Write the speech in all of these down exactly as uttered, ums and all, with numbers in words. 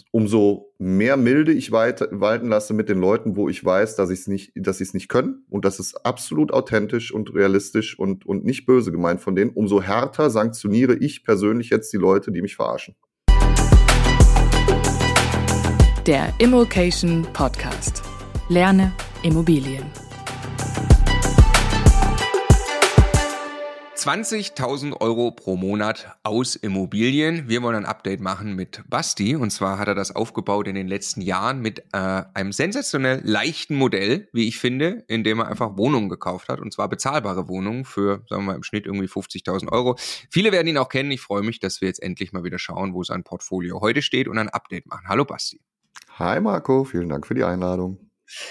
umso mehr Milde ich weit, walten lasse mit den Leuten, wo ich weiß, dass ich es nicht, dass sie es nicht können. Und das ist absolut authentisch und realistisch und, und nicht böse gemeint von denen. Umso härter sanktioniere ich persönlich jetzt die Leute, die mich verarschen. Der Immokation Podcast. Lerne Immobilien. zwanzigtausend Euro pro Monat aus Immobilien. Wir wollen ein Update machen mit Basti. Und zwar hat er das aufgebaut in den letzten Jahren mit äh, einem sensationell leichten Modell, wie ich finde, in dem er einfach Wohnungen gekauft hat. Und zwar bezahlbare Wohnungen für, sagen wir mal, im Schnitt irgendwie fünfzigtausend Euro. Viele werden ihn auch kennen. Ich freue mich, dass wir jetzt endlich mal wieder schauen, wo sein Portfolio heute steht und ein Update machen. Hallo Basti. Hi Marco, vielen Dank für die Einladung.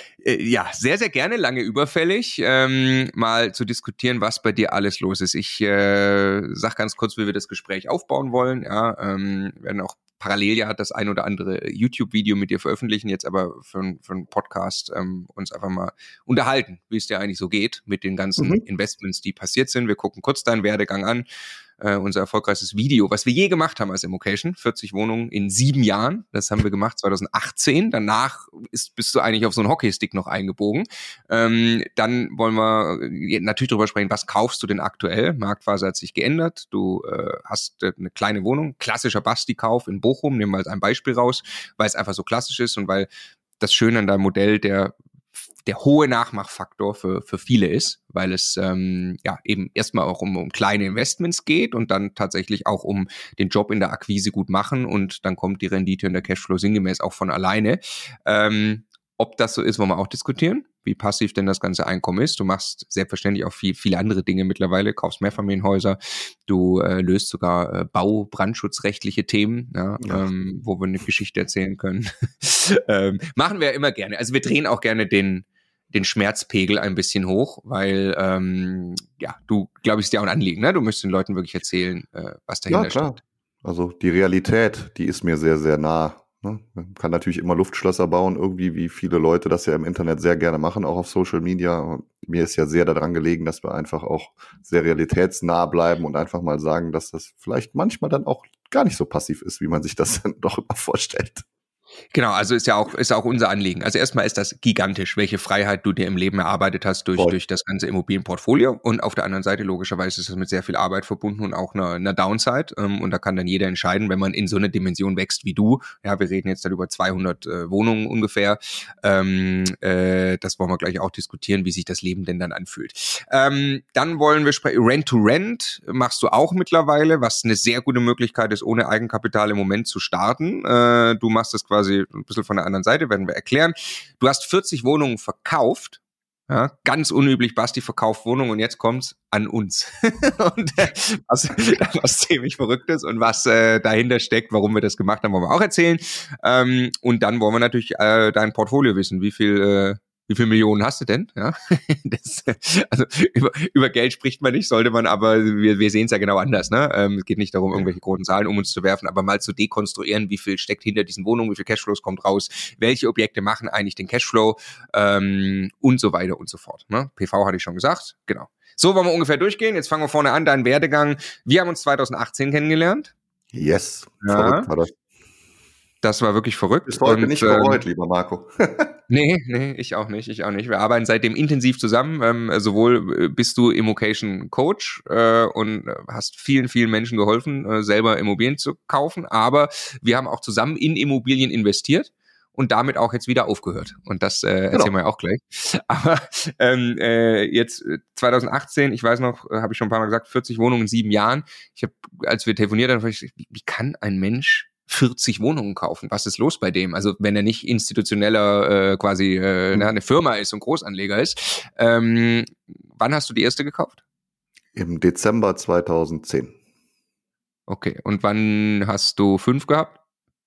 Ja, sehr, sehr gerne, lange überfällig, ähm, mal zu diskutieren, was bei dir alles los ist. Ich äh, sag ganz kurz, wie wir das Gespräch aufbauen wollen. Ja, ähm, wir werden auch parallel ja das ein oder andere YouTube-Video mit dir veröffentlichen, jetzt aber für, für einen Podcast ähm, uns einfach mal unterhalten, wie es dir eigentlich so geht mit den ganzen mhm. Investments, die passiert sind. Wir gucken kurz deinen Werdegang an. Uh, unser erfolgreichstes Video, was wir je gemacht haben als Immokation, vierzig Wohnungen in sieben Jahren, das haben wir gemacht zwanzig achtzehn, danach ist, bist du eigentlich auf so einen Hockeystick noch eingebogen. Ähm, dann wollen wir natürlich darüber sprechen, was kaufst du denn aktuell? Marktphase hat sich geändert, du äh, hast äh, eine kleine Wohnung, klassischer Basti-Kauf in Bochum, nehmen wir als ein Beispiel raus, weil es einfach so klassisch ist und weil das Schöne an deinem Modell der der hohe Nachmachfaktor für für viele ist, weil es ähm, ja eben erstmal auch um, um kleine Investments geht und dann tatsächlich auch um den Job in der Akquise gut machen und dann kommt die Rendite und der Cashflow sinngemäß auch von alleine. Ähm, ob das so ist, wollen wir auch diskutieren, wie passiv denn das ganze Einkommen ist. Du machst selbstverständlich auch viel, viele andere Dinge mittlerweile, kaufst Mehrfamilienhäuser, du äh, löst sogar äh, Bau-, brandschutzrechtliche Themen, ja, ja. Ähm, wo wir eine Geschichte erzählen können. ähm, machen wir immer gerne. Also wir drehen auch gerne den den Schmerzpegel ein bisschen hoch, weil, ähm, ja, du, glaube ich, ist dir auch ein Anliegen, ne? Du möchtest den Leuten wirklich erzählen, äh, was dahinter ja, klar. steht. Also die Realität, die ist mir sehr, sehr nah. Ne? Man kann natürlich immer Luftschlösser bauen, irgendwie, wie viele Leute das ja im Internet sehr gerne machen, auch auf Social Media. Und mir ist ja sehr daran gelegen, dass wir einfach auch sehr realitätsnah bleiben und einfach mal sagen, dass das vielleicht manchmal dann auch gar nicht so passiv ist, wie man sich das dann doch immer vorstellt. Genau, also ist ja auch ist auch unser Anliegen. Also erstmal ist das gigantisch, welche Freiheit du dir im Leben erarbeitet hast durch Voll. durch das ganze Immobilienportfolio. Und auf der anderen Seite logischerweise ist das mit sehr viel Arbeit verbunden und auch einer, einer Downside. Und da kann dann jeder entscheiden, wenn man in so eine Dimension wächst wie du. Ja, wir reden jetzt dann über zweihundert äh, Wohnungen ungefähr. Ähm, äh, das wollen wir gleich auch diskutieren, wie sich das Leben denn dann anfühlt. Ähm, dann wollen wir sprechen. Rent-to-Rent machst du auch mittlerweile, was eine sehr gute Möglichkeit ist, ohne Eigenkapital im Moment zu starten. Äh, du machst das quasi ein bisschen von der anderen Seite, werden wir erklären. Du hast vierzig Wohnungen verkauft. Ja, ganz unüblich, Basti verkauft Wohnungen und jetzt kommt's an uns. und äh, was, was ziemlich verrückt ist und was äh, dahinter steckt, warum wir das gemacht haben, wollen wir auch erzählen. Ähm, und dann wollen wir natürlich äh, dein Portfolio wissen, wie viel äh, Wie viele Millionen hast du denn? Ja, das, also über, über Geld spricht man nicht, sollte man, aber wir, wir sehen es ja genau anders. Ne? Ähm, es geht nicht darum, irgendwelche großen Zahlen um uns zu werfen, aber mal zu dekonstruieren, wie viel steckt hinter diesen Wohnungen, wie viel Cashflows kommt raus, welche Objekte machen eigentlich den Cashflow ähm, und so weiter und so fort. Ne? P V hatte ich schon gesagt, genau. So wollen wir ungefähr durchgehen. Jetzt fangen wir vorne an, dein Werdegang. Wir haben uns zwanzig achtzehn kennengelernt. Yes, ja. Verrückt war das. Das war wirklich verrückt. Bis heute und, nicht bereut, ähm, lieber Marco. Nee, nee, ich auch nicht, ich auch nicht. Wir arbeiten seitdem intensiv zusammen. Ähm, sowohl bist du Immokation Coach äh, und hast vielen, vielen Menschen geholfen, äh, selber Immobilien zu kaufen, aber wir haben auch zusammen in Immobilien investiert und damit auch jetzt wieder aufgehört. Und das äh, erzählen genau. wir ja auch gleich. Aber ähm, äh, jetzt zwanzig achtzehn, ich weiß noch, habe ich schon ein paar Mal gesagt, vierzig Wohnungen in sieben Jahren. Ich habe, als wir telefoniert haben, ich, wie, wie kann ein Mensch vierzig Wohnungen kaufen? Was ist los bei dem? Also wenn er nicht institutioneller äh, quasi äh, mhm. eine Firma ist und Großanleger ist. Ähm, wann hast du die erste gekauft? Im Dezember zweitausendzehn. Okay, und wann hast du fünf gehabt?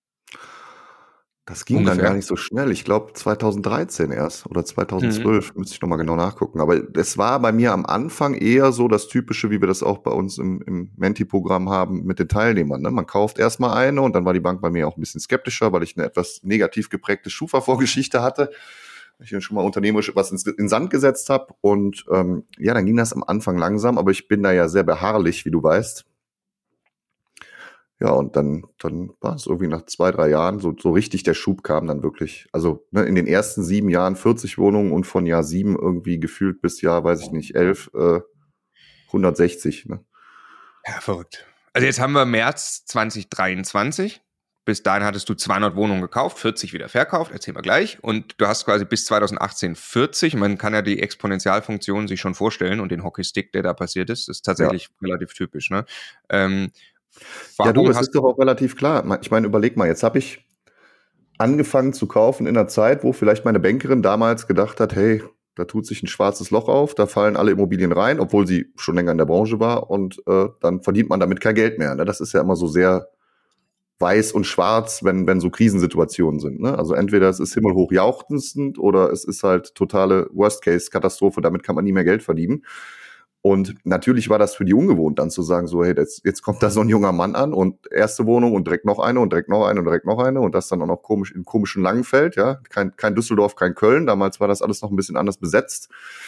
Das ging Ungefähr. Dann gar nicht so schnell. Ich glaube zweitausenddreizehn erst oder zweitausendzwölf, mhm. müsste ich nochmal genau nachgucken. Aber es war bei mir am Anfang eher so das Typische, wie wir das auch bei uns im, im Menti-Programm haben mit den Teilnehmern. Ne? Man kauft erstmal eine und dann war die Bank bei mir auch ein bisschen skeptischer, weil ich eine etwas negativ geprägte Schufa-Vorgeschichte hatte. Ich schon mal unternehmerisch was ins, in den Sand gesetzt habe. Und ähm, ja, dann ging das am Anfang langsam, aber ich bin da ja sehr beharrlich, wie du weißt. Ja, und dann, dann war es irgendwie nach zwei, drei Jahren, so, so richtig der Schub kam dann wirklich. Also ne, in den ersten sieben Jahren vierzig Wohnungen und von Jahr sieben irgendwie gefühlt bis Jahr, weiß ich nicht, elf, äh, hundertsechzig. Ne? Ja, verrückt. Also jetzt haben wir März zwanzig dreiundzwanzig. Bis dahin hattest du zweihundert Wohnungen gekauft, vierzig wieder verkauft, erzählen wir gleich. Und du hast quasi bis zwanzig achtzehn vierzig. Man kann ja die Exponentialfunktion sich schon vorstellen und den Hockeystick, der da passiert ist, ist tatsächlich ja. relativ typisch. Ne? Ähm, ja, du, es ist doch auch relativ klar. Ich meine, überleg mal, jetzt habe ich angefangen zu kaufen in einer Zeit, wo vielleicht meine Bankerin damals gedacht hat, hey, da tut sich ein schwarzes Loch auf, da fallen alle Immobilien rein, obwohl sie schon länger in der Branche war und äh, dann verdient man damit kein Geld mehr. Ne? Das ist ja immer so sehr weiß und schwarz, wenn wenn so Krisensituationen sind. Ne? Also entweder es ist himmelhoch jauchzend oder es ist halt totale Worst-Case-Katastrophe, damit kann man nie mehr Geld verdienen. Und natürlich war das für die ungewohnt, dann zu sagen, so hey, jetzt, jetzt kommt da so ein junger Mann an und erste Wohnung und direkt noch eine und direkt noch eine und direkt noch eine und das dann auch noch komisch in komischen Langenfeld, ja, kein, kein Düsseldorf, kein Köln, damals war das alles noch ein bisschen anders besetzt.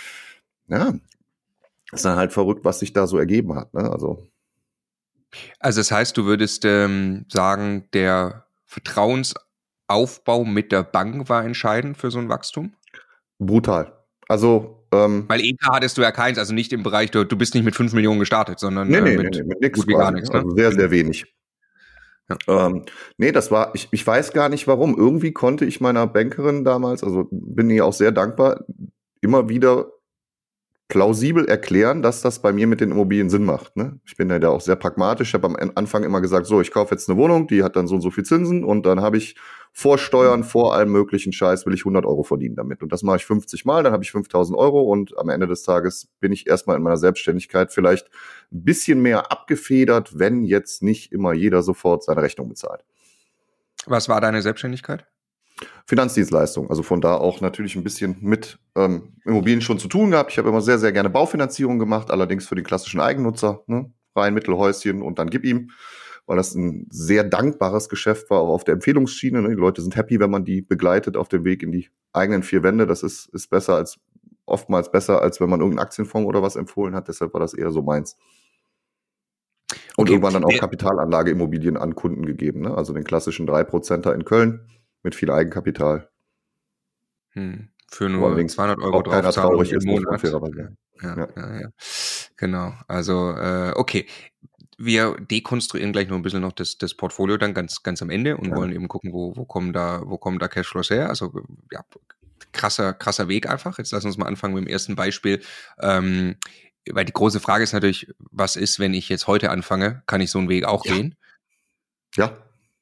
Ja, ist dann halt verrückt, was sich da so ergeben hat, ne, also. Also das heißt, du würdest ähm, sagen, der Vertrauensaufbau mit der Bank war entscheidend für so ein Wachstum? Brutal. Also ähm, weil E K hattest du ja keins, also nicht im Bereich, du, du bist nicht mit fünf Millionen gestartet, sondern nee, nee, äh, mit, nee, mit nix gut wie gar nichts. Ne? Also sehr, sehr wenig. Ja. Ähm, nee, das war, ich, ich weiß gar nicht warum. Irgendwie konnte ich meiner Bankerin damals, also bin ihr auch sehr dankbar, immer wieder plausibel erklären, dass das bei mir mit den Immobilien Sinn macht. Ne? Ich bin ja da auch sehr pragmatisch. Ich habe am Anfang immer gesagt, so, ich kaufe jetzt eine Wohnung, die hat dann so und so viel Zinsen und dann habe ich vor Steuern, vor allem möglichen Scheiß, will ich hundert Euro verdienen damit. Und das mache ich fünfzig Mal, dann habe ich fünftausend Euro und am Ende des Tages bin ich erstmal in meiner Selbstständigkeit vielleicht ein bisschen mehr abgefedert, wenn jetzt nicht immer jeder sofort seine Rechnung bezahlt. Was war deine Selbstständigkeit? Finanzdienstleistung, also von da auch natürlich ein bisschen mit ähm, Immobilien schon zu tun gehabt. Ich habe immer sehr, sehr gerne Baufinanzierung gemacht, allerdings für den klassischen Eigennutzer, ne? Rein Mittelhäuschen und dann gib ihm, weil das ein sehr dankbares Geschäft war, auch auf der Empfehlungsschiene. Ne? Die Leute sind happy, wenn man die begleitet auf dem Weg in die eigenen vier Wände. Das ist, ist besser als, oftmals besser, als wenn man irgendeinen Aktienfonds oder was empfohlen hat. Deshalb war das eher so meins. Und okay. Irgendwann dann auch Kapitalanlageimmobilien an Kunden gegeben, ne? Also den klassischen drei Prozenter in Köln. Mit viel Eigenkapital. Hm. Für nur zweihundert Euro draufzahlen im Monat. Ja, ja, ja, ja. Genau. Also, äh, okay. Wir dekonstruieren gleich noch ein bisschen noch das, das Portfolio dann ganz, ganz am Ende und ja. wollen eben gucken, wo, wo kommen da, wo kommen da Cashflows her? Also, ja, krasser, krasser Weg einfach. Jetzt lass uns mal anfangen mit dem ersten Beispiel. Ähm, weil die große Frage ist natürlich, was ist, wenn ich jetzt heute anfange? Kann ich so einen Weg auch ja. gehen? Ja.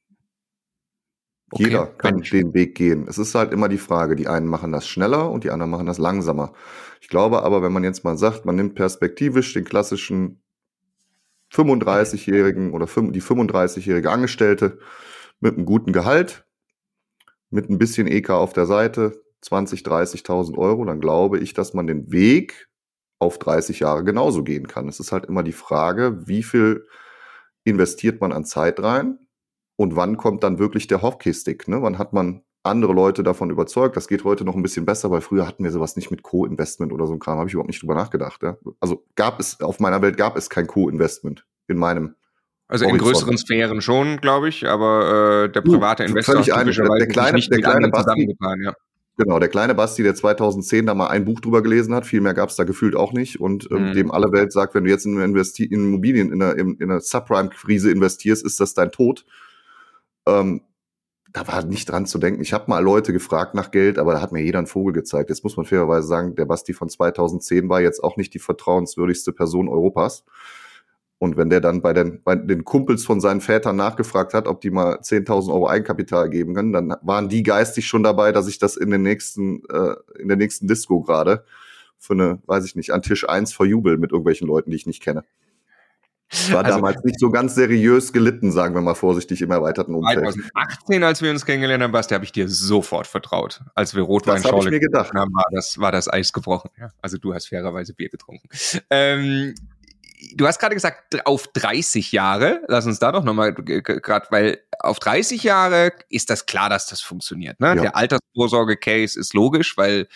Okay, jeder kann Mensch. den Weg gehen. Es ist halt immer die Frage, die einen machen das schneller und die anderen machen das langsamer. Ich glaube aber, wenn man jetzt mal sagt, man nimmt perspektivisch den klassischen fünfunddreißigjährigen oder die fünfunddreißigjährige Angestellte mit einem guten Gehalt, mit ein bisschen E K auf der Seite, zwanzig, dreißigtausend Euro, dann glaube ich, dass man den Weg auf dreißig Jahre genauso gehen kann. Es ist halt immer die Frage, wie viel investiert man an Zeit rein? Und wann kommt dann wirklich der Hockeystick? Ne? Wann hat man andere Leute davon überzeugt? Das geht heute noch ein bisschen besser, weil früher hatten wir sowas nicht mit Co-Investment oder so ein Kram. Habe ich überhaupt nicht drüber nachgedacht. Ja? Also gab es, auf meiner Welt gab es kein Co-Investment in meinem Also in Horizont. Größeren Sphären schon, glaube ich, aber äh, der private uh, Investor ist typischerweise der kleine, nicht der mit kleine Basti, zusammengetan, ja. Genau, der kleine Basti, der zweitausendzehn da mal ein Buch drüber gelesen hat, viel mehr gab es da gefühlt auch nicht und ähm, mhm. dem alle Welt sagt, wenn du jetzt in, Investi- in Immobilien in einer, in, in einer Subprime-Krise investierst, ist das dein Tod. Ähm, da war nicht dran zu denken. Ich habe mal Leute gefragt nach Geld, aber da hat mir jeder einen Vogel gezeigt. Jetzt muss man fairerweise sagen, der Basti von zweitausendzehn war jetzt auch nicht die vertrauenswürdigste Person Europas. Und wenn der dann bei den, bei den Kumpels von seinen Vätern nachgefragt hat, ob die mal zehntausend Euro Eigenkapital geben können, dann waren die geistig schon dabei, dass ich das in den nächsten, äh, in der nächsten Disco gerade für eine, weiß ich nicht, an Tisch eins verjubel mit irgendwelchen Leuten, die ich nicht kenne. War also, damals nicht so ganz seriös gelitten, sagen wir mal vorsichtig, im erweiterten Umfeld. zweitausendachtzehn, als wir uns kennengelernt haben, Basti, habe ich dir sofort vertraut. Als wir Rotweinschorle gedacht haben, war das, war das Eis gebrochen. Ja, also du hast fairerweise Bier getrunken. Ähm, du hast gerade gesagt, auf dreißig Jahre, lass uns da doch nochmal, gerade, weil auf dreißig Jahre ist das klar, dass das funktioniert. Ne? Ja. Der Altersvorsorge-Case ist logisch, weil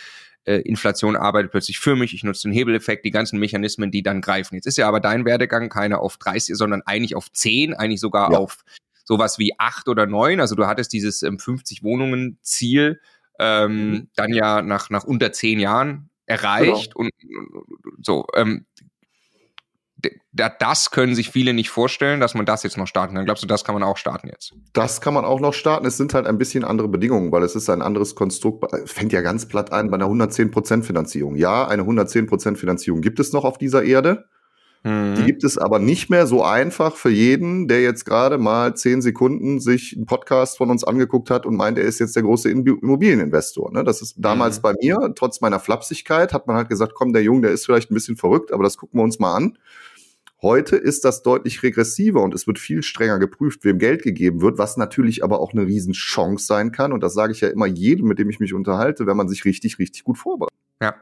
äh, Inflation arbeitet plötzlich für mich, ich nutze den Hebeleffekt, die ganzen Mechanismen, die dann greifen. Jetzt ist ja aber dein Werdegang keiner auf dreißig, sondern eigentlich auf zehn, eigentlich sogar ja. auf sowas wie acht oder neun. Also du hattest dieses ähm, fünfzig Wohnungen Ziel ähm, mhm. dann ja nach, nach unter zehn Jahren erreicht. Genau. Und, und so, ähm, das können sich viele nicht vorstellen, dass man das jetzt noch starten kann. Glaubst du, das kann man auch starten jetzt? Das kann man auch noch starten. Es sind halt ein bisschen andere Bedingungen, weil es ist ein anderes Konstrukt. Fängt ja ganz platt an bei einer hundertzehn Prozent Finanzierung. Ja, eine hundertzehn Prozent Finanzierung gibt es noch auf dieser Erde. Mhm. Die gibt es aber nicht mehr so einfach für jeden, der jetzt gerade mal zehn Sekunden sich einen Podcast von uns angeguckt hat und meint, er ist jetzt der große Immobilieninvestor. Ne? Das ist damals mhm. bei mir, trotz meiner Flapsigkeit, hat man halt gesagt, komm, der Junge, der ist vielleicht ein bisschen verrückt, aber das gucken wir uns mal an. Heute ist das deutlich regressiver und es wird viel strenger geprüft, wem Geld gegeben wird, was natürlich aber auch eine Riesenchance sein kann. Und das sage ich ja immer jedem, mit dem ich mich unterhalte, wenn man sich richtig, richtig gut vorbereitet. Ja.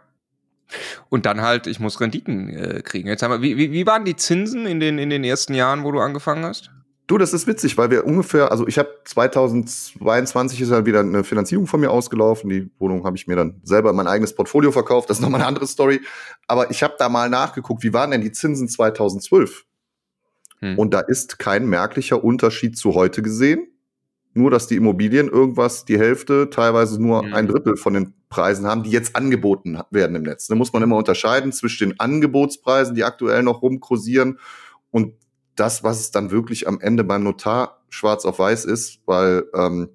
Und dann halt, ich muss Renditen äh, kriegen. Jetzt haben wir, wie, wie, wie waren die Zinsen in den, in den ersten Jahren, wo du angefangen hast? Du, das ist witzig, weil wir ungefähr, also ich habe zweitausendzweiundzwanzig ist halt wieder eine Finanzierung von mir ausgelaufen. Die Wohnung habe ich mir dann selber in mein eigenes Portfolio verkauft. Das ist nochmal eine andere Story. Aber ich habe da mal nachgeguckt, wie waren denn die Zinsen zweitausendzwölf? Hm. Und da ist kein merklicher Unterschied zu heute gesehen. Nur, dass die Immobilien irgendwas die Hälfte, teilweise nur hm. ein Drittel von den Preisen haben, die jetzt angeboten werden im Netz. Da muss man immer unterscheiden zwischen den Angebotspreisen, die aktuell noch rumkursieren, und das, was es dann wirklich am Ende beim Notar schwarz auf weiß ist, weil ähm,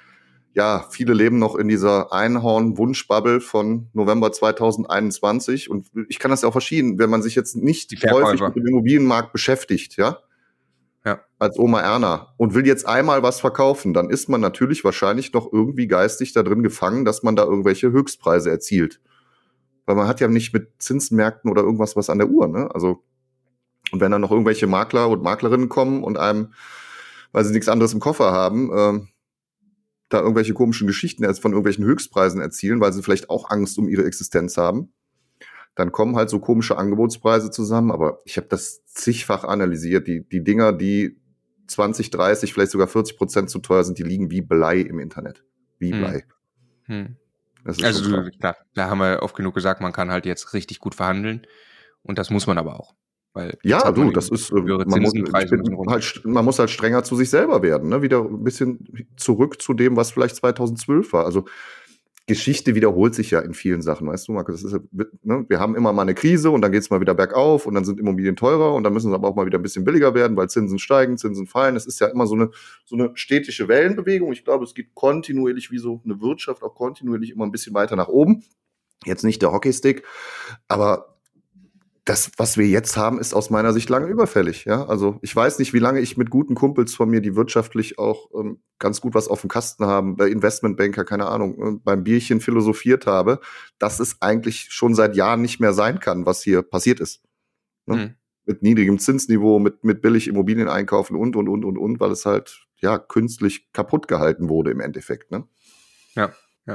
ja, viele leben noch in dieser Einhorn-Wunschbubble von November zweitausendeinundzwanzig, und ich kann das ja auch verschieden, wenn man sich jetzt nicht häufig mit dem Immobilienmarkt beschäftigt, ja, ja, als Oma Erna, und will jetzt einmal was verkaufen, dann ist man natürlich wahrscheinlich noch irgendwie geistig da drin gefangen, dass man da irgendwelche Höchstpreise erzielt. Weil man hat ja nicht mit Zinsmärkten oder irgendwas was an der Uhr, ne, also. Und wenn dann noch irgendwelche Makler und Maklerinnen kommen und einem, weil sie nichts anderes im Koffer haben, äh, da irgendwelche komischen Geschichten von irgendwelchen Höchstpreisen erzielen, weil sie vielleicht auch Angst um ihre Existenz haben, dann kommen halt so komische Angebotspreise zusammen. Aber ich habe das zigfach analysiert. Die, die Dinger, die zwanzig, dreißig, vielleicht sogar vierzig Prozent zu teuer sind, die liegen wie Blei im Internet. Wie Blei. Hm. Hm. Das ist also du, klar, da haben wir oft genug gesagt, man kann halt jetzt richtig gut verhandeln. Und das muss man aber auch. Weil ja, du, das ist, man muss, bin, halt, man muss halt strenger zu sich selber werden, ne? Wieder ein bisschen zurück zu dem, was vielleicht zweitausendzwölf war. Also Geschichte wiederholt sich ja in vielen Sachen, weißt du, Markus? Das ist, ne? Wir haben immer mal eine Krise und dann geht's mal wieder bergauf und dann sind Immobilien teurer und dann müssen sie aber auch mal wieder ein bisschen billiger werden, weil Zinsen steigen, Zinsen fallen. Es ist ja immer so eine, so eine stetige Wellenbewegung. Ich glaube, es geht kontinuierlich, wie so eine Wirtschaft, auch kontinuierlich immer ein bisschen weiter nach oben. Jetzt nicht der Hockeystick, aber das, was wir jetzt haben, ist aus meiner Sicht lange überfällig. Ja, also ich weiß nicht, wie lange ich mit guten Kumpels von mir, die wirtschaftlich auch ähm, ganz gut was auf dem Kasten haben, bei Investmentbanker, keine Ahnung, äh, beim Bierchen philosophiert habe, dass es eigentlich schon seit Jahren nicht mehr sein kann, was hier passiert ist. Ne? Mhm. Mit niedrigem Zinsniveau, mit mit billig Immobilien einkaufen und und und und und, weil es halt ja künstlich kaputt gehalten wurde im Endeffekt. Ne? Ja, ja.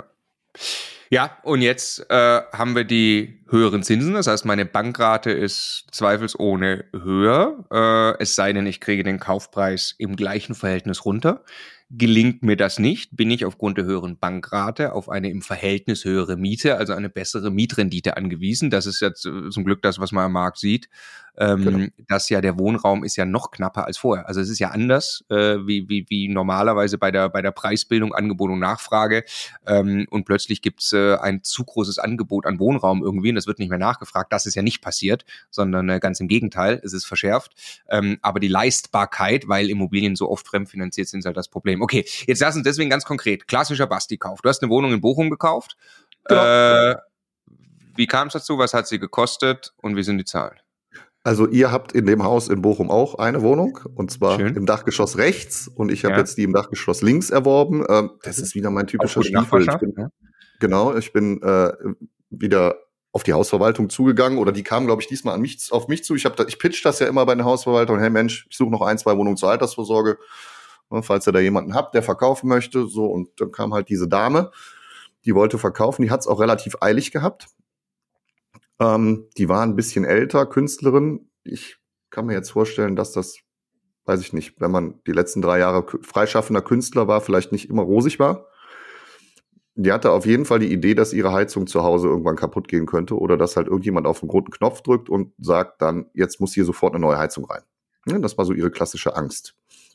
Ja, und jetzt äh, haben wir die höheren Zinsen. Das heißt, meine Bankrate ist zweifelsohne höher. Äh, es sei denn, ich kriege den Kaufpreis im gleichen Verhältnis runter. Gelingt mir das nicht, bin ich aufgrund der höheren Bankrate auf eine im Verhältnis höhere Miete, also eine bessere Mietrendite angewiesen. Das ist jetzt zum Glück das, was man am Markt sieht. Ähm, genau. Das ja, der Wohnraum ist ja noch knapper als vorher. Also es ist ja anders, äh, wie, wie, wie normalerweise bei der, bei der Preisbildung, Angebot und Nachfrage. Ähm, und plötzlich gibt's äh, ein zu großes Angebot an Wohnraum irgendwie und das wird nicht mehr nachgefragt. Das ist ja nicht passiert, sondern äh, ganz im Gegenteil, es ist verschärft. Ähm, aber die Leistbarkeit, weil Immobilien so oft fremdfinanziert sind, ist halt das Problem. Okay, jetzt lass uns deswegen ganz konkret. Klassischer Basti-Kauf. Du hast eine Wohnung in Bochum gekauft. Genau. Äh, wie kam es dazu? Was hat sie gekostet? Und wie sind die Zahlen? Also ihr habt in dem Haus in Bochum auch eine Wohnung, und zwar Schön. Im Dachgeschoss rechts, und ich habe ja. jetzt die im Dachgeschoss links erworben. Ähm, das ist wieder mein typischer Stiefel. Ich bin, ja. Genau, ich bin äh, wieder auf die Hausverwaltung zugegangen, oder die kamen, glaube ich, diesmal an mich, auf mich zu. Ich, hab da, ich pitch das ja immer bei der Hausverwaltung. Hey Mensch, ich suche noch ein, zwei Wohnungen zur Altersvorsorge, falls ihr da jemanden habt, der verkaufen möchte. So, und dann kam halt diese Dame, die wollte verkaufen. Die hat es auch relativ eilig gehabt. Ähm, die war ein bisschen älter, Künstlerin. Ich kann mir jetzt vorstellen, dass das, weiß ich nicht, wenn man die letzten drei Jahre freischaffender Künstler war, vielleicht nicht immer rosig war. Die hatte auf jeden Fall die Idee, dass ihre Heizung zu Hause irgendwann kaputt gehen könnte oder dass halt irgendjemand auf einen roten Knopf drückt und sagt dann, jetzt muss hier sofort eine neue Heizung rein. Ja, das war so ihre klassische Angst.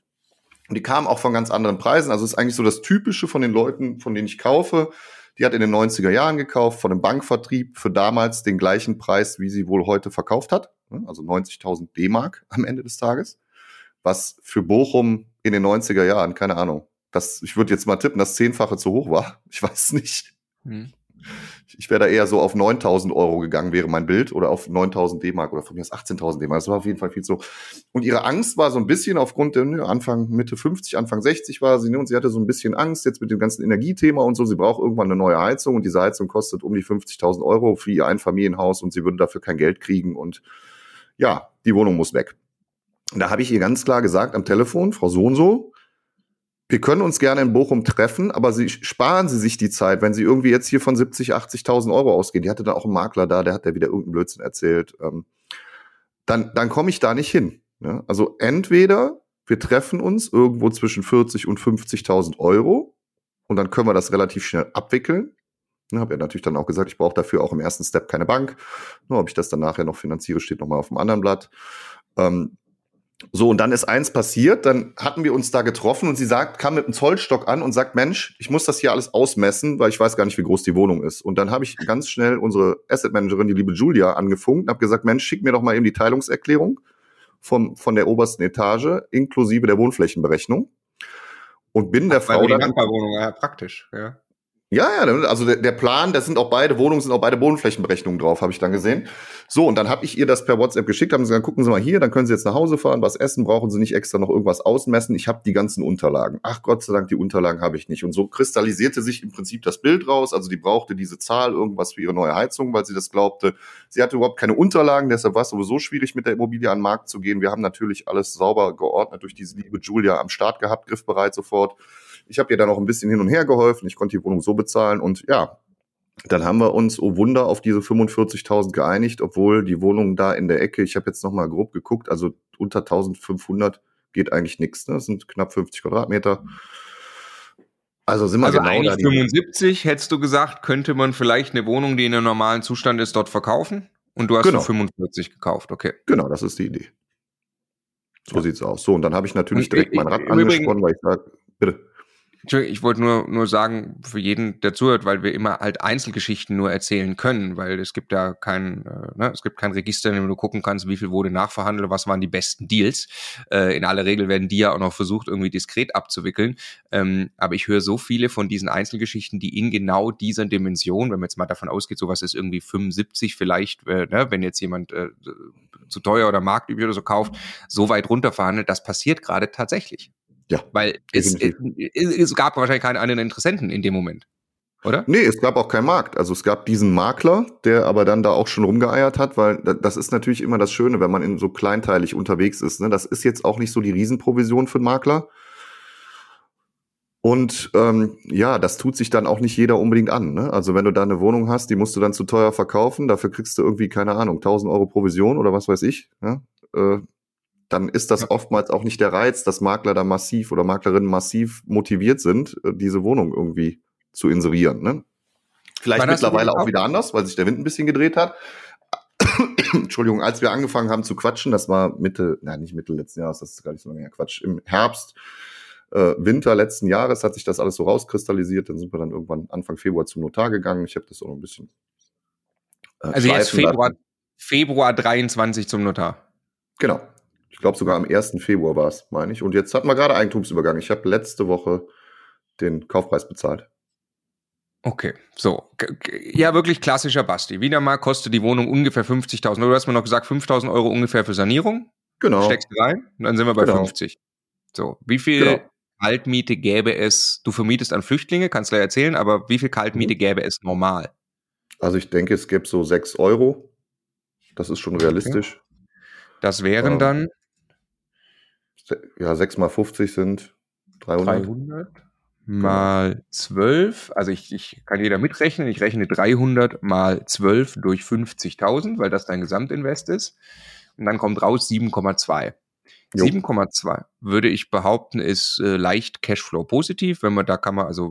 Und die kam auch von ganz anderen Preisen. Also es ist eigentlich so das Typische von den Leuten, von denen ich kaufe. Die hat in den neunziger Jahren gekauft, von einem Bankvertrieb für damals den gleichen Preis, wie sie wohl heute verkauft hat. Also neunzigtausend D-Mark am Ende des Tages. Was für Bochum in den neunziger Jahren, keine Ahnung, das, ich würde jetzt mal tippen, das Zehnfache zu hoch war. Ich weiß es nicht. Hm. Ich wäre da eher so auf neuntausend Euro gegangen, wäre mein Bild, oder auf neuntausend D-Mark oder von mir aus achtzehntausend D-Mark. Das war auf jeden Fall viel zu hoch. Und ihre Angst war so ein bisschen aufgrund der ne, Anfang, Mitte fünfzig, Anfang sechzig war sie, ne, und sie hatte so ein bisschen Angst jetzt mit dem ganzen Energiethema und so. Sie braucht irgendwann eine neue Heizung und diese Heizung kostet um die fünfzigtausend Euro für ihr Einfamilienhaus und sie würde dafür kein Geld kriegen und ja, die Wohnung muss weg. Und da habe ich ihr ganz klar gesagt am Telefon, Frau so und so, wir können uns gerne in Bochum treffen, aber Sie sparen Sie sich die Zeit, wenn Sie irgendwie jetzt hier von siebzig, achtzigtausend Euro ausgehen. Die hatte da auch einen Makler da, der hat ja wieder irgendeinen Blödsinn erzählt. Ähm, dann dann komme ich da nicht hin. Ne? Also entweder wir treffen uns irgendwo zwischen vierzig und fünfzigtausend Euro und dann können wir das relativ schnell abwickeln. Ne, habe ja natürlich dann auch gesagt, ich brauche dafür auch im ersten Step keine Bank. Nur ob ich das dann nachher noch finanziere, steht nochmal auf dem anderen Blatt. Ähm, So, und dann ist eins passiert, dann hatten wir uns da getroffen und sie sagt, kam mit einem Zollstock an und sagt, Mensch, ich muss das hier alles ausmessen, weil ich weiß gar nicht, wie groß die Wohnung ist. Und dann habe ich ganz schnell unsere Asset Managerin, die liebe Julia, angefunkt und habe gesagt, Mensch, schick mir doch mal eben die Teilungserklärung vom, von der obersten Etage, inklusive der Wohnflächenberechnung. Und bin der Ach, Frau die dann... Nachbarwohnung, ja, praktisch, ja. Ja, ja, also der, der Plan, das sind auch beide Wohnungen, sind auch beide Bodenflächenberechnungen drauf, habe ich dann gesehen. So, und dann habe ich ihr das per WhatsApp geschickt, haben sie gesagt, gucken Sie mal hier, dann können Sie jetzt nach Hause fahren, was essen, brauchen Sie nicht extra noch irgendwas ausmessen. Ich habe die ganzen Unterlagen. Ach Gott sei Dank, die Unterlagen habe ich nicht. Und so kristallisierte sich im Prinzip das Bild raus. Also die brauchte diese Zahl, irgendwas für ihre neue Heizung, weil sie das glaubte. Sie hatte überhaupt keine Unterlagen, deshalb war es sowieso schwierig, mit der Immobilie an den Markt zu gehen. Wir haben natürlich alles sauber geordnet durch diese liebe Julia am Start gehabt, griffbereit sofort. Ich habe ihr da noch ein bisschen hin und her geholfen. Ich konnte die Wohnung so bezahlen. Und ja, dann haben wir uns, oh Wunder, auf diese fünfundvierzigtausend geeinigt, obwohl die Wohnung da in der Ecke, ich habe jetzt noch mal grob geguckt, also unter eintausendfünfhundert geht eigentlich nichts. Ne? Das sind knapp fünfzig Quadratmeter. Also sind wir also genau eigentlich da. fünfundsiebzig, hättest du gesagt, könnte man vielleicht eine Wohnung, die in einem normalen Zustand ist, dort verkaufen? Und du hast genau. für fünfundvierzig gekauft, okay. Genau, das ist die Idee. So ja. sieht's aus. So, und dann habe ich natürlich und direkt ich, mein Rad angesprochen, weil ich sage, bitte. Ich wollte nur nur sagen, für jeden, der zuhört, weil wir immer halt Einzelgeschichten nur erzählen können, weil es gibt ja kein, äh, ne, es gibt kein Register, in dem du gucken kannst, wie viel wurde nachverhandelt, was waren die besten Deals. Äh, in aller Regel werden die ja auch noch versucht, irgendwie diskret abzuwickeln. Ähm, aber ich höre so viele von diesen Einzelgeschichten, die in genau dieser Dimension, wenn man jetzt mal davon ausgeht, sowas ist irgendwie fünfundsiebzig vielleicht, äh, ne, wenn jetzt jemand äh, zu teuer oder marktüblich oder so kauft, so weit runter verhandelt, das passiert gerade tatsächlich. Ja, weil es, es, es gab wahrscheinlich keinen anderen Interessenten in dem Moment, oder? Nee, es gab auch keinen Markt. Also es gab diesen Makler, der aber dann da auch schon rumgeeiert hat, weil das ist natürlich immer das Schöne, wenn man in so kleinteilig unterwegs ist. Ne? Das ist jetzt auch nicht so die Riesenprovision für den Makler. Und ähm, ja, das tut sich dann auch nicht jeder unbedingt an. Ne? Also wenn du da eine Wohnung hast, die musst du dann zu teuer verkaufen, dafür kriegst du irgendwie, keine Ahnung, tausend Euro Provision oder was weiß ich, ja? äh, dann ist das oftmals auch nicht der Reiz, dass Makler da massiv oder Maklerinnen massiv motiviert sind, diese Wohnung irgendwie zu inserieren. Ne? Vielleicht mittlerweile auch wieder anders, weil sich der Wind ein bisschen gedreht hat. Entschuldigung, als wir angefangen haben zu quatschen, das war Mitte, nein, nicht Mitte letzten Jahres, das ist gar nicht so lange her, Quatsch, im Herbst, äh, Winter letzten Jahres hat sich das alles so rauskristallisiert, dann sind wir dann irgendwann Anfang Februar zum Notar gegangen. Ich habe das auch noch ein bisschen äh, Also jetzt Februar, Februar dreiundzwanzig zum Notar. Genau. Ich glaube, sogar am ersten Februar war es, meine ich. Und jetzt hatten wir gerade Eigentumsübergang. Ich habe letzte Woche den Kaufpreis bezahlt. Okay, so. Ja, wirklich klassischer Basti. Wieder mal kostet die Wohnung ungefähr fünfzigtausend Euro. Du hast mir noch gesagt, fünftausend Euro ungefähr für Sanierung. Genau. Steckst du rein und dann sind wir bei genau. fünfzig. So, wie viel genau. Kaltmiete gäbe es? Du vermietest an Flüchtlinge, kannst du ja erzählen, aber wie viel Kaltmiete mhm. gäbe es normal? Also ich denke, es gäbe so sechs Euro. Das ist schon realistisch. Okay. Das wären ähm, dann? Ja, sechs mal fünfzig sind dreihundert. dreihundert mal zwölf, also ich, ich kann jeder mitrechnen, ich rechne dreihundert mal zwölf durch fünfzigtausend, weil das dein Gesamtinvest ist. Und dann kommt raus sieben Komma zwei. sieben Komma zwei würde ich behaupten, ist äh, leicht Cashflow positiv, wenn man da kann man, also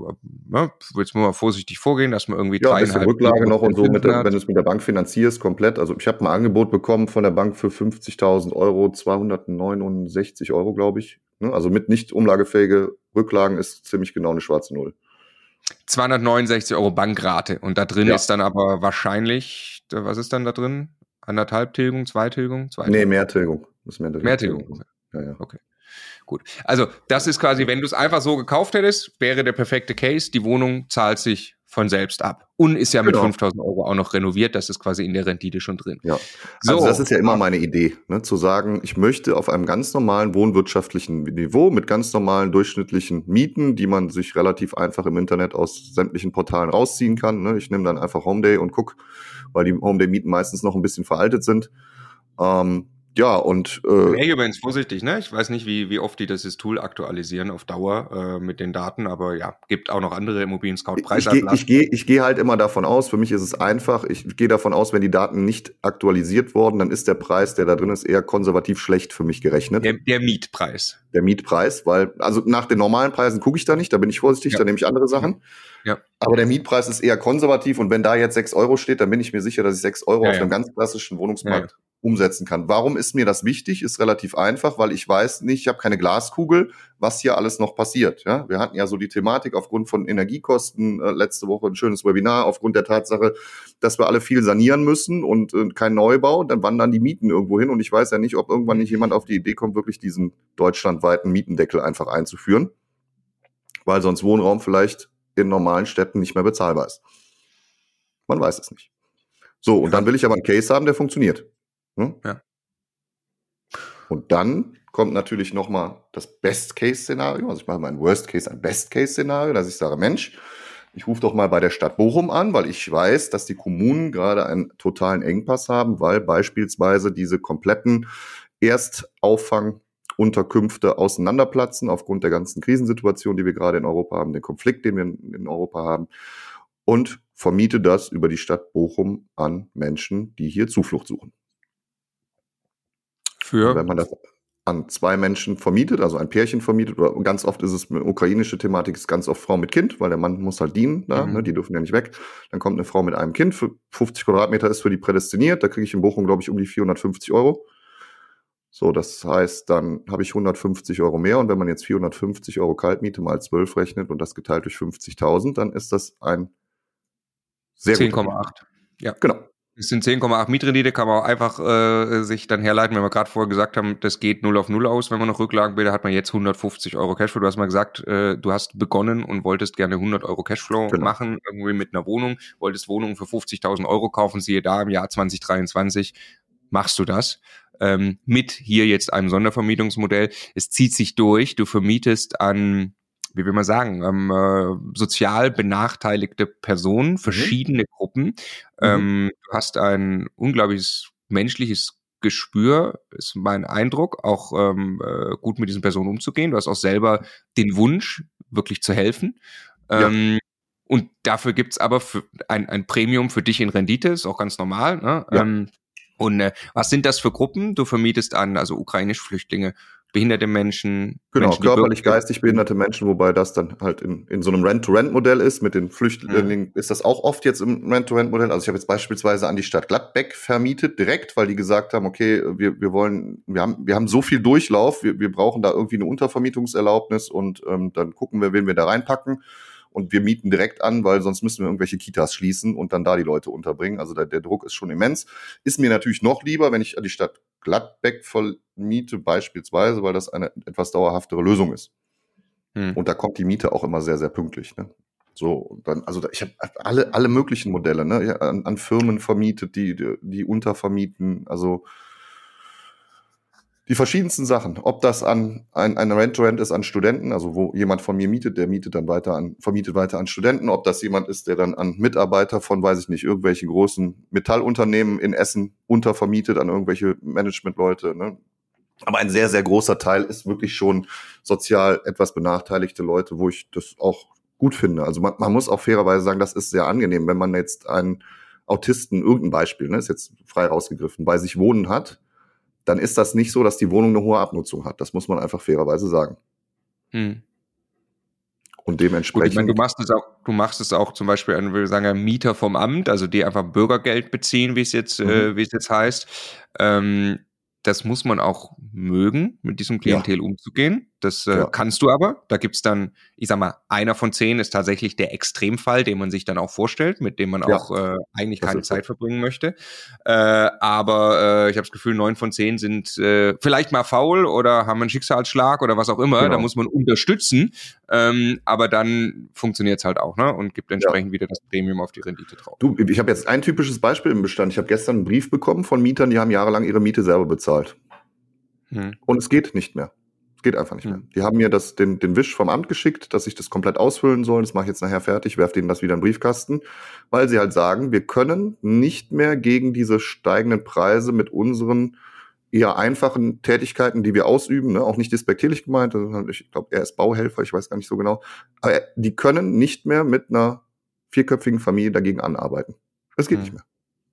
ne, jetzt mal vorsichtig vorgehen, dass man irgendwie Ja, ein bisschen dreieinhalb Rücklage noch und so, mit der, hat. wenn du es mit der Bank finanzierst, komplett. Also ich habe ein Angebot bekommen von der Bank für fünfzigtausend Euro, zweihundertneunundsechzig Euro, glaube ich. Ne? Also mit nicht umlagefähige Rücklagen ist ziemlich genau eine schwarze Null. zweihundertneunundsechzig Euro Bankrate. Und da drin Ja. ist dann aber wahrscheinlich, was ist dann da drin? Anderthalb Tilgung, zwei Tilgung? Zwei Nee, Tilgung? mehr Tilgung. Das ist mehr Mehr Tilgung. Okay. Ja, ja. Okay. Gut. Also, das ist quasi, wenn du es einfach so gekauft hättest, wäre der perfekte Case. Die Wohnung zahlt sich von selbst ab. Und ist ja mit Genau. fünftausend Euro auch noch renoviert. Das ist quasi in der Rendite schon drin. Ja. So. Also das ist ja immer meine Idee, ne, zu sagen, ich möchte auf einem ganz normalen wohnwirtschaftlichen Niveau mit ganz normalen durchschnittlichen Mieten, die man sich relativ einfach im Internet aus sämtlichen Portalen rausziehen kann. Ne. Ich nehme dann einfach Homeday und guck, weil die Homeday-Mieten meistens noch ein bisschen veraltet sind. Ähm, Ja, und äh, Hey, übrigens vorsichtig, ne? Ich weiß nicht, wie, wie oft die das Tool aktualisieren auf Dauer äh, mit den Daten, aber ja, gibt auch noch andere Immobilien-Scout-Preisablagen. Ich gehe ich geh, ich geh halt immer davon aus, für mich ist es einfach, ich gehe davon aus, wenn die Daten nicht aktualisiert wurden, dann ist der Preis, der da drin ist, eher konservativ schlecht für mich gerechnet. Der, der Mietpreis. Der Mietpreis, weil, also nach den normalen Preisen gucke ich da nicht, da bin ich vorsichtig, Ja. da nehme ich andere Sachen. Ja. Aber der Mietpreis ist eher konservativ und wenn da jetzt sechs Euro steht, dann bin ich mir sicher, dass ich sechs Euro Ja, auf ja. einem ganz klassischen Wohnungsmarkt Ja, umsetzen kann. Warum ist mir das wichtig? Ist relativ einfach, weil ich weiß nicht, ich habe keine Glaskugel, was hier alles noch passiert. Ja, wir hatten ja so die Thematik aufgrund von Energiekosten, äh, letzte Woche ein schönes Webinar, aufgrund der Tatsache, dass wir alle viel sanieren müssen und äh, kein Neubau, dann wandern die Mieten irgendwo hin und ich weiß ja nicht, ob irgendwann nicht jemand auf die Idee kommt, wirklich diesen deutschlandweiten Mietendeckel einfach einzuführen, weil sonst Wohnraum vielleicht in normalen Städten nicht mehr bezahlbar ist. Man weiß es nicht. So, und dann will ich aber einen Case haben, der funktioniert. Hm? Ja. Und dann kommt natürlich nochmal das Best-Case-Szenario. Also ich mache mal ein Worst-Case, ein Best-Case-Szenario, dass ich sage, Mensch, ich rufe doch mal bei der Stadt Bochum an, weil ich weiß, dass die Kommunen gerade einen totalen Engpass haben, weil beispielsweise diese kompletten Erstauffang-Unterkünfte auseinanderplatzen aufgrund der ganzen Krisensituation, die wir gerade in Europa haben, den Konflikt, den wir in Europa haben, und vermiete das über die Stadt Bochum an Menschen, die hier Zuflucht suchen. Für? Wenn man das an zwei Menschen vermietet, also ein Pärchen vermietet, oder ganz oft ist es eine ukrainische Thematik, ist ganz oft Frau mit Kind, weil der Mann muss halt dienen, da, Mhm. ne, die dürfen ja nicht weg. Dann kommt eine Frau mit einem Kind, für fünfzig Quadratmeter ist für die prädestiniert, da kriege ich in Bochum, glaube ich, um die vierhundertfünfzig Euro. So, das heißt, dann habe ich hundertfünfzig Euro mehr und wenn man jetzt vierhundertfünfzig Euro Kaltmiete mal zwölf rechnet und das geteilt durch fünfzigtausend, dann ist das ein sehr zehn guter Komma acht. Ja. Genau. Es sind zehn Komma acht Mietrendite, kann man auch einfach äh, sich dann herleiten, wenn wir gerade vorher gesagt haben, das geht null auf null aus, wenn man noch Rücklagen will, da hat man jetzt hundertfünfzig Euro Cashflow. Du hast mal gesagt, äh, du hast begonnen und wolltest gerne hundert Euro Cashflow Genau. machen, irgendwie mit einer Wohnung, wolltest Wohnungen für fünfzigtausend Euro kaufen, siehe da, im Jahr zwanzig dreiundzwanzig machst du das. Ähm, mit hier jetzt einem Sondervermietungsmodell. Es zieht sich durch, du vermietest an, wie will man sagen, ähm, äh, sozial benachteiligte Personen, verschiedene Gruppen. Mhm. Ähm, du hast ein unglaubliches menschliches Gespür, ist mein Eindruck, auch ähm, äh, gut mit diesen Personen umzugehen. Du hast auch selber den Wunsch, wirklich zu helfen. Ähm, Ja. Und dafür gibt's aber für ein, ein Premium für dich in Rendite, ist auch ganz normal. Ne? Ja. Ähm, und äh, was sind das für Gruppen? Du vermietest an, also ukrainische Flüchtlinge, behinderte Menschen. Genau, Menschen, die körperlich, wirklich- geistig behinderte Menschen, wobei das dann halt in, in so einem Rent-to-Rent-Modell ist. Mit den Flüchtlingen ist das auch oft jetzt im Rent-to-Rent-Modell. Also ich habe jetzt beispielsweise an die Stadt Gladbeck vermietet, direkt, weil die gesagt haben, okay, wir, wir wollen, wir haben, wir haben so viel Durchlauf, wir, wir brauchen da irgendwie eine Untervermietungserlaubnis und ähm, dann gucken wir, wen wir da reinpacken. Und wir mieten direkt an, weil sonst müssen wir irgendwelche Kitas schließen und dann da die Leute unterbringen. Also der, der Druck ist schon immens. Ist mir natürlich noch lieber, wenn ich an die Stadt Gladbeck vermiete beispielsweise, weil das eine etwas dauerhaftere Lösung ist. Hm. Und da kommt die Miete auch immer sehr, sehr pünktlich. Ne? So, und dann, also da, ich habe alle, alle möglichen Modelle, ne? Ja, an, an Firmen vermietet, die, die, die untervermieten, also die verschiedensten Sachen. Ob das an ein, ein Rent-to-Rent ist an Studenten, also wo jemand von mir mietet, der mietet dann weiter an, vermietet weiter an Studenten. Ob das jemand ist, der dann an Mitarbeiter von, weiß ich nicht, irgendwelchen großen Metallunternehmen in Essen untervermietet an irgendwelche Managementleute. Ne? Aber ein sehr, sehr großer Teil ist wirklich schon sozial etwas benachteiligte Leute, wo ich das auch gut finde. Also man, man muss auch fairerweise sagen, das ist sehr angenehm, wenn man jetzt einen Autisten, irgendein Beispiel, ne, ist jetzt frei rausgegriffen, bei sich wohnen hat, dann ist das nicht so, dass die Wohnung eine hohe Abnutzung hat. Das muss man einfach fairerweise sagen. Hm. Und dementsprechend. Gut, ich meine, du machst es auch, du machst es auch zum Beispiel an, würde ich sagen, Mieter vom Amt, also die einfach Bürgergeld beziehen, wie es jetzt, mhm. äh, wie es jetzt heißt. Ähm, das muss man auch mögen, mit diesem Klientel ja. umzugehen. Das äh, ja. kannst du aber. Da gibt's dann, ich sag mal, einer von zehn ist tatsächlich der Extremfall, den man sich dann auch vorstellt, mit dem man ja. auch äh, eigentlich das keine Zeit so. verbringen möchte. Äh, aber äh, ich habe das Gefühl, neun von zehn sind äh, vielleicht mal faul oder haben einen Schicksalsschlag oder was auch immer. Genau. Da muss man unterstützen. Ähm, aber dann funktioniert's halt auch, ne? Und gibt entsprechend ja. wieder das Premium auf die Rendite drauf. Du, ich habe jetzt ein typisches Beispiel im Bestand. Ich habe gestern einen Brief bekommen von Mietern, die haben jahrelang ihre Miete selber bezahlt. Hm. Und es geht nicht mehr. Es geht einfach nicht hm. mehr. Die haben mir das, den, den Wisch vom Amt geschickt, dass ich das komplett ausfüllen soll. Das mache ich jetzt nachher fertig, werfe denen das wieder in den Briefkasten, weil sie halt sagen, wir können nicht mehr gegen diese steigenden Preise mit unseren eher einfachen Tätigkeiten, die wir ausüben, ne, auch nicht despektierlich gemeint, ich glaube, er ist Bauhelfer, ich weiß gar nicht so genau, aber die können nicht mehr mit einer vierköpfigen Familie dagegen anarbeiten. Es geht hm. nicht mehr.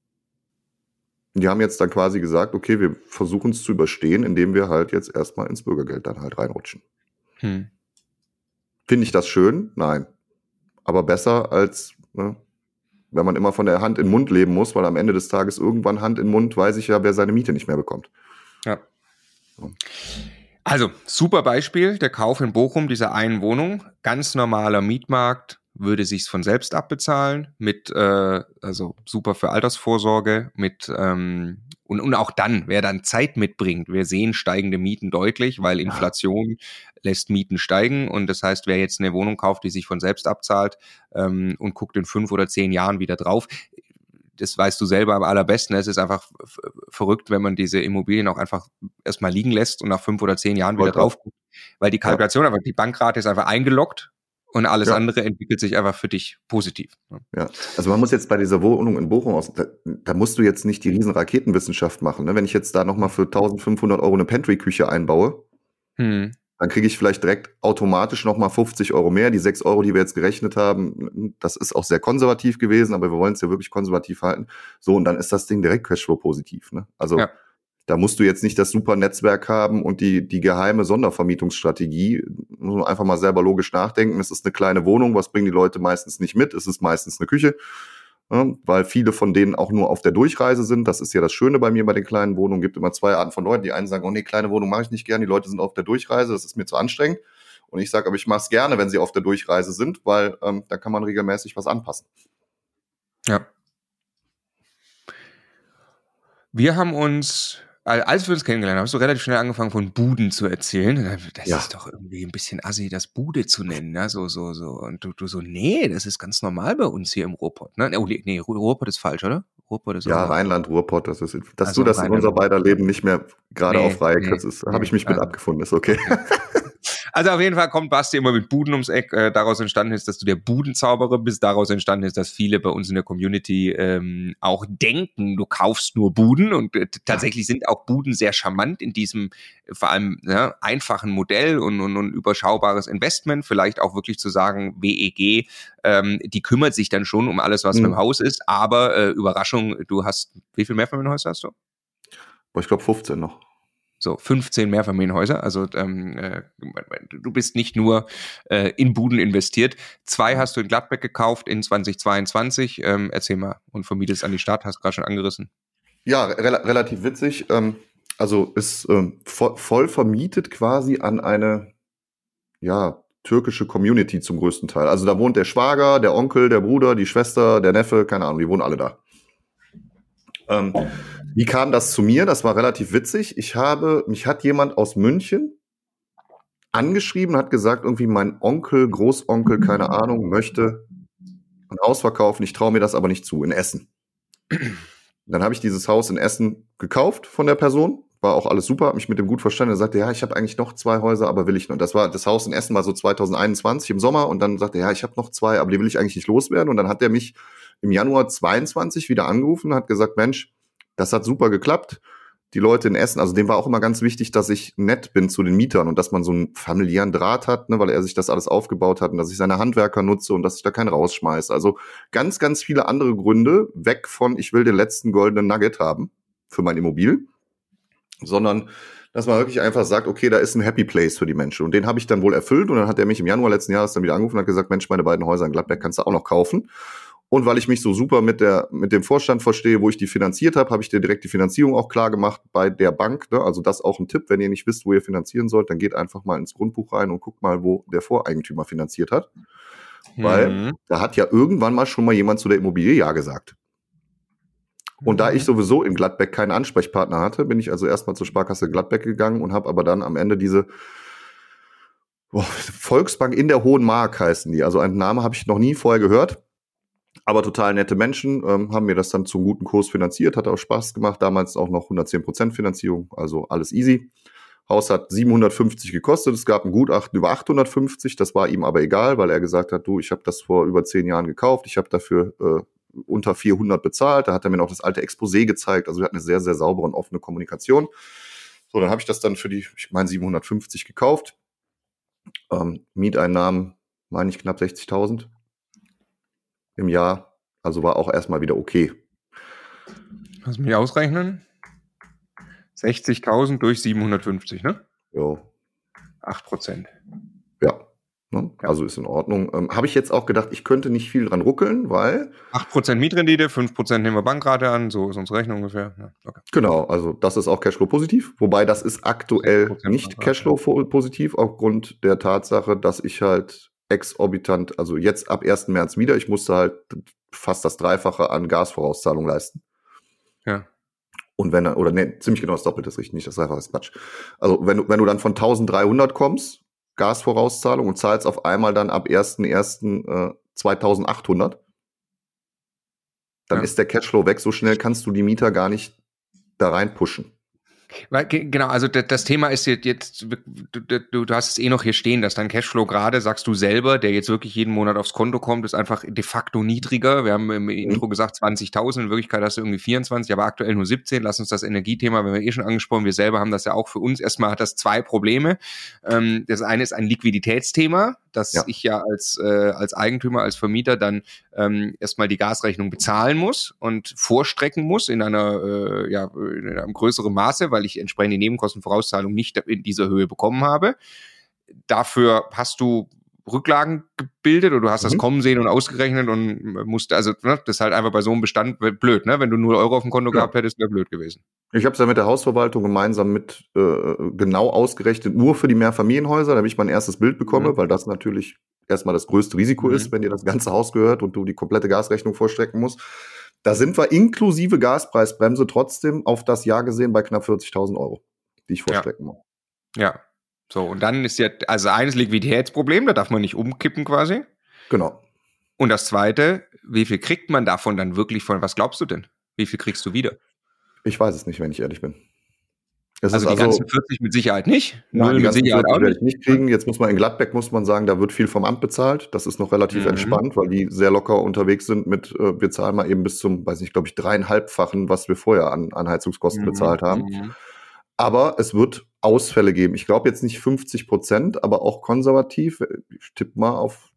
Die haben jetzt dann quasi gesagt, okay, wir versuchen es zu überstehen, indem wir halt jetzt erstmal ins Bürgergeld dann halt reinrutschen. Hm. Finde ich das schön? Nein. Aber besser als, ne, wenn man immer von der Hand in den Mund leben muss, weil am Ende des Tages irgendwann Hand in den Mund weiß ich ja, wer seine Miete nicht mehr bekommt. Ja. So. Also, super Beispiel, der Kauf in Bochum dieser einen Wohnung. Ganz normaler Mietmarkt. Würde sich's von selbst abbezahlen, mit äh, also super für Altersvorsorge, mit ähm, und und auch dann, wer dann Zeit mitbringt, wir sehen steigende Mieten deutlich, weil Inflation ja. lässt Mieten steigen und das heißt, wer jetzt eine Wohnung kauft, die sich von selbst abzahlt ähm, und guckt in fünf oder zehn Jahren wieder drauf, das weißt du selber am allerbesten, es ist einfach f- verrückt, wenn man diese Immobilien auch einfach erstmal liegen lässt und nach fünf oder zehn Jahren wieder drauf guckt, weil die Kalkulation, ja. einfach die Bankrate ist einfach eingeloggt. Und alles ja. andere entwickelt sich einfach für dich positiv. Ja, also man muss jetzt bei dieser Wohnung in Bochum, aus, da, da musst du jetzt nicht die riesen Raketenwissenschaft machen. Ne? Wenn ich jetzt da nochmal für eintausendfünfhundert Euro eine Pantry-Küche einbaue, hm. dann kriege ich vielleicht direkt automatisch nochmal fünfzig Euro mehr. Die sechs Euro, die wir jetzt gerechnet haben, das ist auch sehr konservativ gewesen, aber wir wollen es ja wirklich konservativ halten. So, und dann ist das Ding direkt Cashflow-positiv. Ne? Also ja. Da musst du jetzt nicht das super Netzwerk haben und die die geheime Sondervermietungsstrategie. Muss man einfach mal selber logisch nachdenken. Es ist eine kleine Wohnung, was bringen die Leute meistens nicht mit? Es ist meistens eine Küche, ja, weil viele von denen auch nur auf der Durchreise sind. Das ist ja das Schöne bei mir bei den kleinen Wohnungen. Es gibt immer zwei Arten von Leuten. Die einen sagen, oh nee, kleine Wohnung mache ich nicht gern. Die Leute sind auf der Durchreise, das ist mir zu anstrengend. Und ich sage, aber ich mache es gerne, wenn sie auf der Durchreise sind, weil ähm, da kann man regelmäßig was anpassen. Ja. Wir haben uns... Als wir uns kennengelernt haben, hast du relativ schnell angefangen, von Buden zu erzählen. Das ja. ist doch irgendwie ein bisschen assi, das Bude zu nennen, ne? So, so, so. Und du, du so, nee, das ist ganz normal bei uns hier im Ruhrpott, ne? Nee, Ruhrpott ist falsch, oder? Ruhrpott ist ja, Rheinland, Ruhrpott, das ist, dass also du das Rheinland, in unser beider Leben nicht mehr gerade nee, auf Reihe kriegst, nee, nee, habe ich mich mit also, abgefunden, ist okay. Ja. Also auf jeden Fall kommt Basti immer mit Buden ums Eck. Äh, daraus entstanden ist, dass du der Budenzauberer bist. Daraus entstanden ist, dass viele bei uns in der Community ähm, auch denken, du kaufst nur Buden. Und äh, tatsächlich sind auch Buden sehr charmant in diesem vor allem ja, einfachen Modell und, und, und überschaubares Investment. Vielleicht auch wirklich zu sagen, W E G, ähm, die kümmert sich dann schon um alles, was mhm. im Haus ist. Aber äh, Überraschung, du hast, wie viel Mehrfamilienhäuser hast du? Ich glaube fünfzehn noch. So, fünfzehn Mehrfamilienhäuser, also ähm, äh, du bist nicht nur äh, in Buden investiert. Zwei hast du in Gladbeck gekauft in zweitausendzweiundzwanzig. Ähm, erzähl mal und vermietest an die Stadt, hast gerade schon angerissen. Ja, re- relativ witzig. Ähm, also ist ähm, vo- voll vermietet quasi an eine ja türkische Community zum größten Teil. Also da wohnt der Schwager, der Onkel, der Bruder, die Schwester, der Neffe, keine Ahnung, die wohnen alle da. Ähm, Wie kam das zu mir? Das war relativ witzig. Ich habe, mich hat jemand aus München angeschrieben, hat gesagt, irgendwie mein Onkel, Großonkel, keine Ahnung, möchte ein Haus verkaufen. Ich traue mir das aber nicht zu, in Essen. Dann habe ich dieses Haus in Essen gekauft von der Person. War auch alles super, habe mich mit dem gut verstanden. Er sagte, ja, ich habe eigentlich noch zwei Häuser, aber will ich noch. Das war, das Haus in Essen war so zweitausendeinundzwanzig im Sommer und dann sagte er, ja, ich habe noch zwei, aber die will ich eigentlich nicht loswerden. Und dann hat er mich im Januar zweiundzwanzig wieder angerufen und hat gesagt, Mensch, das hat super geklappt. Die Leute in Essen, also dem war auch immer ganz wichtig, dass ich nett bin zu den Mietern und dass man so einen familiären Draht hat, ne, weil er sich das alles aufgebaut hat und dass ich seine Handwerker nutze und dass ich da keinen rausschmeiße. Also ganz, ganz viele andere Gründe, weg von, ich will den letzten goldenen Nugget haben für mein Immobil, sondern Dass man wirklich einfach sagt, okay, da ist ein Happy Place für die Menschen. Und den habe ich dann wohl erfüllt. Und dann hat er mich im Januar letzten Jahres dann wieder angerufen und hat gesagt, Mensch, meine beiden Häuser in Gladbeck kannst du auch noch kaufen. Und weil ich mich so super mit der mit dem Vorstand verstehe, wo ich die finanziert habe, habe ich dir direkt die Finanzierung auch klar gemacht bei der Bank. Ne? Also das auch ein Tipp, wenn ihr nicht wisst, wo ihr finanzieren sollt, dann geht einfach mal ins Grundbuch rein und guckt mal, wo der Voreigentümer finanziert hat. Mhm. Weil da hat ja irgendwann mal schon mal jemand zu der Immobilie Ja gesagt. Und mhm. da ich sowieso in Gladbeck keinen Ansprechpartner hatte, bin ich also erstmal zur Sparkasse Gladbeck gegangen und habe aber dann am Ende diese boah, Volksbank in der Hohen Mark heißen die. Also einen Namen habe ich noch nie vorher gehört. Aber total nette Menschen, ähm, haben mir das dann zum guten Kurs finanziert, hat auch Spaß gemacht, damals auch noch hundertzehn Prozent Finanzierung, also alles easy. Haus hat siebenhundertfünfzig gekostet, es gab ein Gutachten über achthundertfünfzig, das war ihm aber egal, weil er gesagt hat, du, ich habe das vor über zehn Jahren gekauft, ich habe dafür äh, unter vierhundert bezahlt, da hat er mir noch das alte Exposé gezeigt, also wir hatten eine sehr, sehr saubere und offene Kommunikation. So, dann habe ich das dann für die, ich meine siebenhundertfünfzig gekauft, ähm, Mieteinnahmen, meine ich knapp sechzigtausend. Im Jahr, also war auch erstmal wieder okay. Lass mich ausrechnen. sechzigtausend durch siebenhundertfünfzig, ne? Jo. acht Prozent. Ja. Ne? Ja. Also ist in Ordnung. Ähm, habe ich jetzt auch gedacht, ich könnte nicht viel dran ruckeln, weil... acht Prozent Mietrendite, fünf Prozent nehmen wir Bankrate an, so ist unsere Rechnung ungefähr. Ja, okay. Genau, also das ist auch Cashflow-positiv, wobei das ist aktuell nicht Cashflow-positiv, aufgrund der Tatsache, dass ich halt exorbitant, also jetzt ab ersten März wieder, ich musste halt fast das Dreifache an Gasvorauszahlung leisten. Ja. Und wenn, oder ne, ziemlich genau das Doppelte ist richtig, nicht das Dreifache ist Quatsch. Also wenn du, wenn du dann von eintausenddreihundert kommst, Gasvorauszahlung, und zahlst auf einmal dann ab ersten ersten äh, zweitausendachthundert, dann ja. ist der Cashflow weg, so schnell kannst du die Mieter gar nicht da rein pushen. Weil, genau, also das Thema ist jetzt, jetzt du, du, du hast es eh noch hier stehen, dass dein Cashflow gerade, sagst du selber, der jetzt wirklich jeden Monat aufs Konto kommt, ist einfach de facto niedriger. Wir haben im mhm. Intro gesagt zwanzigtausend, in Wirklichkeit hast du irgendwie vierundzwanzig, aber aktuell nur siebzehn. Lass uns das Energiethema, wenn wir eh schon angesprochen, wir selber haben das ja auch für uns. Erstmal hat das zwei Probleme. Das eine ist ein Liquiditätsthema, dass ja. ich ja als äh, als Eigentümer, als Vermieter dann ähm, erstmal die Gasrechnung bezahlen muss und vorstrecken muss in einer äh, ja in einem größeren Maße, weil ich entsprechend die Nebenkostenvorauszahlung nicht in dieser Höhe bekommen habe. Dafür hast du Rücklagen gebildet oder du hast mhm. das kommen sehen und ausgerechnet und musst, also ne, das ist halt einfach bei so einem Bestand blöd, ne? Wenn du null Euro auf dem Konto ja. gehabt hättest, wäre blöd gewesen. Ich habe es ja mit der Hausverwaltung gemeinsam mit äh, genau ausgerechnet, nur für die Mehrfamilienhäuser, damit ich mein erstes Bild bekomme, mhm. weil das natürlich erstmal das größte Risiko mhm. ist, wenn dir das ganze Haus gehört und du die komplette Gasrechnung vorstrecken musst. Da sind wir inklusive Gaspreisbremse trotzdem auf das Jahr gesehen bei knapp vierzigtausend Euro, die ich vorstrecken muss. Ja. ja. So, und dann ist ja, also eines Liquiditätsproblem, da darf man nicht umkippen quasi. Genau. Und das zweite, wie viel kriegt man davon dann wirklich von, was glaubst du denn? Wie viel kriegst du wieder? Ich weiß es nicht, wenn ich ehrlich bin. Es also ist die also, ganzen vierzig mit Sicherheit nicht? Nein, Null die ganzen mit Sicherheit vierzig werde ich nicht kriegen. Jetzt muss man in Gladbeck, muss man sagen, da wird viel vom Amt bezahlt. Das ist noch relativ mhm. entspannt, weil die sehr locker unterwegs sind mit, äh, wir zahlen mal eben bis zum, weiß nicht, glaube ich, dreieinhalbfachen, was wir vorher an, an Heizungskosten mhm. bezahlt haben. Mhm. Aber es wird Ausfälle geben. Ich glaube jetzt nicht fünfzig Prozent, aber auch konservativ. Ich tippe mal auf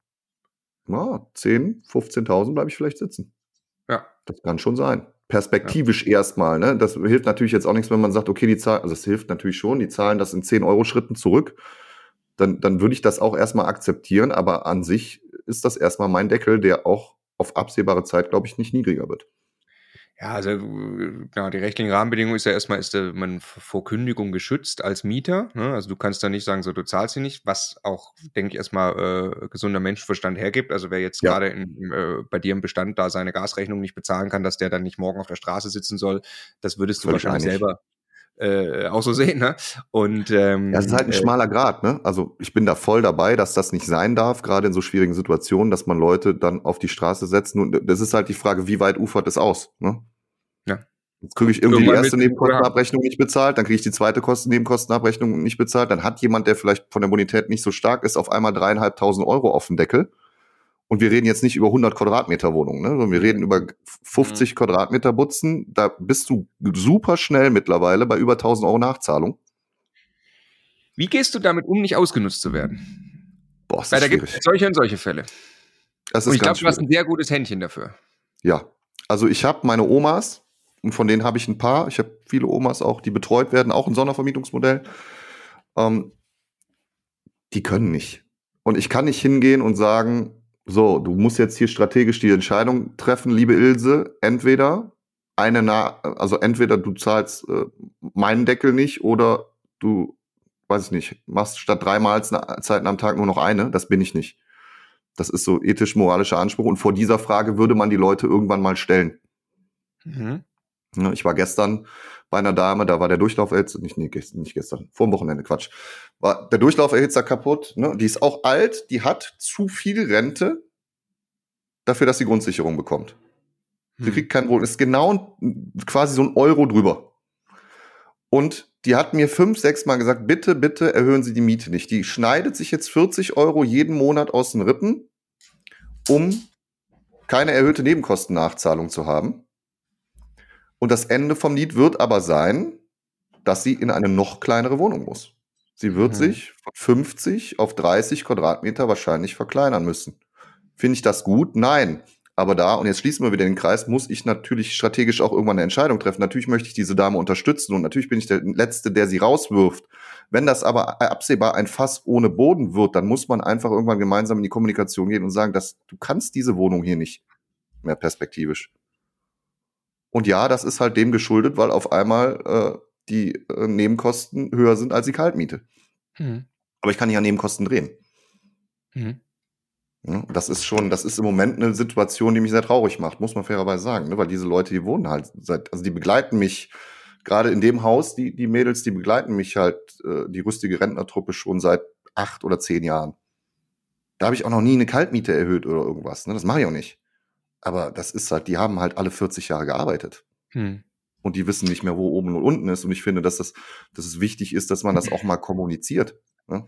na, zehn, fünfzehntausend bleibe ich vielleicht sitzen. Ja. Das kann schon sein. Perspektivisch ja. erstmal. Ne? Das hilft natürlich jetzt auch nichts, wenn man sagt, okay, die Zahlen, also es hilft natürlich schon, die zahlen das in zehn Euro Schritten zurück. Dann, dann würde ich das auch erstmal akzeptieren. Aber an sich ist das erstmal mein Deckel, der auch auf absehbare Zeit, glaube ich, nicht niedriger wird. Ja, also genau, die rechtlichen Rahmenbedingungen ist ja erstmal, ist der, man vor Kündigung geschützt als Mieter. Ne? Also du kannst da nicht sagen, so du zahlst sie nicht, was auch, denke ich, erstmal äh, gesunder Menschenverstand hergibt. Also wer jetzt ja. gerade in, äh, bei dir im Bestand da seine Gasrechnung nicht bezahlen kann, dass der dann nicht morgen auf der Straße sitzen soll, das würdest du Völlig wahrscheinlich einig. selber äh, auch so sehen. Ne? Und ähm, ja, es ist halt ein äh, schmaler Grat. Ne? Also ich bin da voll dabei, dass das nicht sein darf, gerade in so schwierigen Situationen, dass man Leute dann auf die Straße setzt. Und das ist halt die Frage, wie weit ufert es aus? Ne? Ja. Jetzt kriege ich irgendwie Irgendwann die erste Nebenkostenabrechnung nicht bezahlt, dann kriege ich die zweite Kosten Nebenkostenabrechnung nicht bezahlt, dann hat jemand, der vielleicht von der Bonität nicht so stark ist, auf einmal dreieinhalbtausend Euro auf dem Deckel. Und wir reden jetzt nicht über hundert Quadratmeter Wohnungen, ne? sondern wir reden über fünfzig mhm. Quadratmeter Butzen. Da bist du super schnell mittlerweile bei über tausend Euro Nachzahlung. Wie gehst du damit um, nicht ausgenutzt zu werden? Boah, ist Weil da schwierig. gibt es solche und solche Fälle. Das ist und ich glaube, ganz du hast ein sehr gutes Händchen dafür. Ja, also ich habe meine Omas, Und von denen habe ich ein paar. Ich habe viele Omas auch, die betreut werden, auch ein Sondervermietungsmodell. Ähm, die können nicht. Und ich kann nicht hingehen und sagen, so, du musst jetzt hier strategisch die Entscheidung treffen, liebe Ilse, entweder eine, Na- also entweder du zahlst äh, meinen Deckel nicht oder du, weiß ich nicht, machst statt drei Mahlzeiten am Tag nur noch eine. Das bin ich nicht. Das ist so ethisch-moralischer Anspruch. Und vor dieser Frage würde man die Leute irgendwann mal stellen. Mhm. Ja, ich war gestern bei einer Dame, da war der Durchlauferhitzer, nicht, nee, nicht gestern, vor dem Wochenende, Quatsch, war der Durchlauferhitzer kaputt. Ne? Die ist auch alt, die hat zu viel Rente dafür, dass sie Grundsicherung bekommt. Sie Hm. kriegt kein Wohl, ist genau quasi so ein Euro drüber. Und die hat mir fünf, sechs Mal gesagt, bitte, bitte erhöhen Sie die Miete nicht. Die schneidet sich jetzt vierzig Euro jeden Monat aus den Rippen, um keine erhöhte Nebenkostennachzahlung zu haben. Und das Ende vom Lied wird aber sein, dass sie in eine noch kleinere Wohnung muss. Sie wird Mhm. sich von fünfzig auf dreißig Quadratmeter wahrscheinlich verkleinern müssen. Finde ich das gut? Nein. Aber da, und jetzt schließen wir wieder den Kreis, muss ich natürlich strategisch auch irgendwann eine Entscheidung treffen. Natürlich möchte ich diese Dame unterstützen und natürlich bin ich der Letzte, der sie rauswirft. Wenn das aber absehbar ein Fass ohne Boden wird, dann muss man einfach irgendwann gemeinsam in die Kommunikation gehen und sagen, dass du kannst diese Wohnung hier nicht mehr perspektivisch. Und ja, das ist halt dem geschuldet, weil auf einmal äh, die äh, Nebenkosten höher sind als die Kaltmiete. Mhm. Aber ich kann nicht an Nebenkosten drehen. Mhm. Ja, das ist schon, das ist im Moment eine Situation, die mich sehr traurig macht, muss man fairerweise sagen, ne? Weil diese Leute, die wohnen halt seit, also die begleiten mich, gerade in dem Haus, die, die Mädels, die begleiten mich halt, äh, die rüstige Rentnertruppe schon seit acht oder zehn Jahren. Da habe ich auch noch nie eine Kaltmiete erhöht oder irgendwas, ne? Das mache ich auch nicht. Aber das ist halt, die haben halt alle vierzig Jahre gearbeitet. Mhm. Und die wissen nicht mehr, wo oben und unten ist. Und ich finde, dass, das, dass es wichtig ist, dass man das auch mal kommuniziert. Ne?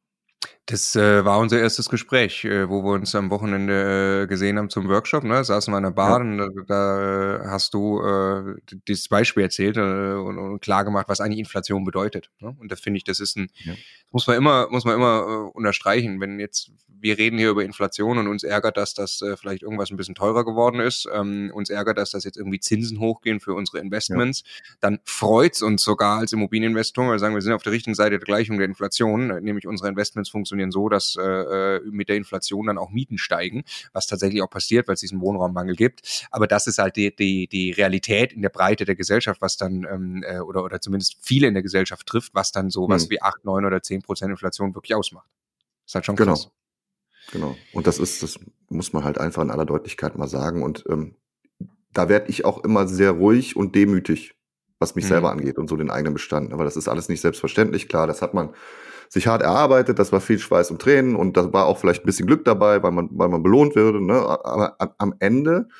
Das äh, war unser erstes Gespräch, äh, wo wir uns am Wochenende äh, gesehen haben zum Workshop. Ne? Saßen wir in einer Bar Ja. und da, da hast du äh, dieses Beispiel erzählt äh, und, und klar gemacht, was eigentlich Inflation bedeutet. Ne? Und da finde ich, das ist ein, Ja. muss man immer, muss man immer äh, unterstreichen. Wenn jetzt, wir reden hier über Inflation und uns ärgert, dass das äh, vielleicht irgendwas ein bisschen teurer geworden ist, ähm, uns ärgert, dass das jetzt irgendwie Zinsen hochgehen für unsere Investments, ja. Dann freut's uns sogar als Immobilieninvestor, weil wir sagen, wir sind auf der richtigen Seite der Gleichung der Inflation, nämlich unsere Investments funktionieren so, dass äh, mit der Inflation dann auch Mieten steigen, was tatsächlich auch passiert, weil es diesen Wohnraummangel gibt. Aber das ist halt die, die, die Realität in der Breite der Gesellschaft, was dann, ähm, äh, oder, oder zumindest viele in der Gesellschaft trifft, was dann sowas hm. wie acht, neun oder zehn Prozent Inflation wirklich ausmacht. Das ist halt schon genau. krass. Genau. Und das ist, das muss man halt einfach in aller Deutlichkeit mal sagen. Und ähm, da werde ich auch immer sehr ruhig und demütig, was mich hm. selber angeht und so den eigenen Bestand. Aber das ist alles nicht selbstverständlich. Klar, das hat man sich hart erarbeitet, das war viel Schweiß und Tränen und da war auch vielleicht ein bisschen Glück dabei, weil man, weil man belohnt würde, ne? Aber am Ende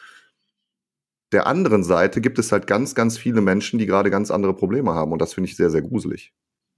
der anderen Seite gibt es halt ganz, ganz viele Menschen, die gerade ganz andere Probleme haben und das finde ich sehr, sehr gruselig.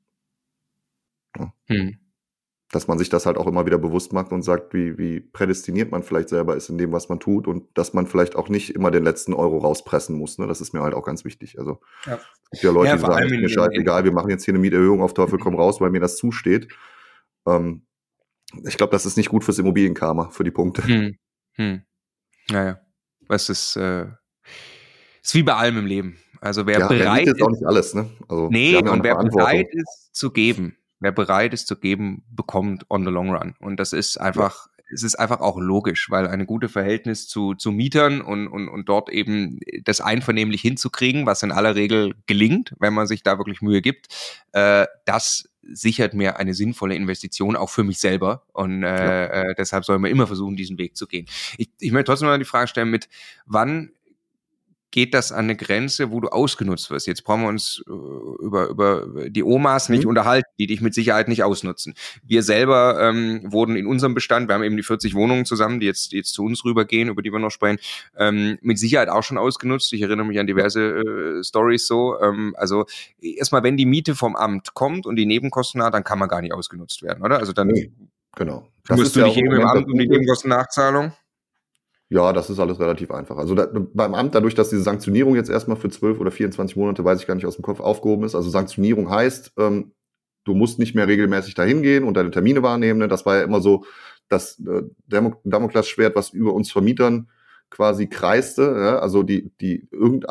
Ja. Hm. Dass man sich das halt auch immer wieder bewusst macht und sagt, wie, wie prädestiniert man vielleicht selber ist in dem, was man tut und dass man vielleicht auch nicht immer den letzten Euro rauspressen muss. Ne? Das ist mir halt auch ganz wichtig. Also ja. Es gibt ja Leute, ja, die sagen, ist mir scheißegal, wir machen jetzt hier eine Mieterhöhung auf Teufel komm raus, weil mir das zusteht. Ähm, ich glaube, das ist nicht gut fürs Immobilienkarma, für die Punkte. Hm. Hm. Naja, es ist, äh, ist wie bei allem im Leben. Also wer ja, bereit ist, ist auch nicht alles, ne? Also, nee, ja und wer bereit ist zu geben, wer bereit ist zu geben, bekommt on the long run. Und das ist einfach, ja. es ist einfach auch logisch, weil eine gute Verhältnis zu, zu Mietern und, und, und dort eben das einvernehmlich hinzukriegen, was in aller Regel gelingt, wenn man sich da wirklich Mühe gibt, äh, das sichert mir eine sinnvolle Investition auch für mich selber. Und äh, ja. äh, deshalb soll man immer versuchen, diesen Weg zu gehen. Ich, ich möchte trotzdem mal die Frage stellen mit, wann geht das an eine Grenze, wo du ausgenutzt wirst? Jetzt brauchen wir uns äh, über, über die Omas nicht mhm. unterhalten, die dich mit Sicherheit nicht ausnutzen. Wir selber ähm, wurden in unserem Bestand, wir haben eben die vierzig Wohnungen zusammen, die jetzt, die jetzt zu uns rübergehen, über die wir noch sprechen, ähm, mit Sicherheit auch schon ausgenutzt. Ich erinnere mich an diverse äh, Stories so. Ähm, also erstmal, wenn die Miete vom Amt kommt und die Nebenkosten hat, dann kann man gar nicht ausgenutzt werden, oder? Also dann nee, genau. Musst du ja nicht eben im Amt um die Nebenkostennachzahlung? Ja, das ist alles relativ einfach. Also da, beim Amt, dadurch, dass diese Sanktionierung jetzt erstmal für zwölf oder vierundzwanzig Monate, weiß ich gar nicht aus dem Kopf, aufgehoben ist. Also Sanktionierung heißt, ähm, du musst nicht mehr regelmäßig dahin gehen und deine Termine wahrnehmen. Ne? Das war ja immer so das äh, Damoklesschwert, was über uns Vermietern quasi kreiste. Ja? Also die, die irgendein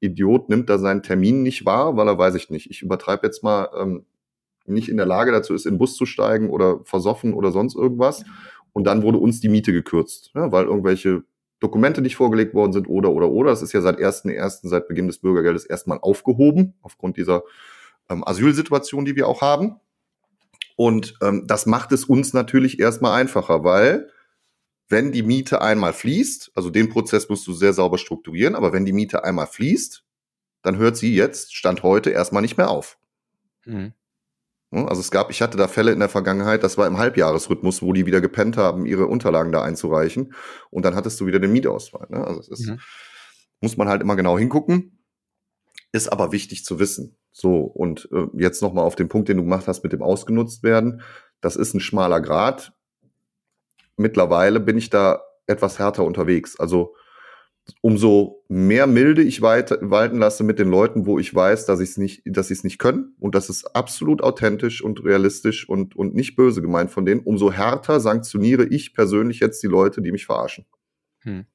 Idiot nimmt da seinen Termin nicht wahr, weil er, weiß ich nicht, ich übertreibe jetzt mal, ähm, nicht in der Lage dazu ist, in den Bus zu steigen oder versoffen oder sonst irgendwas. Und dann wurde uns die Miete gekürzt, ja, weil irgendwelche Dokumente nicht vorgelegt worden sind oder, oder, oder. Das ist ja seit ersten ersten seit Beginn des Bürgergeldes erstmal aufgehoben, aufgrund dieser ähm, Asylsituation, die wir auch haben. Und ähm, das macht es uns natürlich erstmal einfacher, weil wenn die Miete einmal fließt, also den Prozess musst du sehr sauber strukturieren, aber wenn die Miete einmal fließt, dann hört sie jetzt, Stand heute, erstmal nicht mehr auf. Mhm. Also es gab, ich hatte da Fälle in der Vergangenheit, das war im Halbjahresrhythmus, wo die wieder gepennt haben, ihre Unterlagen da einzureichen. Und dann hattest du wieder den Mietausfall. Ne? Also das ist, mhm. muss man halt immer genau hingucken. Ist aber wichtig zu wissen. So, und äh, jetzt nochmal auf den Punkt, den du gemacht hast mit dem ausgenutzt werden. Das ist ein schmaler Grat. Mittlerweile bin ich da etwas härter unterwegs. Also umso mehr Milde ich weit, walten lasse mit den Leuten, wo ich weiß, dass ich es nicht, dass sie es nicht können und das ist absolut authentisch und realistisch und und nicht böse gemeint von denen, umso härter sanktioniere ich persönlich jetzt die Leute, die mich verarschen. Hm.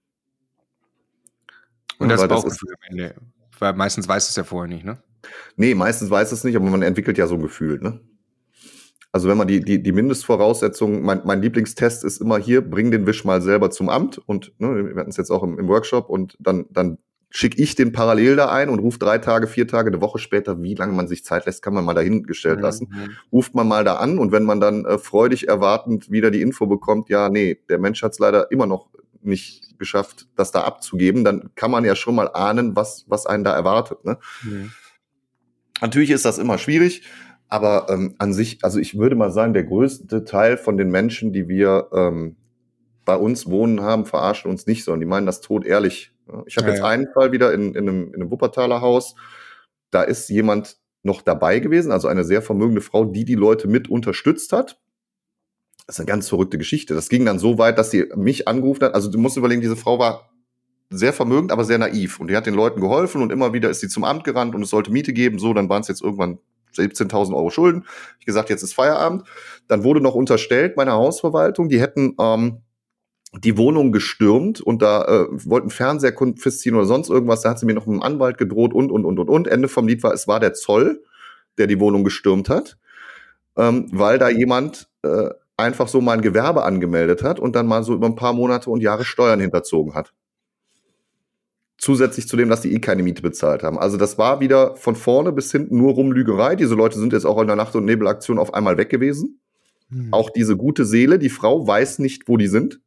Und ja, das Bauchgefühl am Ende, weil meistens weiß es ja vorher nicht, ne? Nee, meistens weiß es nicht, aber man entwickelt ja so ein Gefühl, ne? Also wenn man die die die Mindestvoraussetzungen, mein mein Lieblingstest ist immer hier, bring den Wisch mal selber zum Amt und ne, wir hatten es jetzt auch im, im Workshop und dann dann schicke ich den parallel da ein und rufe drei Tage, vier Tage, eine Woche später, wie lange man sich Zeit lässt, kann man mal dahingestellt mhm. lassen. Ruft man mal da an und wenn man dann äh, freudig erwartend wieder die Info bekommt, ja, nee, der Mensch hat es leider immer noch nicht geschafft, das da abzugeben, dann kann man ja schon mal ahnen, was was einen da erwartet. Ne? Mhm. Natürlich ist das immer schwierig. Aber ähm, an sich, also ich würde mal sagen, der größte Teil von den Menschen, die wir ähm, bei uns wohnen haben, verarschen uns nicht, sondern die meinen das todehrlich. Ich habe ja, jetzt ja. einen Fall wieder in, in, einem, in einem Wuppertaler Haus. Da ist jemand noch dabei gewesen, also eine sehr vermögende Frau, die die Leute mit unterstützt hat. Das ist eine ganz verrückte Geschichte. Das ging dann so weit, dass sie mich angerufen hat. Also du musst überlegen, diese Frau war sehr vermögend, aber sehr naiv. Und die hat den Leuten geholfen und immer wieder ist sie zum Amt gerannt und es sollte Miete geben. So, dann waren es jetzt irgendwann siebzehntausend Euro Schulden. Ich gesagt, jetzt ist Feierabend. Dann wurde noch unterstellt meiner Hausverwaltung, die hätten ähm, die Wohnung gestürmt und da äh, wollten Fernseher konfiszieren oder sonst irgendwas. Da hat sie mir noch einen Anwalt gedroht und, und, und, und, und. Ende vom Lied war, es war der Zoll, der die Wohnung gestürmt hat, ähm, weil da jemand äh, einfach so mal ein Gewerbe angemeldet hat und dann mal so über ein paar Monate und Jahre Steuern hinterzogen hat. Zusätzlich zu dem, dass die eh keine Miete bezahlt haben. Also das war wieder von vorne bis hinten nur Rumlügerei. Diese Leute sind jetzt auch in der Nacht- und Nebelaktion auf einmal weg gewesen. Hm. Auch diese gute Seele, die Frau weiß nicht, wo die sind.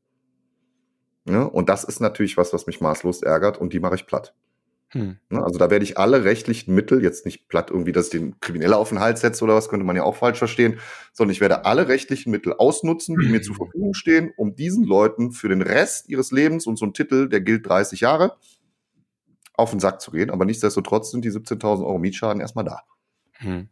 Ja, und das ist natürlich was, was mich maßlos ärgert und die mache ich platt. Hm. Ja, also da werde ich alle rechtlichen Mittel, jetzt nicht platt irgendwie, dass ich den Krimineller auf den Hals setze oder was, könnte man ja auch falsch verstehen, sondern ich werde alle rechtlichen Mittel ausnutzen, die hm. mir zur Verfügung stehen, um diesen Leuten für den Rest ihres Lebens, und so ein Titel, der gilt dreißig Jahre, auf den Sack zu gehen, aber nichtsdestotrotz sind die siebzehntausend Euro Mietschaden erstmal da. Hm.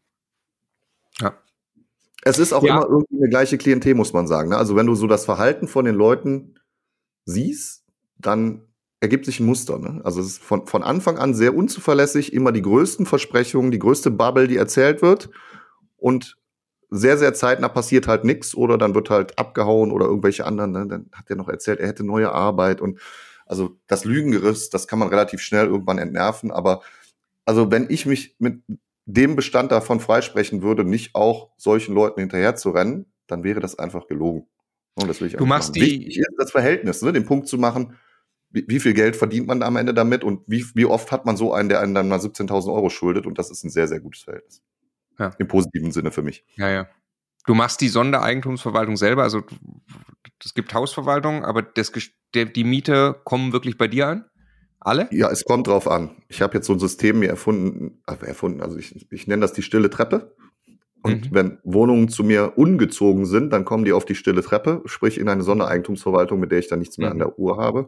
Ja. Es ist auch ja. immer irgendwie eine gleiche Klientel, muss man sagen. Ne? Also wenn du so das Verhalten von den Leuten siehst, dann ergibt sich ein Muster. Ne? Also es ist von, von Anfang an sehr unzuverlässig, immer die größten Versprechungen, die größte Bubble, die erzählt wird und sehr, sehr zeitnah passiert halt nichts oder dann wird halt abgehauen oder irgendwelche anderen, ne? Dann hat er noch erzählt, er hätte neue Arbeit und also das Lügengerüst, das kann man relativ schnell irgendwann entnerven, aber also wenn ich mich mit dem Bestand davon freisprechen würde, nicht auch solchen Leuten hinterher zu rennen, dann wäre das einfach gelogen. Und das will ich du machst machen. die Wichtig ist das Verhältnis, ne? Den Punkt zu machen, wie, wie viel Geld verdient man da am Ende damit und wie, wie oft hat man so einen, der einen dann mal siebzehntausend Euro schuldet und das ist ein sehr, sehr gutes Verhältnis. Ja. Im positiven Sinne für mich. Ja, ja. Du machst die Sondereigentumsverwaltung selber, also es gibt Hausverwaltung, aber das, der, die Miete kommen wirklich bei dir an? Alle? Ja, es kommt drauf an. Ich habe jetzt so ein System mir erfunden, äh, erfunden, also ich, ich nenne das die stille Treppe. Und mhm. wenn Wohnungen zu mir ungezogen sind, dann kommen die auf die stille Treppe, sprich in eine Sondereigentumsverwaltung, mit der ich dann nichts mehr mhm. an der Uhr habe.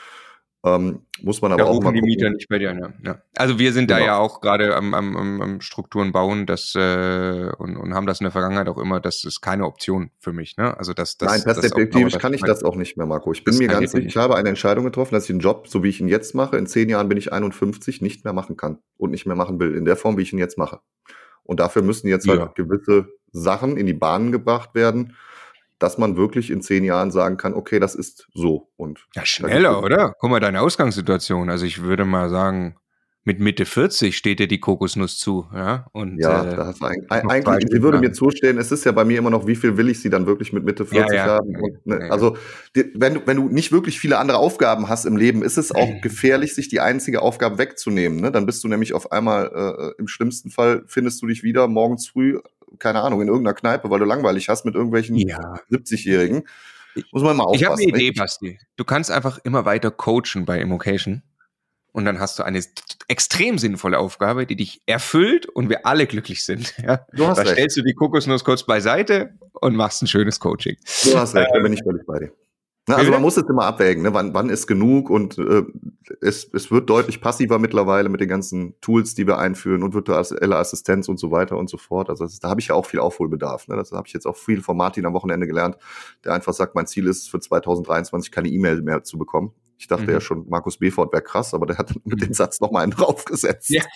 Ähm, muss man aber da auch mal die gucken. Mieter nicht bei dir, ja. ja. Also wir sind genau. da ja auch gerade am, am, am Strukturen bauen das, äh, und, und haben das in der Vergangenheit auch immer, das ist keine Option für mich. Ne? Also das, das, Nein, perspektivisch kann ich das auch nicht mehr, Marco. Ich bin mir ganz sicher, ich habe eine Entscheidung getroffen, dass ich einen Job, so wie ich ihn jetzt mache, in zehn Jahren bin ich einundfünfzig, nicht mehr machen kann und nicht mehr machen will, in der Form, wie ich ihn jetzt mache. Und dafür müssen jetzt ja. halt gewisse Sachen in die Bahnen gebracht werden, dass man wirklich in zehn Jahren sagen kann, okay, das ist so. Und ja, schneller, oder? Guck mal, deine Ausgangssituation. Also ich würde mal sagen, mit Mitte vierzig steht dir die Kokosnuss zu, ja. Und, ja, äh, da hast du eigentlich, eigentlich sie würde mir zustehen, es ist ja bei mir immer noch, wie viel will ich sie dann wirklich mit Mitte vierzig ja, ja, haben? Und, ne, ja, ja. Also, die, wenn, du, wenn du nicht wirklich viele andere Aufgaben hast im Leben, ist es auch gefährlich, sich die einzige Aufgabe wegzunehmen, ne? Dann bist du nämlich auf einmal, äh, im schlimmsten Fall findest du dich wieder morgens früh, keine Ahnung, in irgendeiner Kneipe, weil du langweilig hast mit irgendwelchen ja. siebzigjährigen. Muss man mal aufpassen. Ich habe eine Idee, Basti. Du kannst einfach immer weiter coachen bei Immocation. Und dann hast du eine extrem sinnvolle Aufgabe, die dich erfüllt und wir alle glücklich sind. Ja? Du hast da recht. stellst du die Kokosnuss kurz beiseite und machst ein schönes Coaching. Du hast recht, da bin ich völlig bei dir. Na, also man muss es immer abwägen, ne? wann, wann ist genug und äh, es, es wird deutlich passiver mittlerweile mit den ganzen Tools, die wir einführen und virtuelle Assistenz und so weiter und so fort. Also das, da habe ich ja auch viel Aufholbedarf. Ne? Das habe ich jetzt auch viel von Martin am Wochenende gelernt, der einfach sagt, mein Ziel ist für zwanzig dreiundzwanzig keine E-Mail mehr zu bekommen. Ich dachte mhm. ja schon, Markus Befort wäre krass, aber der hat mit dem Satz noch mal einen draufgesetzt. Ja.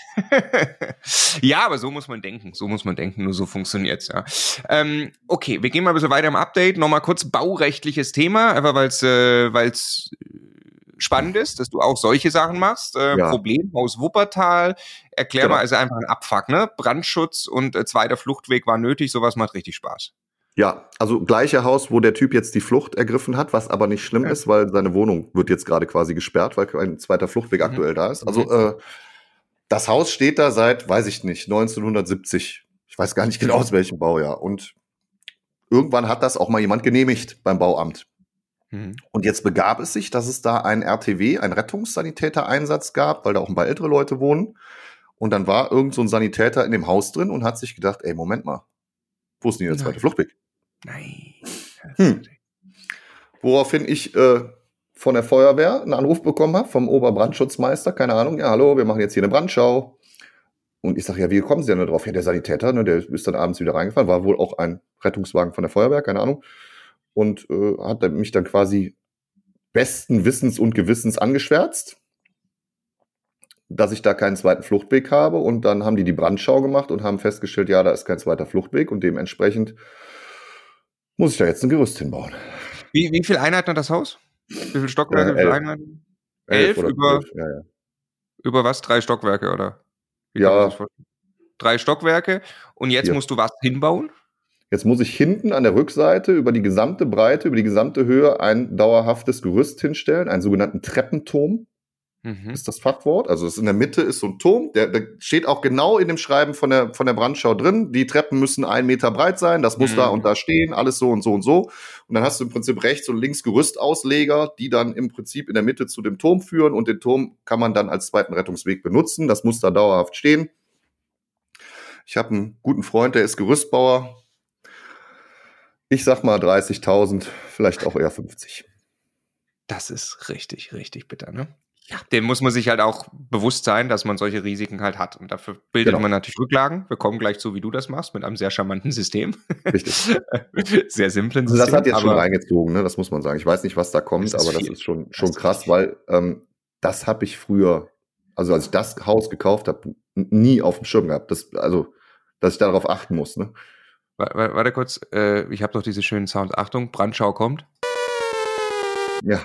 Ja, aber so muss man denken. So muss man denken. Nur so funktioniert's, ja. Ähm, okay, wir gehen mal ein bisschen weiter im Update. Nochmal kurz baurechtliches Thema, einfach weil es äh, weil's spannend ist, dass du auch solche Sachen machst. Äh, ja. Problem aus Wuppertal. Erklär genau. mal, also einfach ein Abfuck, ne? Brandschutz und äh, zweiter Fluchtweg war nötig. Sowas macht richtig Spaß. Ja, also gleiche Haus, wo der Typ jetzt die Flucht ergriffen hat, was aber nicht schlimm ja. ist, weil seine Wohnung wird jetzt gerade quasi gesperrt, weil kein zweiter Fluchtweg mhm. aktuell da ist. Also äh, das Haus steht da seit, weiß ich nicht, neunzehnhundertsiebzig. Ich weiß gar nicht genau aus welchem Baujahr. Und irgendwann hat das auch mal jemand genehmigt beim Bauamt. Mhm. Und jetzt begab es sich, dass es da einen R T W, einen Rettungssanitäter-Einsatz gab, weil da auch ein paar ältere Leute wohnen. Und dann war irgend so ein Sanitäter in dem Haus drin und hat sich gedacht, ey, Moment mal, wo ist denn hier der zweite Fluchtweg? Nein. Hm. Woraufhin ich äh, von der Feuerwehr einen Anruf bekommen habe, vom Oberbrandschutzmeister, keine Ahnung, ja, hallo, wir machen jetzt hier eine Brandschau. Und ich sage, ja, wie kommen Sie denn da drauf? Ja, der Sanitäter, ne, der ist dann abends wieder reingefahren, war wohl auch ein Rettungswagen von der Feuerwehr, keine Ahnung. Und äh, hat mich dann quasi besten Wissens und Gewissens angeschwärzt, dass ich da keinen zweiten Fluchtweg habe. Und dann haben die die Brandschau gemacht und haben festgestellt, ja, da ist kein zweiter Fluchtweg und dementsprechend muss ich da jetzt ein Gerüst hinbauen. Wie, wie viele Einheiten hat das Haus? Wie viele Stockwerke? Äh, wie viele Einheiten? Elf, elf über, ja, ja. über was? Drei Stockwerke, oder? Wie ja. Drei Stockwerke. Und jetzt Vier. musst du was hinbauen? Jetzt muss ich hinten an der Rückseite über die gesamte Breite, über die gesamte Höhe ein dauerhaftes Gerüst hinstellen, einen sogenannten Treppenturm. Mhm. Ist das Fachwort. Also das in der Mitte ist so ein Turm, der, der steht auch genau in dem Schreiben von der, von der Brandschau drin. Die Treppen müssen einen Meter breit sein, das muss mhm. da und da stehen, alles so und so und so. Und dann hast du im Prinzip rechts und links Gerüstausleger, die dann im Prinzip in der Mitte zu dem Turm führen und den Turm kann man dann als zweiten Rettungsweg benutzen. Das muss da dauerhaft stehen. Ich habe einen guten Freund, der ist Gerüstbauer. Ich sag mal dreißigtausend, vielleicht auch eher fünfzig. Das ist richtig, richtig bitter, ne? Ja, dem muss man sich halt auch bewusst sein, dass man solche Risiken halt hat. Und dafür bildet genau. man natürlich Rücklagen. Wir kommen gleich zu, wie du das machst, mit einem sehr charmanten System. Richtig. Sehr simplen also System. Das hat jetzt schon reingezogen, ne? Das muss man sagen. Ich weiß nicht, was da kommt, aber viel. das ist schon, schon krass, viel. weil ähm, das habe ich früher, also als ich das Haus gekauft habe, nie auf dem Schirm gehabt. Das, also, dass ich darauf achten muss, ne? Warte, warte kurz, äh, ich habe doch diese schönen Sounds. Achtung, Brandschau kommt. Ja.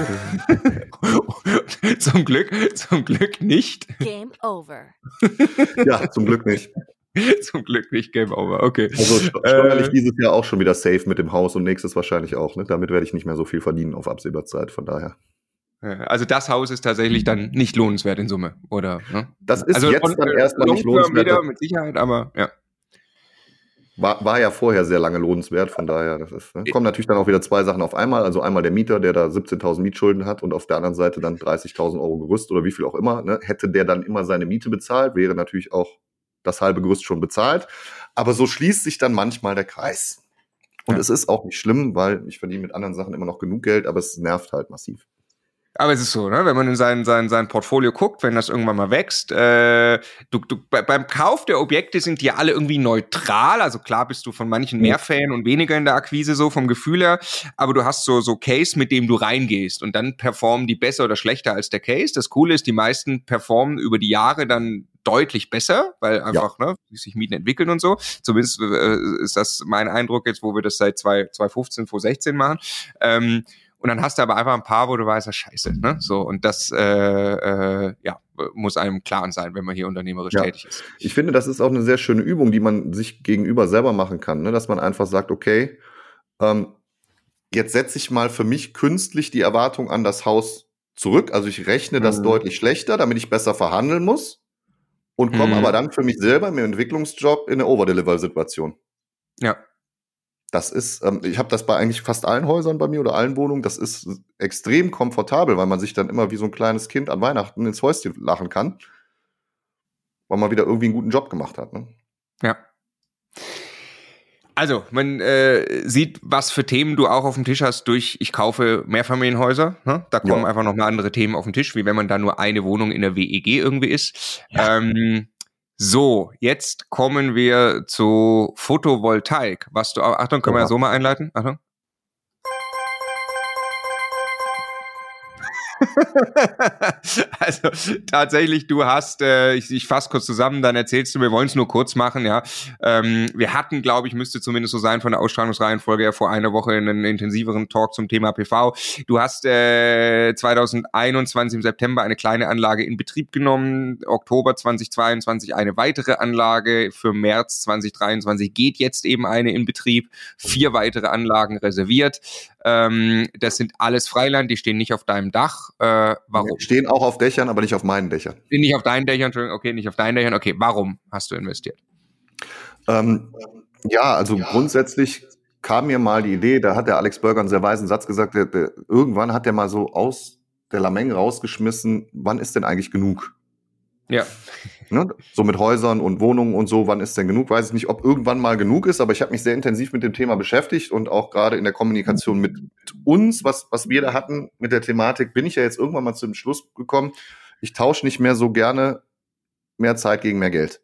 zum Glück, zum Glück nicht. Game over. Ja, zum Glück nicht. Zum Glück nicht Game over, okay. Also steuerlich äh, dieses Jahr auch schon wieder safe mit dem Haus und nächstes wahrscheinlich auch. Ne? Damit werde ich nicht mehr so viel verdienen auf absehbare Zeit, von daher. Also das Haus ist tatsächlich dann nicht lohnenswert in Summe, oder? Ne? Das ist also jetzt von, dann erstmal nicht lohnenswert. Wieder, mit Sicherheit, aber ja. War, war ja vorher sehr lange lohnenswert, von daher, das ist, ne? Kommen natürlich dann auch wieder zwei Sachen auf einmal. Also einmal der Mieter, der da siebzehntausend Mietschulden hat und auf der anderen Seite dann dreißigtausend Euro Gerüst oder wie viel auch immer. Ne? Hätte der dann immer seine Miete bezahlt, wäre natürlich auch das halbe Gerüst schon bezahlt. Aber so schließt sich dann manchmal der Kreis. Und ja. es ist auch nicht schlimm, weil ich verdiene mit anderen Sachen immer noch genug Geld, aber es nervt halt massiv. Aber es ist so, ne, wenn man in sein, sein, sein Portfolio guckt, wenn das irgendwann mal wächst, äh, du, du, bei, beim Kauf der Objekte sind die alle irgendwie neutral, also klar bist du von manchen mehr Fan und weniger in der Akquise so vom Gefühl her, aber du hast so, so Case, mit dem du reingehst und dann performen die besser oder schlechter als der Case. Das Coole ist, die meisten performen über die Jahre dann deutlich besser, weil einfach, ja. ne, sich Mieten entwickeln und so. Zumindest äh, ist das mein Eindruck jetzt, wo wir das seit zwanzig fünfzehn, zwanzig sechzehn machen. Ähm, Und dann hast du aber einfach ein paar, wo du weißt, ja, scheiße, ne? So, und das, äh, äh, ja, muss einem klar sein, wenn man hier unternehmerisch ja. tätig ist. Ich finde, das ist auch eine sehr schöne Übung, die man sich gegenüber selber machen kann, ne? Dass man einfach sagt, okay, ähm, jetzt setze ich mal für mich künstlich die Erwartung an das Haus zurück. Also ich rechne das mhm. deutlich schlechter, damit ich besser verhandeln muss und komme mhm. aber dann für mich selber im Entwicklungsjob in eine Overdeliver-Situation. Ja. Das ist, ähm, ich habe das bei eigentlich fast allen Häusern bei mir oder allen Wohnungen, das ist extrem komfortabel, weil man sich dann immer wie so ein kleines Kind an Weihnachten ins Häuschen lachen kann, weil man wieder irgendwie einen guten Job gemacht hat. Ne? Ja. Also, man äh, sieht, was für Themen du auch auf dem Tisch hast durch ich kaufe Mehrfamilienhäuser. Ne? Da kommen ja. einfach nochmal andere Themen auf den Tisch, wie wenn man da nur eine Wohnung in der W E G irgendwie ist. Ja. Ähm, so, jetzt kommen wir zu Photovoltaik. Was du, Achtung, können ja. wir ja so mal einleiten? Achtung. Also tatsächlich, du hast, äh, ich, ich fasse kurz zusammen, dann erzählst du, wir wollen es nur kurz machen, ja. Ähm, wir hatten, glaube ich, müsste zumindest so sein von der Ausstrahlungsreihenfolge ja vor einer Woche einen intensiveren Talk zum Thema P V. Du hast äh, zwanzig einundzwanzig im September eine kleine Anlage in Betrieb genommen, Oktober zwanzig zweiundzwanzig eine weitere Anlage, für März zwanzig dreiundzwanzig geht jetzt eben eine in Betrieb, vier weitere Anlagen reserviert. Ähm, das sind alles Freiland, die stehen nicht auf deinem Dach. Äh, warum? Die stehen auch auf Dächern, aber nicht auf meinen Dächern. Nicht auf deinen Dächern, Entschuldigung, okay, nicht auf deinen Dächern. Okay, warum hast du investiert? Ähm, ja, also ja. grundsätzlich kam mir mal die Idee, da hat der Alex Burger einen sehr weisen Satz gesagt, der, der, irgendwann hat der mal so aus der Lameng rausgeschmissen, wann ist denn eigentlich genug? Ja. Ne? So mit Häusern und Wohnungen und so, wann ist denn genug? Weiß ich nicht, ob irgendwann mal genug ist, aber ich habe mich sehr intensiv mit dem Thema beschäftigt und auch gerade in der Kommunikation mit uns, was, was wir da hatten mit der Thematik, bin ich ja jetzt irgendwann mal zum Schluss gekommen, ich tausche nicht mehr so gerne mehr Zeit gegen mehr Geld.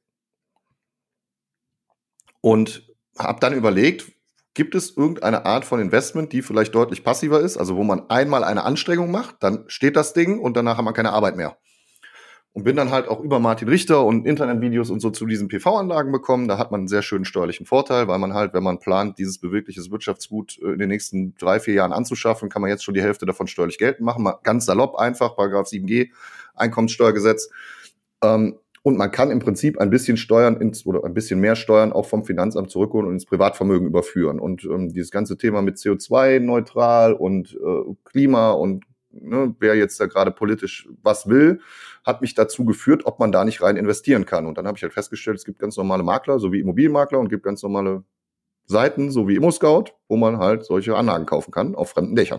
Und habe dann überlegt, gibt es irgendeine Art von Investment, die vielleicht deutlich passiver ist, also wo man einmal eine Anstrengung macht, dann steht das Ding und danach hat man keine Arbeit mehr. Und bin dann halt auch über Martin Richter und Internetvideos und so zu diesen P V-Anlagen bekommen. Da hat man einen sehr schönen steuerlichen Vorteil, weil man halt, wenn man plant, dieses bewegliches Wirtschaftsgut in den nächsten drei, vier Jahren anzuschaffen, kann man jetzt schon die Hälfte davon steuerlich geltend machen. Ganz salopp einfach, Paragraph sieben G, Einkommenssteuergesetz. Und man kann im Prinzip ein bisschen Steuern ins, oder ein bisschen mehr Steuern auch vom Finanzamt zurückholen und ins Privatvermögen überführen. Und ähm, dieses ganze Thema mit C O zwei neutral und äh, Klima und ne, wer jetzt da gerade politisch was will, hat mich dazu geführt, ob man da nicht rein investieren kann. Und dann habe ich halt festgestellt, es gibt ganz normale Makler, so wie Immobilienmakler, und gibt ganz normale Seiten, so wie ImmoScout, wo man halt solche Anlagen kaufen kann auf fremden Dächern.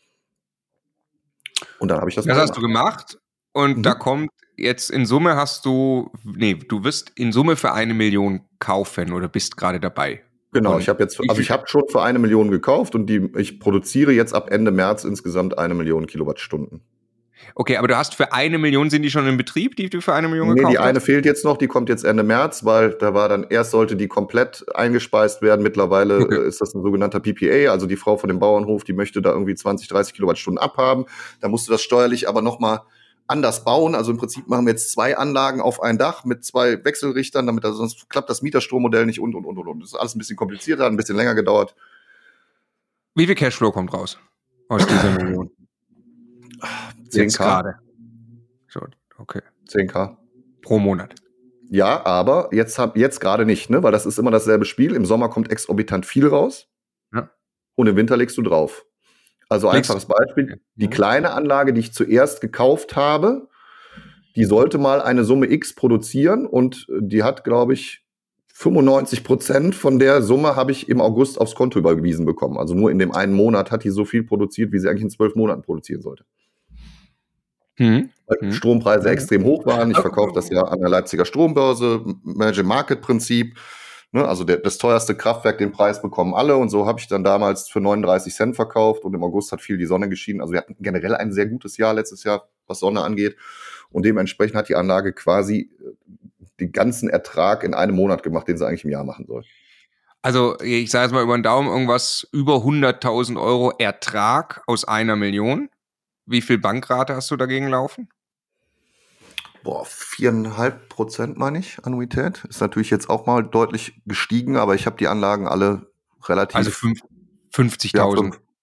Und dann habe ich das Das hast gemacht. du gemacht und mhm. da kommt jetzt in Summe hast du, nee, du wirst in Summe für eine Million kaufen oder bist gerade dabei. Genau, und ich habe jetzt, also ich habe schon für eine Million gekauft und die, ich produziere jetzt ab Ende März insgesamt eine Million Kilowattstunden. Okay, aber du hast für eine Million, sind die schon in Betrieb, die du für eine Million nee, gekauft hast? Nee, die eine fehlt jetzt noch, die kommt jetzt Ende März, weil da war dann, erst sollte die komplett eingespeist werden, mittlerweile okay. ist das ein sogenannter P P A, also die Frau von dem Bauernhof, die möchte da irgendwie zwanzig, dreißig Kilowattstunden abhaben, da musst du das steuerlich aber nochmal anders bauen, also im Prinzip machen wir jetzt zwei Anlagen auf ein Dach mit zwei Wechselrichtern, damit das, sonst klappt das Mieterstrommodell nicht und, und, und, und. Das ist alles ein bisschen komplizierter, ein bisschen länger gedauert. Wie viel Cashflow kommt raus aus dieser Million? zehn K. Okay. zehn K. Pro Monat. Ja, aber jetzt, hab, jetzt gerade nicht, ne? Weil das ist immer dasselbe Spiel. Im Sommer kommt exorbitant viel raus ja. und im Winter legst du drauf. Also Legst einfaches Beispiel, die kleine Anlage, die ich zuerst gekauft habe, die sollte mal eine Summe X produzieren und die hat, glaube ich, fünfundneunzig Prozent von der Summe habe ich im August aufs Konto überwiesen bekommen. Also nur in dem einen Monat hat die so viel produziert, wie sie eigentlich in zwölf Monaten produzieren sollte. Hm. Weil hm. Strompreise extrem hoch waren. Ich verkaufe das ja an der Leipziger Strombörse, Manage-Market-Prinzip. Ne, also der, das teuerste Kraftwerk, den Preis bekommen alle. Und so habe ich dann damals für neununddreißig Cent verkauft. Und im August hat viel die Sonne geschienen. Also wir hatten generell ein sehr gutes Jahr letztes Jahr, was Sonne angeht. Und dementsprechend hat die Anlage quasi den ganzen Ertrag in einem Monat gemacht, den sie eigentlich im Jahr machen soll. Also ich sage jetzt mal über den Daumen, irgendwas über hunderttausend Euro Ertrag aus einer Million. Wie viel Bankrate hast du dagegen laufen? Boah, viereinhalb Prozent meine ich, Annuität. Ist natürlich jetzt auch mal deutlich gestiegen, aber ich habe die Anlagen alle relativ... Also fünfzigtausend. Ja,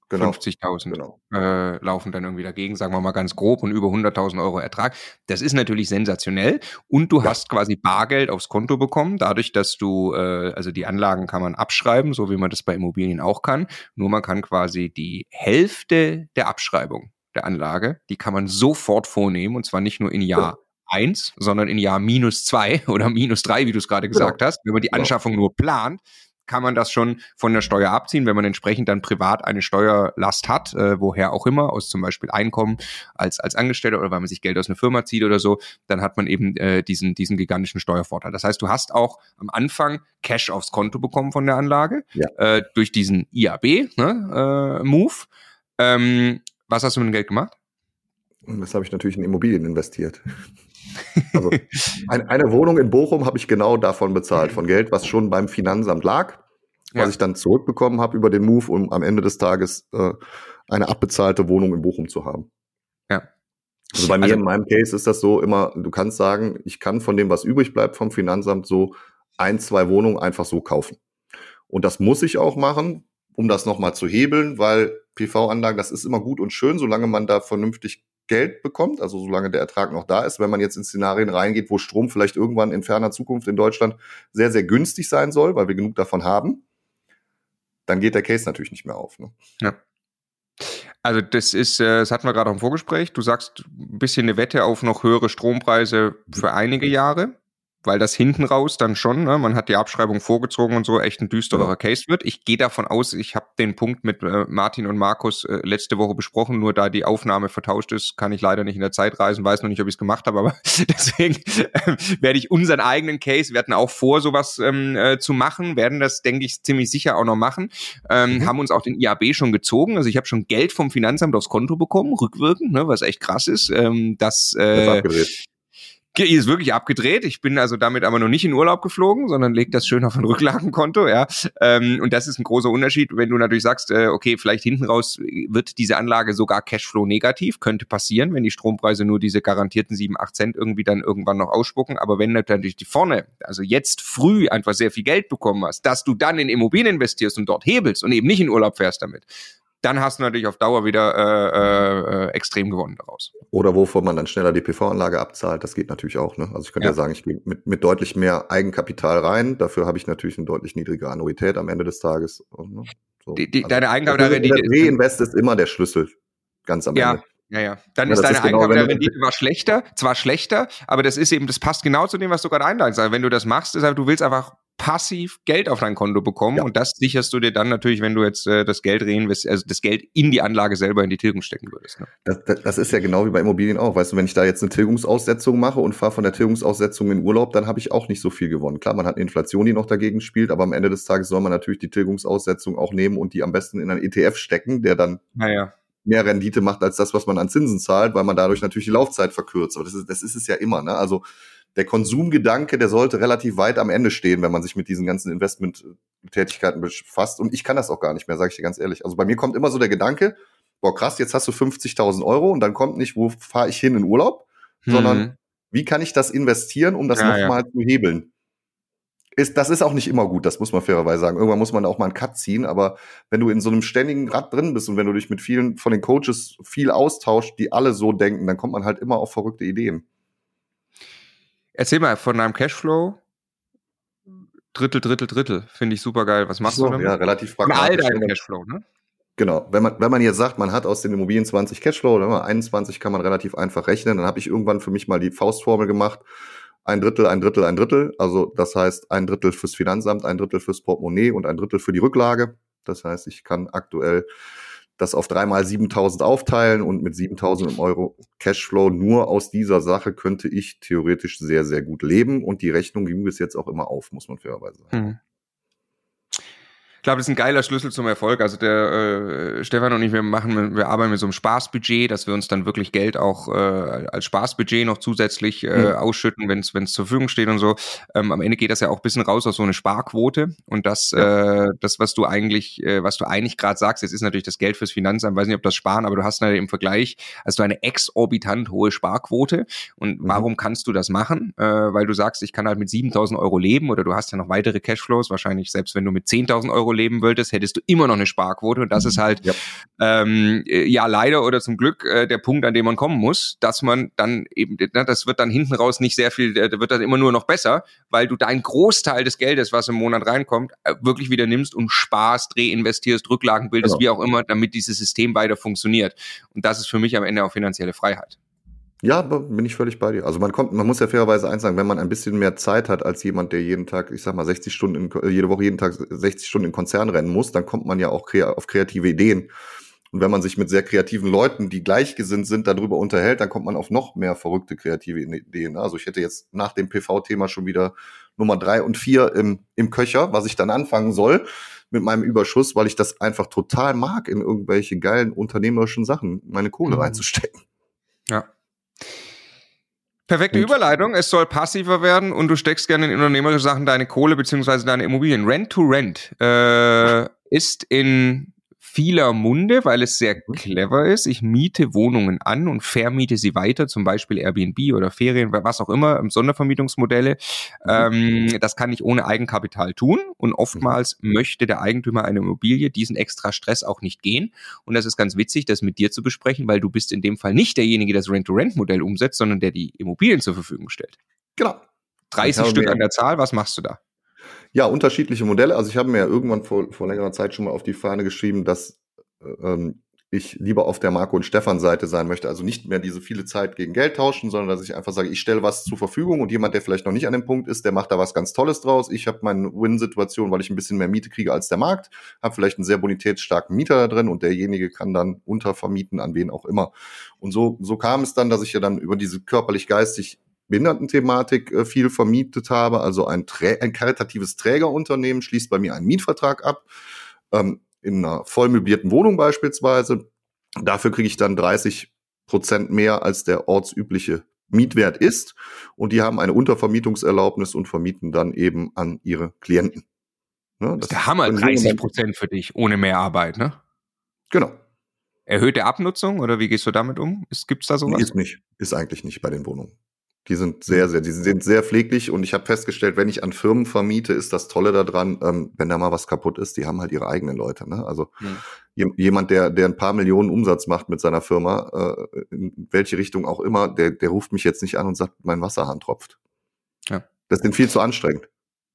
Genau. fünfzigtausend Genau. äh, laufen dann irgendwie dagegen, sagen wir mal ganz grob, und über hunderttausend Euro Ertrag. Das ist natürlich sensationell. Und du Ja. hast quasi Bargeld aufs Konto bekommen, dadurch, dass du, äh, also die Anlagen kann man abschreiben, so wie man das bei Immobilien auch kann. Nur man kann quasi die Hälfte der Abschreibung der Anlage, die kann man sofort vornehmen, und zwar nicht nur in Jahr Genau. eins, sondern in Jahr minus zwei oder minus drei, wie du es gerade gesagt Genau. hast. Wenn man die Genau. Anschaffung nur plant, kann man das schon von der Steuer abziehen, wenn man entsprechend dann privat eine Steuerlast hat, äh, woher auch immer, aus zum Beispiel Einkommen als als Angestellter oder weil man sich Geld aus einer Firma zieht oder so, dann hat man eben äh, diesen diesen gigantischen Steuervorteil. Das heißt, du hast auch am Anfang Cash aufs Konto bekommen von der Anlage, Ja. äh, durch diesen I A B, ne, äh, Move. Ähm, was hast du mit dem Geld gemacht? Und das habe ich natürlich in Immobilien investiert. Also ein, eine Wohnung in Bochum habe ich genau davon bezahlt, von Geld, was schon beim Finanzamt lag, was Ja. ich dann zurückbekommen habe über den Move, um am Ende des Tages äh, eine abbezahlte Wohnung in Bochum zu haben. Ja. Also bei mir Also- in meinem Case ist das so immer, du kannst sagen, ich kann von dem, was übrig bleibt vom Finanzamt, so ein, zwei Wohnungen einfach so kaufen. Und das muss ich auch machen, um das nochmal zu hebeln, weil P V-Anlagen, das ist immer gut und schön, solange man da vernünftig Geld bekommt, also solange der Ertrag noch da ist. Wenn man jetzt in Szenarien reingeht, wo Strom vielleicht irgendwann in ferner Zukunft in Deutschland sehr, sehr günstig sein soll, weil wir genug davon haben, dann geht der Case natürlich nicht mehr auf. Ne? Ja. Also das ist, äh, das hatten wir gerade auch im Vorgespräch, du sagst ein bisschen eine Wette auf noch höhere Strompreise für einige Jahre, weil das hinten raus dann schon, ne, man hat die Abschreibung vorgezogen und so, echt ein düsterer Genau. Case wird. Ich gehe davon aus, ich habe den Punkt mit äh, Martin und Markus äh, letzte Woche besprochen, nur da die Aufnahme vertauscht ist, kann ich leider nicht in der Zeit reisen, weiß noch nicht, ob ich es gemacht habe, aber deswegen äh, werde ich unseren eigenen Case, wir hatten auch vor, sowas ähm, äh, zu machen, werden das, denke ich, ziemlich sicher auch noch machen, ähm, Mhm. haben uns auch den I A B schon gezogen, also ich habe schon Geld vom Finanzamt aufs Konto bekommen, rückwirkend, ne, was echt krass ist, ähm, das Das ist äh, abgedreht. Die ist wirklich abgedreht. Ich bin also damit aber noch nicht in Urlaub geflogen, sondern leg das schön auf ein Rücklagenkonto, ja. Ähm, und das ist ein großer Unterschied, wenn du natürlich sagst, äh, okay, vielleicht hinten raus wird diese Anlage sogar Cashflow negativ, könnte passieren, wenn die Strompreise nur diese garantierten sieben, acht Cent irgendwie dann irgendwann noch ausspucken. Aber wenn natürlich die vorne, also jetzt früh einfach sehr viel Geld bekommen hast, dass du dann in Immobilien investierst und dort hebelst und eben nicht in Urlaub fährst damit, dann hast du natürlich auf Dauer wieder äh, äh, extrem gewonnen daraus. Oder wovon man dann schneller die P V-Anlage abzahlt, das geht natürlich auch. Ne? Also ich könnte ja, Ja. sagen, ich gehe mit, mit deutlich mehr Eigenkapital rein, dafür habe ich natürlich eine deutlich niedrigere Annuität am Ende des Tages. Und, ne? so. Die, die, also, deine Eigenkapitalrendite das Reinvest ist immer der Schlüssel, ganz am ja. Ende. Ja, ja. Dann Ja, ist das deine ist genau, Eigenkapitalrendite zwar schlechter, zwar schlechter, aber das ist eben, das passt genau zu dem, was du gerade einleitest. Also wenn du das machst, ist halt, du willst einfach passiv Geld auf dein Konto bekommen, Ja. und das sicherst du dir dann natürlich, wenn du jetzt äh, das Geld reinvestierst, also das Geld in die Anlage selber in die Tilgung stecken würdest. Ne? Das, das, das ist ja genau wie bei Immobilien auch. Weißt du, wenn ich da jetzt eine Tilgungsaussetzung mache und fahre von der Tilgungsaussetzung in Urlaub, dann habe ich auch nicht so viel gewonnen. Klar, man hat eine Inflation, die noch dagegen spielt, aber am Ende des Tages soll man natürlich die Tilgungsaussetzung auch nehmen und die am besten in einen E T F stecken, der dann Naja. mehr Rendite macht als das, was man an Zinsen zahlt, weil man dadurch natürlich die Laufzeit verkürzt. Aber das ist, das ist es ja immer, ne? Also der Konsumgedanke, der sollte relativ weit am Ende stehen, wenn man sich mit diesen ganzen Investmenttätigkeiten befasst. Und ich kann das auch gar nicht mehr, sage ich dir ganz ehrlich. Also bei mir kommt immer so der Gedanke, boah krass, jetzt hast du fünfzigtausend Euro und dann kommt nicht, wo fahre ich hin in Urlaub, Mhm. sondern wie kann ich das investieren, um das Ja, nochmal zu hebeln? Ist, das ist auch nicht immer gut, das muss man fairerweise sagen. Irgendwann muss man auch mal einen Cut ziehen, aber wenn du in so einem ständigen Rad drin bist und wenn du dich mit vielen von den Coaches viel austauscht, die alle so denken, dann kommt man halt immer auf verrückte Ideen. Erzähl mal von deinem Cashflow. Drittel, Drittel, Drittel. Finde ich super geil. Was machst so, du damit? Ja, relativ Von all pragmatisch. deinem Cashflow, ne? Genau. Wenn man, wenn man jetzt sagt, man hat aus den Immobilien zwanzig Cashflow oder einundzwanzig, kann man relativ einfach rechnen. Dann habe ich irgendwann für mich mal die Faustformel gemacht. Ein Drittel, ein Drittel, ein Drittel. Also das heißt, ein Drittel fürs Finanzamt, ein Drittel fürs Portemonnaie und ein Drittel für die Rücklage. Das heißt, ich kann aktuell das auf dreimal siebentausend aufteilen und mit siebentausend Euro Cashflow nur aus dieser Sache könnte ich theoretisch sehr, sehr gut leben. Und die Rechnung ging bis jetzt auch immer auf, muss man fairerweise sagen. Mhm. Ich glaube, das ist ein geiler Schlüssel zum Erfolg. Also der äh, Stefan und ich, wir machen, wir arbeiten mit so einem Spaßbudget, dass wir uns dann wirklich Geld auch äh, als Spaßbudget noch zusätzlich äh, Mhm. ausschütten, wenn es wenn es zur Verfügung steht und so. Ähm, am Ende geht das ja auch ein bisschen raus aus so eine Sparquote. Und das, Ja. äh, das, was du eigentlich, äh, was du eigentlich gerade sagst, jetzt ist natürlich das Geld fürs Finanzamt, weiß nicht, ob das sparen, aber du hast natürlich im Vergleich, hast du eine exorbitant hohe Sparquote. Und Mhm. warum kannst du das machen? Äh, weil du sagst, ich kann halt mit siebentausend Euro leben, oder du hast ja noch weitere Cashflows, wahrscheinlich selbst wenn du mit zehntausend Euro Euro leben wolltest, hättest du immer noch eine Sparquote. Und das ist halt, ja, ähm, ja leider oder zum Glück äh, der Punkt, an dem man kommen muss, dass man dann eben, ne, das wird dann hinten raus nicht sehr viel, da wird dann immer nur noch besser, weil du deinen Großteil des Geldes, was im Monat reinkommt, äh, wirklich wieder nimmst und sparst, reinvestierst, Rücklagen bildest, genau, wie auch immer, damit dieses System weiter funktioniert. Und das ist für mich am Ende auch finanzielle Freiheit. Ja, bin ich völlig bei dir. Also man kommt, man muss ja fairerweise eins sagen, wenn man ein bisschen mehr Zeit hat als jemand, der jeden Tag, ich sag mal, sechzig Stunden, in, jede Woche jeden Tag sechzig Stunden in Konzern rennen muss, dann kommt man ja auch krea- auf kreative Ideen. Und wenn man sich mit sehr kreativen Leuten, die gleichgesinnt sind, darüber unterhält, dann kommt man auf noch mehr verrückte kreative Ideen. Also ich hätte jetzt nach dem P V-Thema schon wieder Nummer drei und vier im, im Köcher, was ich dann anfangen soll mit meinem Überschuss, weil ich das einfach total mag, in irgendwelche geilen unternehmerischen Sachen meine Kohle mhm. reinzustecken. Ja. Perfekte und Überleitung. Es soll passiver werden und du steckst gerne in unternehmerische Sachen deine Kohle beziehungsweise deine Immobilien. Rent to Rent äh, ist in vieler Munde, weil es sehr clever ist. Ich miete Wohnungen an und vermiete sie weiter, zum Beispiel Airbnb oder Ferien, was auch immer, Sondervermietungsmodelle. Mhm. Ähm, das kann ich ohne Eigenkapital tun und oftmals mhm. möchte der Eigentümer einer Immobilie diesen extra Stress auch nicht gehen. Und das ist ganz witzig, das mit dir zu besprechen, weil du bist in dem Fall nicht derjenige, der das Rent-to-Rent-Modell umsetzt, sondern der die Immobilien zur Verfügung stellt. Genau. dreißig Stück an der Zahl, was machst du da? Ja, unterschiedliche Modelle. Also ich habe mir ja irgendwann vor, vor längerer Zeit schon mal auf die Fahne geschrieben, dass ähm, ich lieber auf der Marco und Stefan Seite sein möchte. Also nicht mehr diese viele Zeit gegen Geld tauschen, sondern dass ich einfach sage, ich stelle was zur Verfügung und jemand, der vielleicht noch nicht an dem Punkt ist, der macht da was ganz Tolles draus. Ich habe meine Win-Situation, weil ich ein bisschen mehr Miete kriege als der Markt, habe vielleicht einen sehr bonitätsstarken Mieter da drin und derjenige kann dann untervermieten an wen auch immer. Und so, so kam es dann, dass ich ja dann über diese körperlich-geistig Behindertenthematik äh, viel vermietet habe. Also ein, Trä- ein karitatives Trägerunternehmen schließt bei mir einen Mietvertrag ab, ähm, in einer voll möblierten Wohnung beispielsweise. Dafür kriege ich dann dreißig Prozent mehr, als der ortsübliche Mietwert ist. Und die haben eine Untervermietungserlaubnis und vermieten dann eben an ihre Klienten. Ne, das ist der Hammer, dreißig Prozent für dich, ohne mehr Arbeit, ne? Genau. Erhöhte Abnutzung oder wie gehst du damit um? Gibt es da sowas? Ist nicht, ist eigentlich nicht bei den Wohnungen. Die sind sehr, sehr, die sind sehr pfleglich und ich habe festgestellt, wenn ich an Firmen vermiete, ist das Tolle daran, ähm, wenn da mal was kaputt ist, die haben halt ihre eigenen Leute. Ne? Also mhm. jemand, der, der ein paar Millionen Umsatz macht mit seiner Firma, äh, in welche Richtung auch immer, der, der ruft mich jetzt nicht an und sagt, mein Wasserhahn tropft. Ja. Das ist denen viel zu anstrengend.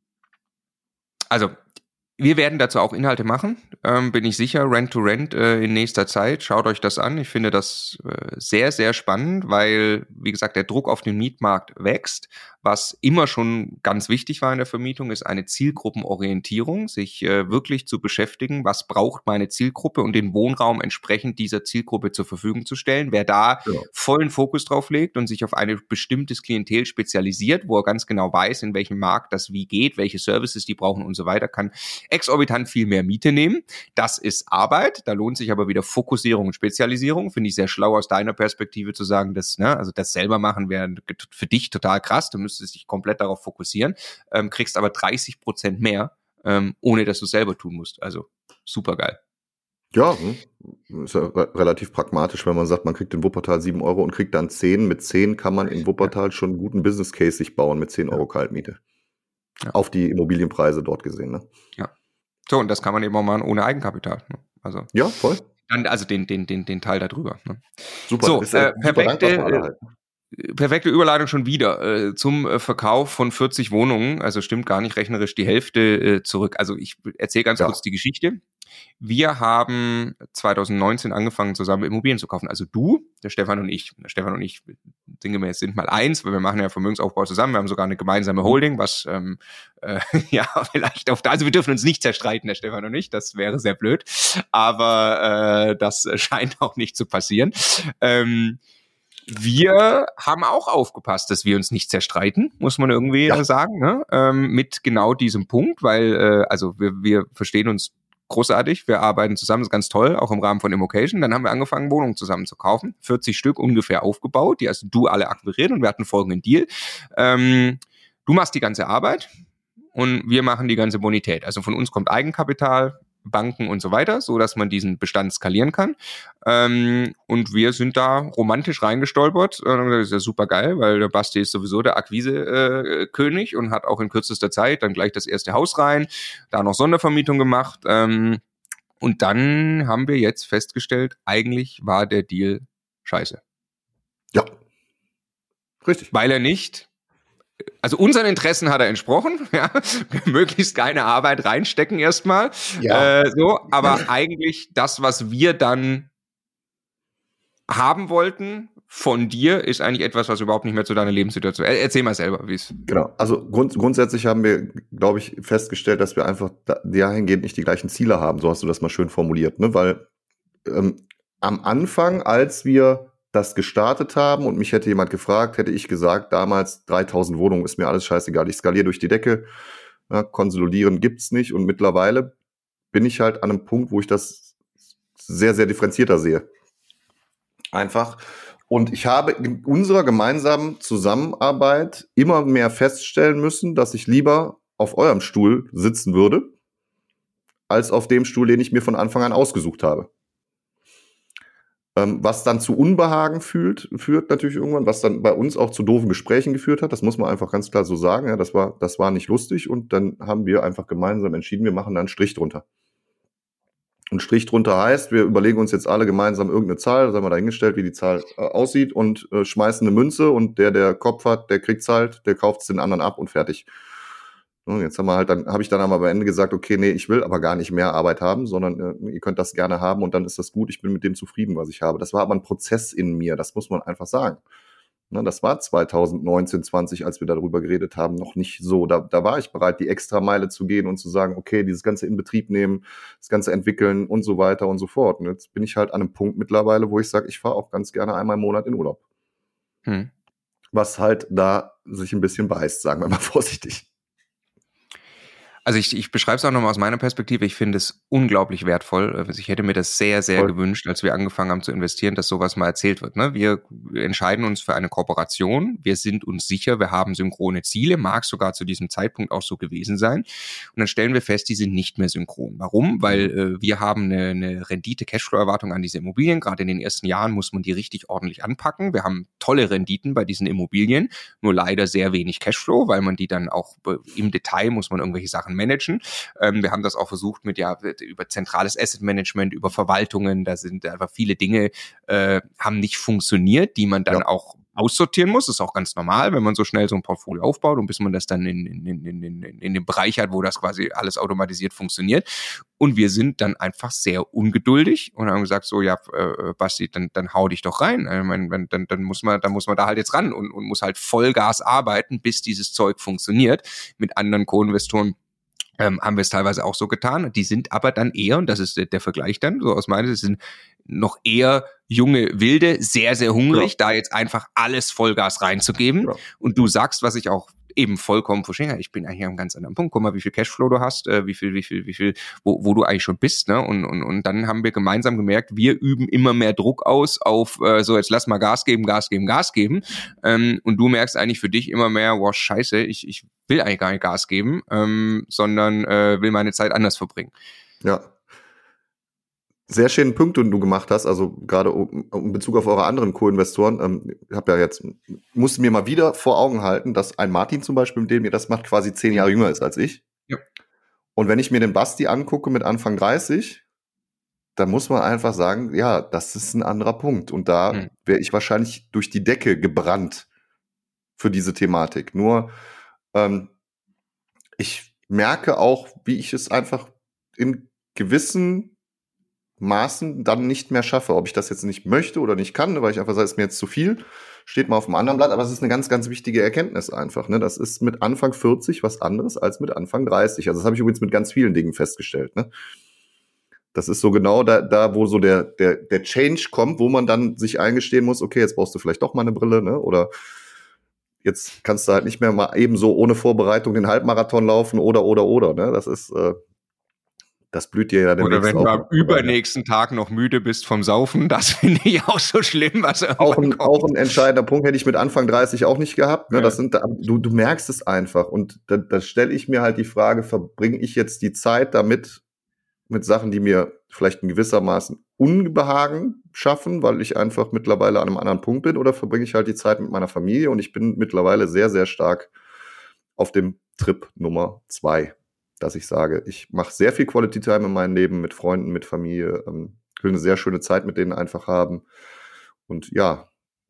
Also wir werden dazu auch Inhalte machen, ähm, bin ich sicher, Rent-to-Rent äh, in nächster Zeit. Schaut euch das an. Ich finde das äh, sehr, sehr spannend, weil, wie gesagt, der Druck auf den Mietmarkt wächst. Was immer schon ganz wichtig war in der Vermietung, ist eine Zielgruppenorientierung, sich äh, wirklich zu beschäftigen, was braucht meine Zielgruppe und den Wohnraum entsprechend dieser Zielgruppe zur Verfügung zu stellen. Wer da ja. vollen Fokus drauf legt und sich auf ein bestimmtes Klientel spezialisiert, wo er ganz genau weiß, in welchem Markt das wie geht, welche Services die brauchen und so weiter, kann exorbitant viel mehr Miete nehmen. Das ist Arbeit, da lohnt sich aber wieder Fokussierung und Spezialisierung. Finde ich sehr schlau aus deiner Perspektive zu sagen, dass, ne, also das selber machen wäre für dich total krass, du müsstest dich komplett darauf fokussieren, ähm, kriegst aber dreißig Prozent mehr, ähm, ohne dass du es selber tun musst. Also super geil. Ja, ist ja re- relativ pragmatisch, wenn man sagt, man kriegt in Wuppertal sieben Euro und kriegt dann zehn. Mit zehn kann man in Wuppertal schon einen guten Business Case sich bauen mit zehn Euro Kaltmiete. Ja. Auf die Immobilienpreise dort gesehen, ne? Ja. So, und das kann man eben auch machen ohne Eigenkapital. Ne? Also ja, voll. Dann, also den, den, den, den Teil da drüber. Ne? Super, so, ist, äh, perfekte, super perfekte Überleitung schon wieder äh, zum äh, Verkauf von vierzig Wohnungen. Also stimmt gar nicht rechnerisch die Hälfte äh, zurück. Also ich erzähle ganz ja. kurz die Geschichte. Wir haben zwanzig neunzehn angefangen, zusammen Immobilien zu kaufen. Also du, der Stefan und ich. Der Stefan und ich, sinngemäß, sind mal eins, weil wir machen ja Vermögensaufbau zusammen. Wir haben sogar eine gemeinsame Holding, was, ähm, äh, ja, vielleicht auf da, also wir dürfen uns nicht zerstreiten, der Stefan und ich. Das wäre sehr blöd. Aber äh, das scheint auch nicht zu passieren. Ähm, Wir haben auch aufgepasst, dass wir uns nicht zerstreiten, muss man irgendwie ja. sagen, ne? ähm, mit genau diesem Punkt, weil äh, also wir, wir verstehen uns großartig, wir arbeiten zusammen, das ist ganz toll, auch im Rahmen von Immocation. Dann haben wir angefangen, Wohnungen zusammen zu kaufen, vierzig Stück ungefähr aufgebaut, die hast du alle akquiriert und wir hatten folgenden Deal. Ähm, du machst die ganze Arbeit und wir machen die ganze Bonität. Also von uns kommt Eigenkapital, Banken und so weiter, so dass man diesen Bestand skalieren kann. Ähm, und wir sind da romantisch reingestolpert. Und das ist ja super geil, weil der Basti ist sowieso der Akquise-König äh, und hat auch in kürzester Zeit dann gleich das erste Haus rein, da noch Sondervermietung gemacht. Ähm, und dann haben wir jetzt festgestellt, eigentlich war der Deal scheiße. Ja, richtig. Weil er nicht... Also unseren Interessen hat er entsprochen, ja, möglichst keine Arbeit reinstecken erstmal, ja. äh, so, aber eigentlich das, was wir dann haben wollten von dir, ist eigentlich etwas, was überhaupt nicht mehr zu deiner Lebenssituation. Er, erzähl mal selber, wie es. Genau. Also grund, grundsätzlich haben wir, glaube ich, festgestellt, dass wir einfach da, dahingehend nicht die gleichen Ziele haben. So hast du das mal schön formuliert, ne? Weil ähm, am Anfang, als wir das gestartet haben und mich hätte jemand gefragt, hätte ich gesagt, damals dreitausend Wohnungen, ist mir alles scheißegal, ich skaliere durch die Decke, ja, konsolidieren gibt's nicht und mittlerweile bin ich halt an einem Punkt, wo ich das sehr, sehr differenzierter sehe. Einfach. Und ich habe in unserer gemeinsamen Zusammenarbeit immer mehr feststellen müssen, dass ich lieber auf eurem Stuhl sitzen würde, als auf dem Stuhl, den ich mir von Anfang an ausgesucht habe. Ähm, was dann zu Unbehagen fühlt, führt natürlich irgendwann, was dann bei uns auch zu doofen Gesprächen geführt hat. Das muss man einfach ganz klar so sagen. Ja, das war, das war nicht lustig. Und dann haben wir einfach gemeinsam entschieden, wir machen da einen Strich drunter. Und Strich drunter heißt, wir überlegen uns jetzt alle gemeinsam irgendeine Zahl, sagen wir dahingestellt, wie die Zahl äh, aussieht und äh, schmeißen eine Münze und der, der Kopf hat, der kriegt's halt, der kauft's den anderen ab und fertig. Und jetzt haben wir halt, dann habe ich dann aber am Ende gesagt, okay, nee, ich will aber gar nicht mehr Arbeit haben, sondern äh, ihr könnt das gerne haben und dann ist das gut, ich bin mit dem zufrieden, was ich habe. Das war aber ein Prozess in mir, das muss man einfach sagen. Ne, das war zwanzig neunzehn, zwanzig, als wir darüber geredet haben, noch nicht so. Da, da war ich bereit, die Extrameile zu gehen und zu sagen, okay, dieses ganze in Betrieb nehmen, das ganze entwickeln und so weiter und so fort. Und jetzt bin ich halt an einem Punkt mittlerweile, wo ich sage, ich fahre auch ganz gerne einmal im Monat in Urlaub. Hm. Was halt da sich ein bisschen beißt, sagen wir mal vorsichtig. Also ich, ich beschreibe es auch nochmal aus meiner Perspektive. Ich finde es unglaublich wertvoll. Also ich hätte mir das sehr, sehr Voll. gewünscht, als wir angefangen haben zu investieren, dass sowas mal erzählt wird. Ne? Wir entscheiden uns für eine Kooperation. Wir sind uns sicher, wir haben synchrone Ziele. Mag sogar zu diesem Zeitpunkt auch so gewesen sein. Und dann stellen wir fest, die sind nicht mehr synchron. Warum? Weil äh, wir haben eine, eine Rendite-Cashflow-Erwartung an diese Immobilien. Gerade in den ersten Jahren muss man die richtig ordentlich anpacken. Wir haben tolle Renditen bei diesen Immobilien, nur leider sehr wenig Cashflow, weil man die dann auch im Detail muss man irgendwelche Sachen managen. Ähm, wir haben das auch versucht mit ja über zentrales Asset Management, über Verwaltungen, da sind einfach viele Dinge, äh, haben nicht funktioniert, die man dann ja. auch aussortieren muss. Das ist auch ganz normal, wenn man so schnell so ein Portfolio aufbaut und bis man das dann in, in, in, in, in dem Bereich hat, wo das quasi alles automatisiert funktioniert. Und wir sind dann einfach sehr ungeduldig und haben gesagt, so, ja, äh, Basti, dann, dann hau dich doch rein. Ich meine, wenn, dann, dann muss man, dann muss man da halt jetzt ran und, und muss halt Vollgas arbeiten, bis dieses Zeug funktioniert. Mit anderen Co-Investoren Ähm, haben wir es teilweise auch so getan. Die sind aber dann eher, und das ist der, der Vergleich dann, so aus meiner Sicht, sind noch eher junge Wilde, sehr, sehr hungrig, ja. da jetzt einfach alles Vollgas reinzugeben. Ja. Und du sagst, was ich auch eben vollkommen verstehe, ich bin eigentlich am ganz anderen Punkt. Guck mal, wie viel Cashflow du hast, äh, wie viel, wie viel, wie viel, wo, wo du eigentlich schon bist, ne? Und, und, und dann haben wir gemeinsam gemerkt, wir üben immer mehr Druck aus auf, äh, so jetzt lass mal Gas geben, Gas geben, Gas geben. Ähm, und du merkst eigentlich für dich immer mehr, wow, scheiße, ich, ich will eigentlich gar nicht Gas geben, ähm, sondern äh, will meine Zeit anders verbringen. Ja. Sehr schönen Punkt, den du gemacht hast, also gerade in Bezug auf eure anderen Co-Investoren. Ähm, ich habe ja jetzt, musste mir mal wieder vor Augen halten, dass ein Martin zum Beispiel, mit dem ihr das macht, quasi zehn Jahre jünger ist als ich. Ja. Und wenn ich mir den Basti angucke mit Anfang dreißig, dann muss man einfach sagen, ja, das ist ein anderer Punkt. Und da hm. wäre ich wahrscheinlich durch die Decke gebrannt für diese Thematik. Nur, ähm, ich merke auch, wie ich es einfach in gewissen Maßen dann nicht mehr schaffe. Ob ich das jetzt nicht möchte oder nicht kann, weil ich einfach sage, es ist mir jetzt zu viel, steht mal auf dem anderen Blatt, aber es ist eine ganz, ganz wichtige Erkenntnis einfach. Ne? Das ist mit Anfang vierzig was anderes als mit Anfang dreißig. Also das habe ich übrigens mit ganz vielen Dingen festgestellt. Ne? Das ist so genau da, da wo so der, der, der Change kommt, wo man dann sich eingestehen muss, okay, jetzt brauchst du vielleicht doch mal eine Brille, ne? Oder jetzt kannst du halt nicht mehr mal eben so ohne Vorbereitung den Halbmarathon laufen oder, oder, oder. Ne? Das ist... Äh, Das blüht dir ja Oder wenn du am übernächsten Tag noch müde bist vom Saufen, das finde ich auch so schlimm, was auch ein, auch ein entscheidender Punkt hätte ich mit Anfang dreißig auch nicht gehabt. Ne? Ja. Das sind, du, du merkst es einfach. Und da, da stelle ich mir halt die Frage, verbringe ich jetzt die Zeit damit, mit Sachen, die mir vielleicht in gewissermaßen Unbehagen schaffen, weil ich einfach mittlerweile an einem anderen Punkt bin, oder verbringe ich halt die Zeit mit meiner Familie, und ich bin mittlerweile sehr, sehr stark auf dem Trip Nummer zwei, dass ich sage, ich mache sehr viel Quality Time in meinem Leben mit Freunden, mit Familie, ähm, will eine sehr schöne Zeit mit denen einfach haben, und ja,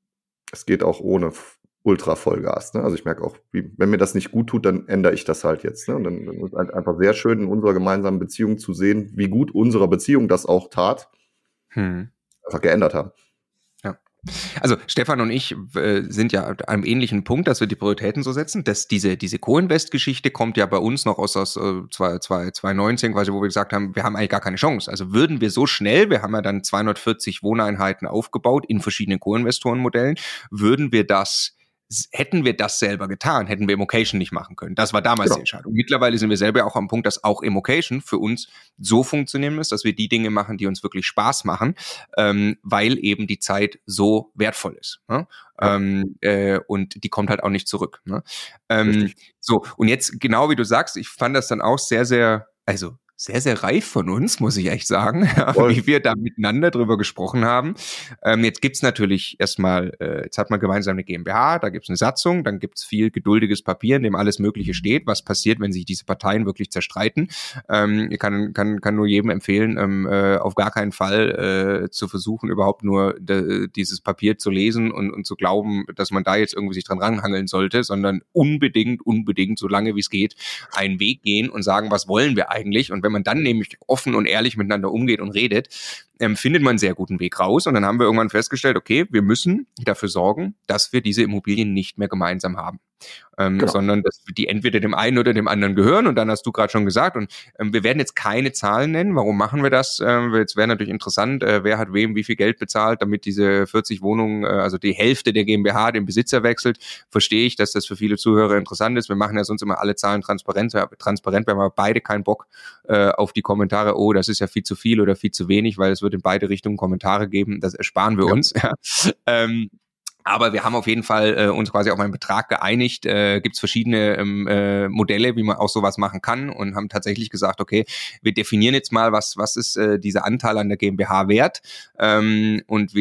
es geht auch ohne Ultra-Vollgas. Ne? Also ich merke auch, wie, wenn mir das nicht gut tut, dann ändere ich das halt jetzt. Ne? Und dann, dann ist es einfach sehr schön, in unserer gemeinsamen Beziehung zu sehen, wie gut unserer Beziehung das auch tat, hm. einfach geändert haben. Ja. Also Stefan und ich äh, sind ja an einem ähnlichen Punkt, dass wir die Prioritäten so setzen. Dass diese diese Co-Invest-Geschichte kommt ja bei uns noch aus, aus äh, zwanzig neunzehn, quasi, wo wir gesagt haben, wir haben eigentlich gar keine Chance. Also würden wir so schnell, wir haben ja dann zweihundertvierzig Wohneinheiten aufgebaut in verschiedenen Co-Investoren-Modellen, würden wir das hätten wir das selber getan, hätten wir Immocation nicht machen können. Das war damals genau. die Entscheidung. Mittlerweile sind wir selber auch am Punkt, dass auch Immocation für uns so funktionieren muss, dass wir die Dinge machen, die uns wirklich Spaß machen, ähm, weil eben die Zeit so wertvoll ist. Ne? Ja. Ähm, äh, und die kommt halt auch nicht zurück. Ne? Ähm, so, und jetzt, genau wie du sagst, ich fand das dann auch sehr, sehr, also sehr, sehr reif von uns, muss ich echt sagen, ja, wie wir da miteinander drüber gesprochen haben. Ähm, jetzt gibt's natürlich erstmal, äh, jetzt hat man gemeinsam eine GmbH, da gibt's eine Satzung, dann gibt's viel geduldiges Papier, in dem alles Mögliche steht, was passiert, wenn sich diese Parteien wirklich zerstreiten. Ähm, ich kann, kann, kann nur jedem empfehlen, ähm, äh, auf gar keinen Fall äh, zu versuchen, überhaupt nur de, dieses Papier zu lesen und, und zu glauben, dass man da jetzt irgendwie sich dran ranhangeln sollte, sondern unbedingt, unbedingt, so lange wie es geht, einen Weg gehen und sagen, was wollen wir eigentlich? Und wenn man dann nämlich offen und ehrlich miteinander umgeht und redet, ähm, findet man einen sehr guten Weg raus. Und dann haben wir irgendwann festgestellt, okay, wir müssen dafür sorgen, dass wir diese Immobilien nicht mehr gemeinsam haben. Ähm, genau. Sondern dass die entweder dem einen oder dem anderen gehören, und dann hast du gerade schon gesagt, und ähm, wir werden jetzt keine Zahlen nennen. Warum machen wir das? Ähm, jetzt wäre natürlich interessant, äh, wer hat wem wie viel Geld bezahlt, damit diese vierzig Wohnungen, äh, also die Hälfte der GmbH den Besitzer wechselt. Verstehe ich, dass das für viele Zuhörer interessant ist. Wir machen ja sonst immer alle Zahlen transparent. transparent. Wir haben aber beide keinen Bock äh, auf die Kommentare, oh, das ist ja viel zu viel oder viel zu wenig, weil es wird in beide Richtungen Kommentare geben. Das ersparen wir ja. uns. Ja. Ähm, Aber wir haben auf jeden Fall äh, uns quasi auf einen Betrag geeinigt. Äh, Gibt es verschiedene ähm, äh, Modelle, wie man auch sowas machen kann, und haben tatsächlich gesagt, okay, wir definieren jetzt mal, was was ist äh, dieser Anteil an der GmbH wert, ähm, und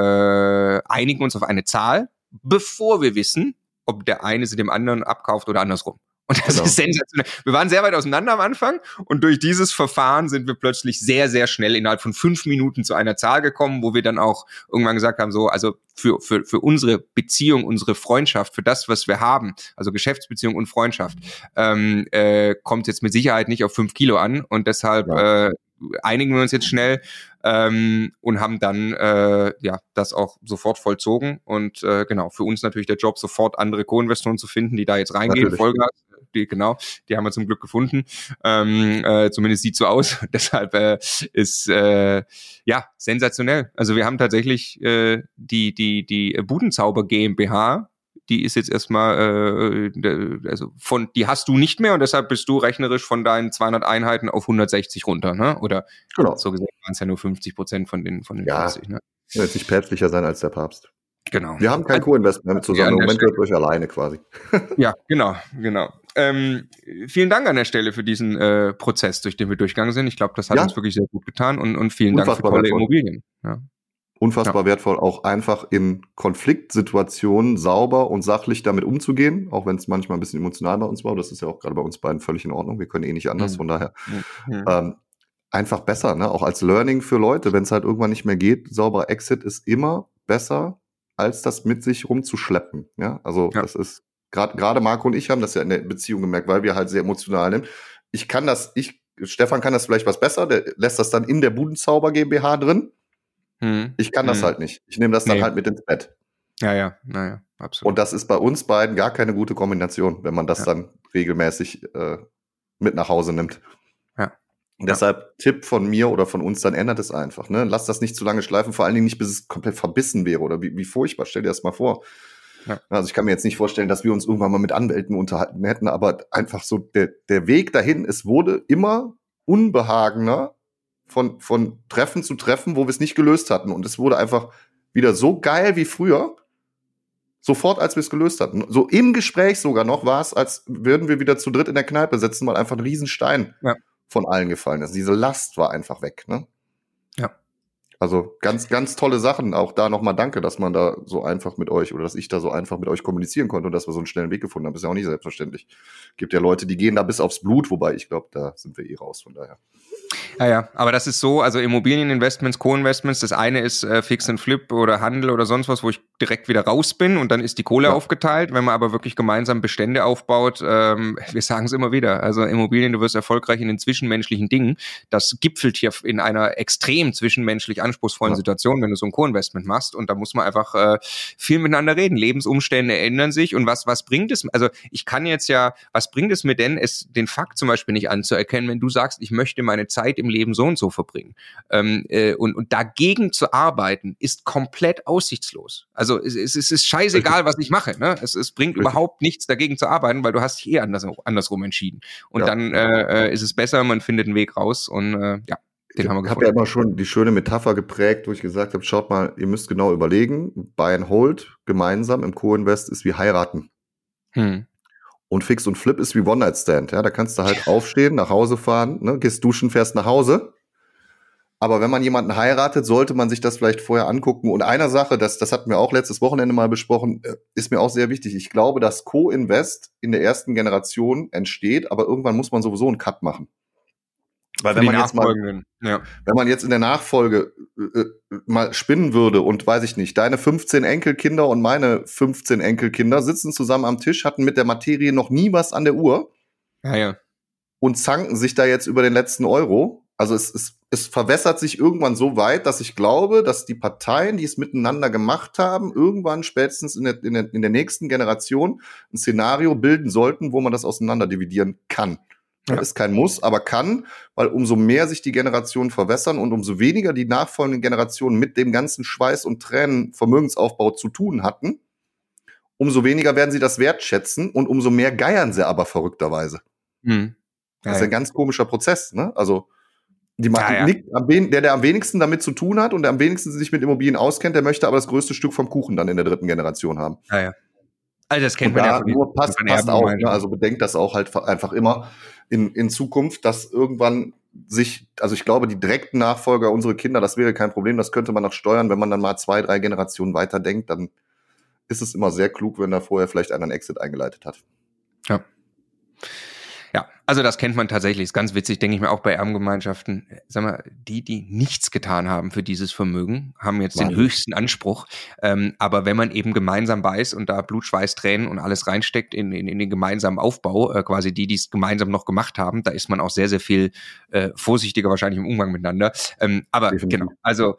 wir äh, einigen uns auf eine Zahl, bevor wir wissen, ob der eine sie dem anderen abkauft oder andersrum. Und das genau. ist sensationell. Wir waren sehr weit auseinander am Anfang, und durch dieses Verfahren sind wir plötzlich sehr, sehr schnell innerhalb von fünf Minuten zu einer Zahl gekommen, wo wir dann auch irgendwann gesagt haben, so, also für für für unsere Beziehung, unsere Freundschaft, für das, was wir haben, also Geschäftsbeziehung und Freundschaft, ähm, äh, kommt jetzt mit Sicherheit nicht auf fünf Kilo an, und deshalb ja. äh, einigen wir uns jetzt schnell ähm, und haben dann äh, ja das auch sofort vollzogen. Und äh, genau, für uns natürlich der Job, sofort andere Co-Investoren zu finden, die da jetzt reingehen, natürlich. Vollgas. Die, genau, die haben wir zum Glück gefunden. Ähm, äh, zumindest sieht so aus. Deshalb äh, ist äh, ja sensationell. Also wir haben tatsächlich äh, die die die Budenzauber GmbH. Die ist jetzt erstmal, äh, also von, die hast du nicht mehr, und deshalb bist du rechnerisch von deinen zweihundert Einheiten auf hundertsechzig runter, ne? Oder genau. So gesehen waren es ja nur fünfzig Prozent von den von den ja, fünfzig, ne? Ja, jetzt nicht päpstlicher sein als der Papst. Genau. Wir haben kein Co-Investment mehr zusammen. Im Moment gehört euch alleine quasi. Ja, genau, genau. Ähm, vielen Dank an der Stelle für diesen äh, Prozess, durch den wir durchgegangen sind. Ich glaube, das hat ja. uns wirklich sehr gut getan, und, und vielen Unfassbar Dank für tolle wertvoll. Immobilien. Ja. Unfassbar ja. wertvoll, auch einfach in Konfliktsituationen sauber und sachlich damit umzugehen, auch wenn es manchmal ein bisschen emotional bei uns war. Das ist ja auch gerade bei uns beiden völlig in Ordnung. Wir können eh nicht anders, mhm. von daher mhm. ähm, einfach besser, ne? Auch als Learning für Leute, wenn es halt irgendwann nicht mehr geht. Sauberer Exit ist immer besser, als das mit sich rumzuschleppen. Ja, also ja. das ist gerade gerade Marco und ich haben das ja in der Beziehung gemerkt, weil wir halt sehr emotional sind. Ich kann das, ich Stefan kann das vielleicht was besser, der lässt das dann in der Budenzauber GmbH drin. Hm. Ich kann das hm. halt nicht. Ich nehme das dann nee. halt mit ins Bett. Ja, ja, naja, absolut. Und das ist bei uns beiden gar keine gute Kombination, wenn man das ja. dann regelmäßig äh, mit nach Hause nimmt. Ja. Und deshalb ja. Tipp von mir oder von uns, dann ändert es einfach. Ne? Lass das nicht zu lange schleifen, vor allen Dingen nicht, bis es komplett verbissen wäre oder wie, wie furchtbar. Stell dir das mal vor. Ja. Also ich kann mir jetzt nicht vorstellen, dass wir uns irgendwann mal mit Anwälten unterhalten hätten, aber einfach so der, der Weg dahin, es wurde immer unbehagener, von von Treffen zu Treffen, wo wir es nicht gelöst hatten. Und es wurde einfach wieder so geil wie früher, sofort, als wir es gelöst hatten. So im Gespräch sogar noch war es, als würden wir wieder zu dritt in der Kneipe sitzen, weil einfach ein Riesenstein ja. von allen gefallen ist. Diese Last war einfach weg, ne? Ja. Also ganz, ganz tolle Sachen. Auch da nochmal danke, dass man da so einfach mit euch oder dass ich da so einfach mit euch kommunizieren konnte und dass wir so einen schnellen Weg gefunden haben. Das ist ja auch nicht selbstverständlich. Gibt ja Leute, die gehen da bis aufs Blut, wobei ich glaube, da sind wir eh raus, von daher. Ja, ja, aber das ist so, also Immobilieninvestments, Co-Investments, das eine ist äh, Fix and Flip oder Handel oder sonst was, wo ich direkt wieder raus bin und dann ist die Kohle ja. aufgeteilt. Wenn man aber wirklich gemeinsam Bestände aufbaut, ähm, wir sagen es immer wieder, also Immobilien, du wirst erfolgreich in den zwischenmenschlichen Dingen. Das gipfelt hier in einer extrem zwischenmenschlich anspruchsvollen ja. Situation, wenn du so ein Co-Investment machst und da muss man einfach äh, viel miteinander reden. Lebensumstände ändern sich und was was bringt es, also ich kann jetzt ja, was bringt es mir denn, es den Fakt zum Beispiel nicht anzuerkennen, wenn du sagst, ich möchte meine Zeit im Leben so und so verbringen. Ähm, äh, und, und dagegen zu arbeiten, ist komplett aussichtslos. Also es, es, es ist scheißegal, was ich mache. Ne? Es, es bringt Richtig. überhaupt nichts, dagegen zu arbeiten, weil du hast dich eh anders, andersrum entschieden. Und ja. dann äh, ist es besser, man findet einen Weg raus und äh, ja. Den haben wir ich habe ja immer schon die schöne Metapher geprägt, wo ich gesagt habe, schaut mal, ihr müsst genau überlegen, Buy and Hold gemeinsam im Co-Invest ist wie heiraten. Hm. Und Fix und Flip ist wie One-Night-Stand. Ja, da kannst du halt aufstehen, nach Hause fahren, ne, gehst duschen, fährst nach Hause. Aber wenn man jemanden heiratet, sollte man sich das vielleicht vorher angucken. Und eine Sache, das, das hatten wir auch letztes Wochenende mal besprochen, ist mir auch sehr wichtig. Ich glaube, dass Co-Invest in der ersten Generation entsteht, aber irgendwann muss man sowieso einen Cut machen. Weil wenn man jetzt mal, ja. wenn man jetzt in der Nachfolge äh, mal spinnen würde und weiß ich nicht, deine fünfzehn Enkelkinder und meine fünfzehn Enkelkinder sitzen zusammen am Tisch, hatten mit der Materie noch nie was an der Uhr ja, ja. und zanken sich da jetzt über den letzten Euro. Also es, es, es verwässert sich irgendwann so weit, dass ich glaube, dass die Parteien, die es miteinander gemacht haben, irgendwann spätestens in der, in der, in der nächsten Generation ein Szenario bilden sollten, wo man das auseinander dividieren kann. Ja. Ist kein Muss, aber kann, weil umso mehr sich die Generationen verwässern und umso weniger die nachfolgenden Generationen mit dem ganzen Schweiß und Tränen Vermögensaufbau zu tun hatten, umso weniger werden sie das wertschätzen und umso mehr geiern sie aber verrückterweise. Hm. Ja, das ist ein ja. ganz komischer Prozess, ne? Also die machen ja, ja. der, der am wenigsten damit zu tun hat und der am wenigsten sich mit Immobilien auskennt, der möchte aber das größte Stück vom Kuchen dann in der dritten Generation haben. Ja, ja. Also das kennt man da ja von nur passt, passt auch, ne? Also bedenkt das auch halt einfach immer in, in Zukunft, dass irgendwann sich, also ich glaube, die direkten Nachfolger, unsere Kinder, das wäre kein Problem, das könnte man noch steuern, wenn man dann mal zwei, drei Generationen weiterdenkt, dann ist es immer sehr klug, wenn da vorher vielleicht einer einen Exit eingeleitet hat. Ja. Ja, also das kennt man tatsächlich, ist ganz witzig, denke ich mir auch bei Erbengemeinschaften. Sag mal, die, die nichts getan haben für dieses Vermögen, haben jetzt Wahnsinn. Den höchsten Anspruch. Ähm, aber wenn man eben gemeinsam weiß und da Blut, Schweiß, Tränen und alles reinsteckt in, in, in den gemeinsamen Aufbau, äh, quasi die, die es gemeinsam noch gemacht haben, da ist man auch sehr, sehr viel äh, vorsichtiger wahrscheinlich im Umgang miteinander. Ähm, aber Definitiv. Genau, also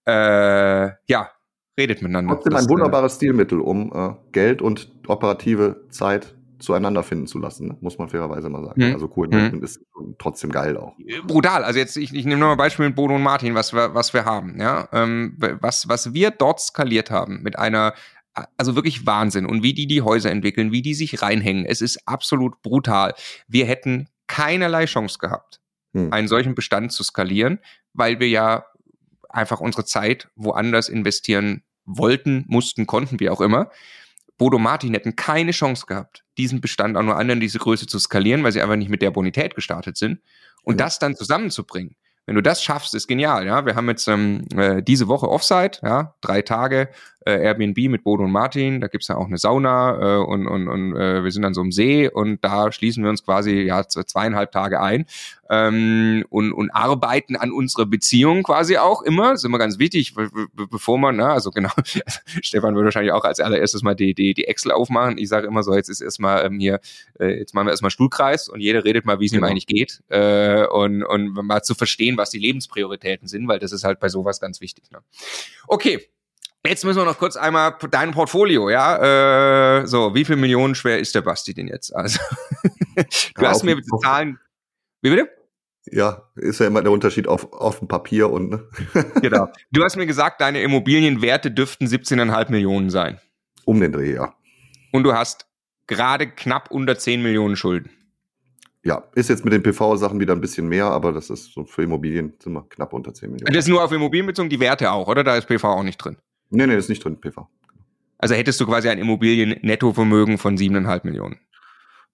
äh, ja, redet miteinander. Trotzdem ein das, wunderbares äh, Stilmittel, um äh, Geld und operative Zeit zueinander finden zu lassen, ne? Muss man fairerweise mal sagen. Hm. Also Co-Investment hm. ist trotzdem geil auch. Brutal. Also jetzt, ich, ich nehme nochmal Beispiel mit Bodo und Martin, was wir, was wir haben. Ja, ähm, was, was wir dort skaliert haben mit einer, also wirklich Wahnsinn. Und wie die die Häuser entwickeln, wie die sich reinhängen. Es ist absolut brutal. Wir hätten keinerlei Chance gehabt, hm. einen solchen Bestand zu skalieren, weil wir ja einfach unsere Zeit woanders investieren wollten, mussten, konnten, wie auch immer. Bodo Martin hätten keine Chance gehabt, diesen Bestand auch nur anderen diese Größe zu skalieren, weil sie einfach nicht mit der Bonität gestartet sind. Und ja. das dann zusammenzubringen, wenn du das schaffst, ist genial. Ja, wir haben jetzt ähm, äh, diese Woche Offsite, ja, drei Tage äh, Airbnb mit Bodo und Martin. Da gibt's ja auch eine Sauna äh, und und und äh, wir sind dann so im See und da schließen wir uns quasi ja zweieinhalb Tage ein ähm, und und arbeiten an unserer Beziehung quasi auch immer. Das ist immer ganz wichtig, be- be- bevor man, ne, also genau, Stefan würde wahrscheinlich auch als allererstes mal die die die Excel aufmachen. Ich sage immer so, jetzt ist erstmal ähm, hier, äh, jetzt machen wir erstmal Stuhlkreis und jeder redet mal, wie es genau. ihm eigentlich geht äh, und und mal zu verstehen, was die Lebensprioritäten sind, weil das ist halt bei sowas ganz wichtig. Ne? Okay. Jetzt müssen wir noch kurz einmal dein Portfolio, ja, äh, so, wie viel Millionen schwer ist der Basti denn jetzt? Also, du ja, hast mir Zahlen, wie bitte? Ja, ist ja immer der Unterschied auf, auf dem Papier und, ne? Genau. Du hast mir gesagt, deine Immobilienwerte dürften siebzehn Komma fünf Millionen sein. Um den Dreh, ja. Und du hast gerade knapp unter zehn Millionen Schulden. Ja, ist jetzt mit den P V-Sachen wieder ein bisschen mehr, aber das ist so für Immobilien sind wir knapp unter zehn Millionen. Das ist nur auf Immobilien bezogen, die Werte auch, oder? Da ist P V auch nicht drin. Nee, nee, das ist nicht drin, P V. Also hättest du quasi ein Immobilien-Nettovermögen von sieben Komma fünf Millionen.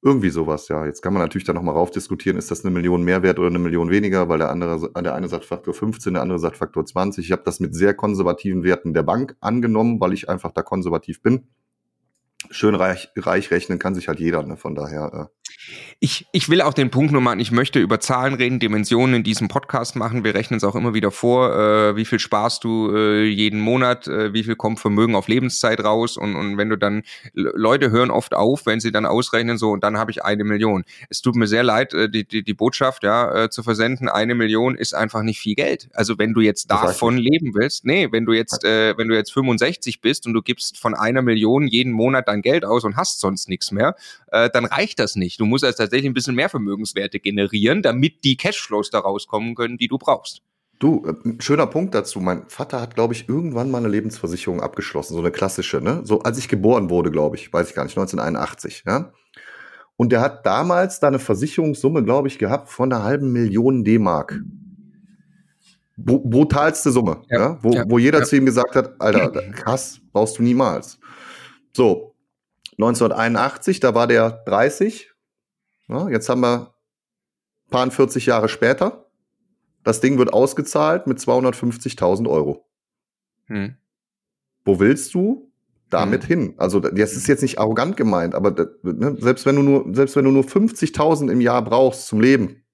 Irgendwie sowas, ja. Jetzt kann man natürlich da nochmal rauf diskutieren, ist das eine Million mehr wert oder eine Million weniger, weil der andere, der eine sagt Faktor fünfzehn, der andere sagt Faktor zwanzig. Ich habe das mit sehr konservativen Werten der Bank angenommen, weil ich einfach da konservativ bin. Schön reich, reich rechnen kann sich halt jeder, ne? Von daher. Äh. Ich, ich will auch den Punkt nur machen, ich möchte über Zahlen reden, Dimensionen in diesem Podcast machen. Wir rechnen es auch immer wieder vor, äh, wie viel sparst du äh, jeden Monat, äh, wie viel kommt Vermögen auf Lebenszeit raus und, und wenn du dann, Leute hören oft auf, wenn sie dann ausrechnen so und dann habe ich eine Million. Es tut mir sehr leid, äh, die, die, die Botschaft ja äh, zu versenden, eine Million ist einfach nicht viel Geld. Also wenn du jetzt davon leben willst, nee, wenn du jetzt, äh, wenn du jetzt fünfundsechzig bist und du gibst von einer Million jeden Monat dein Geld aus und hast sonst nichts mehr, äh, dann reicht das nicht. Du musst jetzt tatsächlich ein bisschen mehr Vermögenswerte generieren, damit die Cashflows da rauskommen können, die du brauchst. Du, ein schöner Punkt dazu. Mein Vater hat, glaube ich, irgendwann mal eine Lebensversicherung abgeschlossen, so eine klassische, ne? So als ich geboren wurde, glaube ich, weiß ich gar nicht, neunzehnhunderteinundachtzig, ja? Und der hat damals da eine Versicherungssumme, glaube ich, gehabt von einer halben Million D-Mark. Br- brutalste Summe, ja, ja? Wo, ja, wo jeder ja. zu ihm gesagt hat, Alter, krass, brauchst du niemals. So, neunzehnhunderteinundachtzig, da war der dreißig. Ja, jetzt haben wir ein paar vierzig Jahre später. Das Ding wird ausgezahlt mit zweihundertfünfzigtausend Euro. Hm. Wo willst du damit hm. hin? Also das ist jetzt nicht arrogant gemeint, aber ne, selbst wenn du nur, selbst wenn du nur fünfzigtausend im Jahr brauchst zum Leben,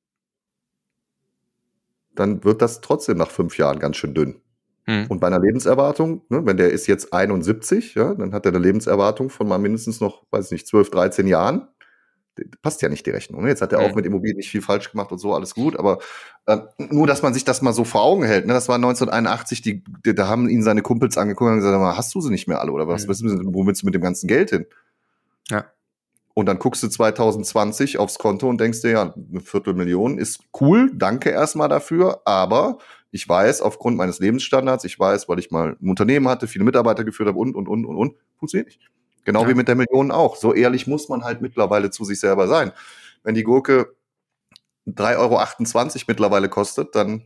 dann wird das trotzdem nach fünf Jahren ganz schön dünn. Hm. Und bei einer Lebenserwartung, ne, wenn der ist jetzt einundsiebzig, ja, dann hat er eine Lebenserwartung von mal mindestens noch, weiß ich nicht, zwölf, dreizehn Jahren. Passt ja nicht die Rechnung. Ne? Jetzt hat er auch mit Immobilien nicht viel falsch gemacht und so, alles gut, aber äh, nur, dass man sich das mal so vor Augen hält. Ne? Das war neunzehnhunderteinundachtzig, die, die, da haben ihn seine Kumpels angeguckt und gesagt, hast du sie nicht mehr alle oder was? Mhm. Wo willst du mit dem ganzen Geld hin? Ja. Und dann guckst du zwanzig zwanzig aufs Konto und denkst dir, ja, eine Viertelmillion ist cool, danke erstmal dafür, aber ich weiß, aufgrund meines Lebensstandards, ich weiß, weil ich mal ein Unternehmen hatte, viele Mitarbeiter geführt habe und, und, und, und, und, funktioniert nicht. Genau ja. wie mit der Million auch. So ehrlich muss man halt mittlerweile zu sich selber sein. Wenn die Gurke drei Euro achtundzwanzig mittlerweile kostet, dann...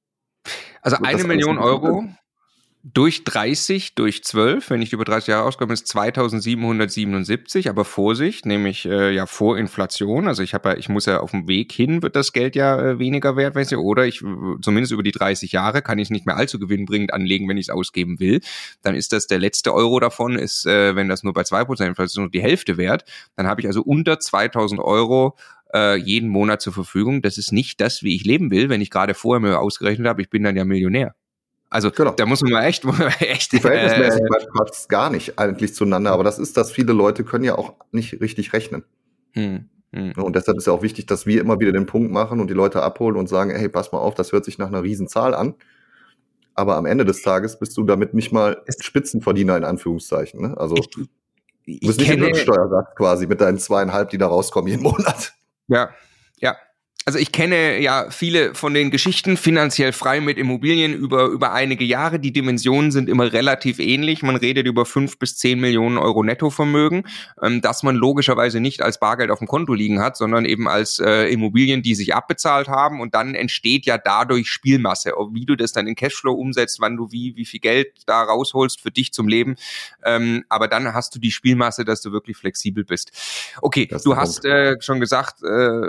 Also eine Million Euro durch dreißig, durch zwölf, wenn ich über dreißig Jahre auskomme, ist zweitausendsiebenhundertsiebenundsiebzig. Aber Vorsicht, nämlich äh, ja vor Inflation. Also ich habe ja, ich muss ja auf dem Weg hin, wird das Geld ja äh, weniger wert, wenn ich, oder ich zumindest über die dreißig Jahre kann ich es nicht mehr allzu gewinnbringend anlegen, wenn ich es ausgeben will. Dann ist das der letzte Euro davon, ist, äh, wenn das nur bei zwei Prozent Inflation nur die Hälfte wert, dann habe ich also unter zweitausend Euro äh, jeden Monat zur Verfügung. Das ist nicht das, wie ich leben will, wenn ich gerade vorher mir ausgerechnet habe, ich bin dann ja Millionär. Also genau. Da muss man mal echt, muss man echt die Verhältnismäßigkeit äh, passt gar nicht eigentlich zueinander, aber das ist, dass viele Leute können ja auch nicht richtig rechnen. Hm, hm. Und deshalb ist ja auch wichtig, dass wir immer wieder den Punkt machen und die Leute abholen und sagen, hey, pass mal auf, das hört sich nach einer Riesenzahl an, aber am Ende des Tages bist du damit nicht mal Spitzenverdiener in Anführungszeichen. Ne? Also ich, ich du bist nicht im Steuersatz quasi mit deinen zweieinhalb, die da rauskommen jeden Monat. Ja, ja. Also ich kenne ja viele von den Geschichten, finanziell frei mit Immobilien über über einige Jahre. Die Dimensionen sind immer relativ ähnlich. Man redet über fünf bis zehn Millionen Euro Nettovermögen, ähm, das man logischerweise nicht als Bargeld auf dem Konto liegen hat, sondern eben als äh, Immobilien, die sich abbezahlt haben. Und dann entsteht ja dadurch Spielmasse. Wie du das dann in Cashflow umsetzt, wann du wie wie viel Geld da rausholst für dich zum Leben. Ähm, aber dann hast du die Spielmasse, dass du wirklich flexibel bist. Okay, du hast äh, schon gesagt,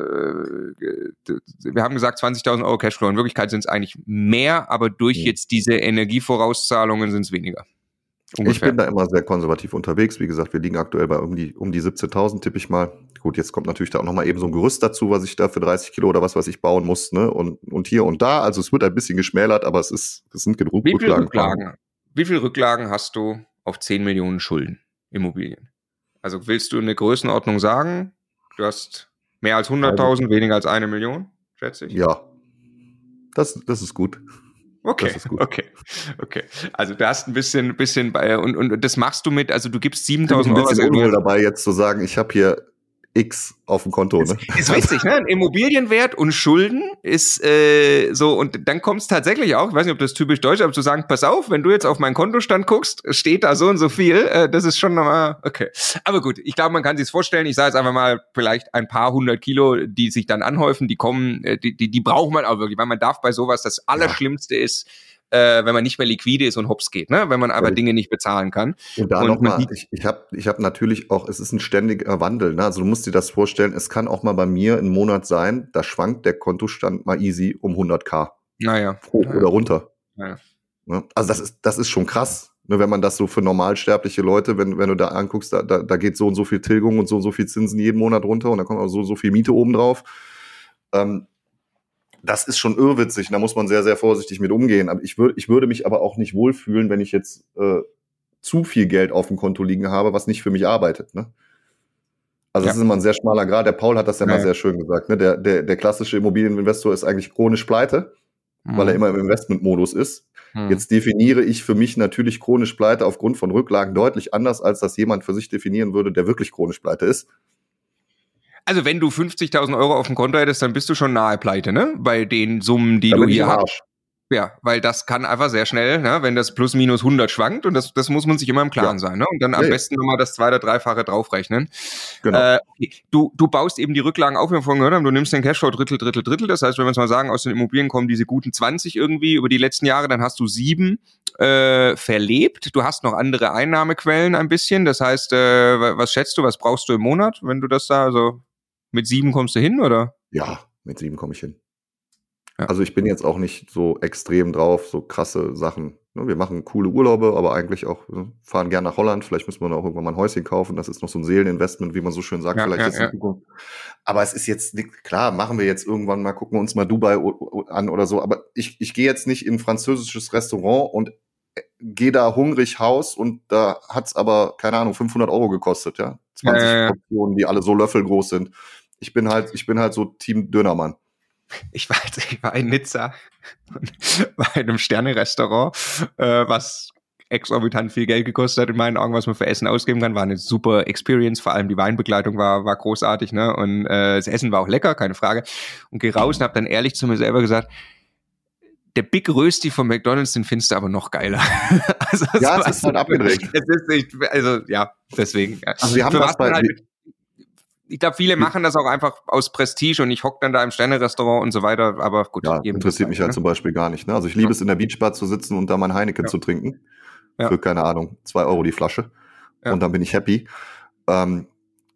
äh, wir haben gesagt zwanzigtausend Euro Cashflow. In Wirklichkeit sind es eigentlich mehr, aber durch ja. jetzt diese Energievorauszahlungen sind es weniger. Ungefähr. Ich bin da immer sehr konservativ unterwegs. Wie gesagt, wir liegen aktuell bei um die, um die siebzehntausend, tippe ich mal. Gut, jetzt kommt natürlich da auch nochmal eben so ein Gerüst dazu, was ich da für dreißig Kilo oder was weiß ich bauen muss, ne? Und, und hier und da. Also es wird ein bisschen geschmälert, aber es ist, es sind genug Wie Rücklagen. Rücklagen. Wie viel Rücklagen hast du auf zehn Millionen Schulden, Immobilien? Also willst du eine Größenordnung sagen? Du hast mehr als hunderttausend, weniger als eine Million, schätze ich? Ja, das, das ist gut. Okay, das ist gut. okay, okay. Also du hast ein bisschen, bisschen bei, und, und das machst du mit, also du gibst siebentausend Euro. Ich bin ein bisschen unwohl dabei, jetzt zu sagen, ich habe hier X auf dem Konto. Ne? Ist, ist witzig, ne? Ein Immobilienwert und Schulden ist äh, so, und dann kommt es tatsächlich auch, ich weiß nicht, ob das typisch deutsch ist, aber zu sagen, pass auf, wenn du jetzt auf meinen Kontostand guckst, steht da so und so viel, äh, das ist schon nochmal, okay. Aber gut, ich glaube, man kann sich's vorstellen, ich sage jetzt einfach mal, vielleicht ein paar hundert Kilo, die sich dann anhäufen, die kommen, äh, die, die, die braucht man auch wirklich, weil man darf bei sowas, das Allerschlimmste ist, äh, wenn man nicht mehr liquide ist und hops geht, ne? Wenn man aber ja. Dinge nicht bezahlen kann. Und da nochmal, ich, ich habe ich hab natürlich auch, es ist ein ständiger Wandel, ne? Also du musst dir das vorstellen, es kann auch mal bei mir ein Monat sein, da schwankt der Kontostand mal easy um hunderttausend. Naja. Hoch naja. oder runter. Naja. Ne? Also das ist, das ist schon krass. Ne, wenn man das so für normalsterbliche Leute, wenn, wenn du da anguckst, da, da, da geht so und so viel Tilgung und so und so viel Zinsen jeden Monat runter und da kommt auch so und so viel Miete oben drauf. Ähm, das ist schon irrwitzig, da muss man sehr, sehr vorsichtig mit umgehen. Aber ich, würd, ich würde mich aber auch nicht wohlfühlen, wenn ich jetzt äh, zu viel Geld auf dem Konto liegen habe, was nicht für mich arbeitet. Ne? Also das ja. ist immer ein sehr schmaler Grad. Der Paul hat das ja, ja mal sehr schön gesagt. Ne? Der, der, der klassische Immobilieninvestor ist eigentlich chronisch pleite, mhm. weil er immer im Investmentmodus ist. Jetzt definiere ich für mich natürlich chronisch pleite aufgrund von Rücklagen deutlich anders, als das jemand für sich definieren würde, der wirklich chronisch pleite ist. Also wenn du fünfzigtausend Euro auf dem Konto hättest, dann bist du schon nahe pleite, ne? Bei den Summen, die da du hier hast. Ja, weil das kann einfach sehr schnell, ne, wenn das plus minus hundert schwankt und das, das muss man sich immer im Klaren ja. sein, ne? Und dann am ja, besten nochmal das zwei- oder dreifache draufrechnen. Genau. Äh, du, du baust eben die Rücklagen auf, wie wir vorhin gehört haben, du nimmst den Cashflow Drittel, Drittel, Drittel. Das heißt, wenn wir uns mal sagen, aus den Immobilien kommen diese guten zwanzig irgendwie über die letzten Jahre, dann hast du sieben äh, verlebt. Du hast noch andere Einnahmequellen ein bisschen. Das heißt, äh, was schätzt du, was brauchst du im Monat, wenn du das da, also mit sieben kommst du hin, oder? Ja, mit sieben komme ich hin. Ja. Also ich bin jetzt auch nicht so extrem drauf, so krasse Sachen. Wir machen coole Urlaube, aber eigentlich auch fahren gern nach Holland. Vielleicht müssen wir auch irgendwann mal ein Häuschen kaufen. Das ist noch so ein Seeleninvestment, wie man so schön sagt. Ja, vielleicht ja, ist es ja. Aber es ist jetzt nicht, klar, machen wir jetzt irgendwann mal, gucken wir uns mal Dubai an oder so. Aber ich, ich gehe jetzt nicht in ein französisches Restaurant und gehe da hungrig Haus und da hat's aber, keine Ahnung, fünfhundert Euro gekostet, ja. zwanzig ja, ja. Portionen, die alle so löffelgroß sind. Ich bin halt, ich bin halt so Team Dönermann. Ich war, ich war in Nizza bei einem Sterne-Restaurant, äh, was exorbitant viel Geld gekostet hat, in meinen Augen, was man für Essen ausgeben kann, war eine super Experience, vor allem die Weinbegleitung war war großartig, ne, und äh, das Essen war auch lecker, keine Frage, und geh raus und hab dann ehrlich zu mir selber gesagt, der Big Rösti von McDonald's, den findest du aber noch geiler. Also, ja, es ist halt abgedreht. Es ist nicht, also, ja, deswegen. Ja. Also wir haben das bei... Halt, ich glaube, viele machen das auch einfach aus Prestige und ich hocke dann da im Sterne-Restaurant und so weiter, aber gut. Ja, interessiert mich halt ne? zum Beispiel gar nicht. Ne? Also ich liebe ja. es, in der Beachbar zu sitzen und da mein Heineken ja. zu trinken. Ja. Für, keine Ahnung, zwei Euro die Flasche. Ja. Und dann bin ich happy. Ähm,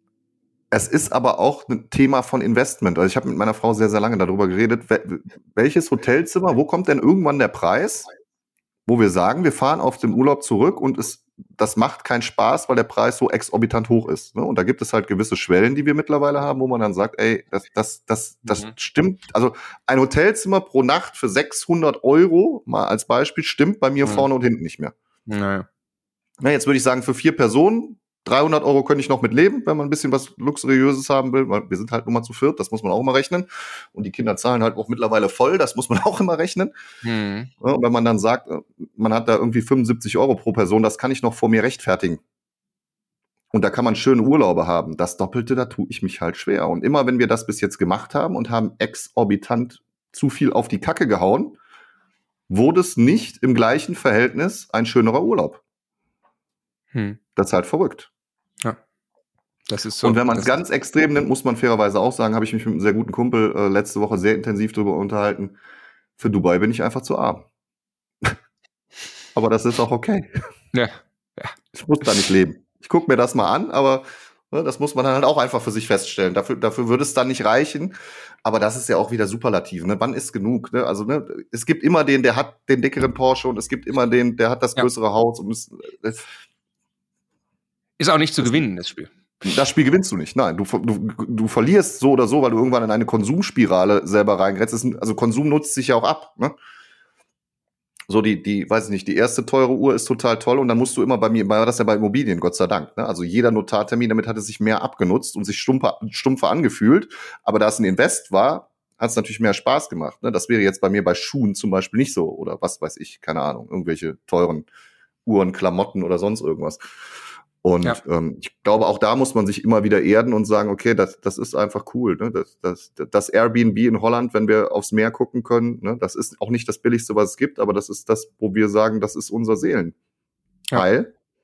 es ist aber auch ein Thema von Investment. Also ich habe mit meiner Frau sehr, sehr lange darüber geredet. Welches Hotelzimmer, wo kommt denn irgendwann der Preis, wo wir sagen, wir fahren auf den Urlaub zurück und es das macht keinen Spaß, weil der Preis so exorbitant hoch ist. Ne? Und da gibt es halt gewisse Schwellen, die wir mittlerweile haben, wo man dann sagt, ey, das, das, das, das mhm. stimmt. Also ein Hotelzimmer pro Nacht für sechshundert Euro, mal als Beispiel, stimmt bei mir mhm. vorne und hinten nicht mehr. Naja. Na, jetzt würde ich sagen, für vier Personen, dreihundert Euro könnte ich noch mit leben, wenn man ein bisschen was Luxuriöses haben will, weil wir sind halt nur mal zu viert, das muss man auch immer rechnen. Und die Kinder zahlen halt auch mittlerweile voll, das muss man auch immer rechnen. Mhm. Ja, und wenn man dann sagt, man hat da irgendwie fünfundsiebzig Euro pro Person, das kann ich noch vor mir rechtfertigen. Und da kann man schöne Urlaube haben. Das Doppelte, da tue ich mich halt schwer. Und immer, wenn wir das bis jetzt gemacht haben und haben exorbitant zu viel auf die Kacke gehauen, wurde es nicht im gleichen Verhältnis ein schönerer Urlaub. Hm. Das ist halt verrückt. Ja, das ist so. Und wenn man es ganz extrem nimmt, muss man fairerweise auch sagen, habe ich mich mit einem sehr guten Kumpel äh, letzte Woche sehr intensiv darüber unterhalten. Für Dubai bin ich einfach zu arm. Aber das ist auch okay. Ja. ja. Ich muss da nicht leben. Ich gucke mir das mal an, aber ne, das muss man dann halt auch einfach für sich feststellen. Dafür, dafür würde es dann nicht reichen. Aber das ist ja auch wieder superlativ. Ne? Wann ist genug? Ne? Also ne, es gibt immer den, der hat den dickeren Porsche und es gibt immer den, der hat das größere ja. Haus. Und es, äh, Ist auch nicht zu gewinnen, das Spiel. Das Spiel gewinnst du nicht. Nein, du, du, du verlierst so oder so, weil du irgendwann in eine Konsumspirale selber reingrätst. Also Konsum nutzt sich ja auch ab. Ne? So die, die, weiß ich nicht, die erste teure Uhr ist total toll und dann musst du immer bei mir, war das ja bei Immobilien, Gott sei Dank. Ne? Also jeder Notartermin, damit hat es sich mehr abgenutzt und sich stumpfer, stumpfer angefühlt. Aber da es ein Invest war, hat es natürlich mehr Spaß gemacht. Ne? Das wäre jetzt bei mir bei Schuhen zum Beispiel nicht so. Oder was weiß ich, keine Ahnung, irgendwelche teuren Uhren, Klamotten oder sonst irgendwas. Und ja. ähm, ich glaube, auch da muss man sich immer wieder erden und sagen, okay, das, das ist einfach cool. Ne? Das, das, das Airbnb in Holland, wenn wir aufs Meer gucken können, ne? Das ist auch nicht das Billigste, was es gibt, aber das ist das, wo wir sagen, das ist unser Seelenheil. Ja.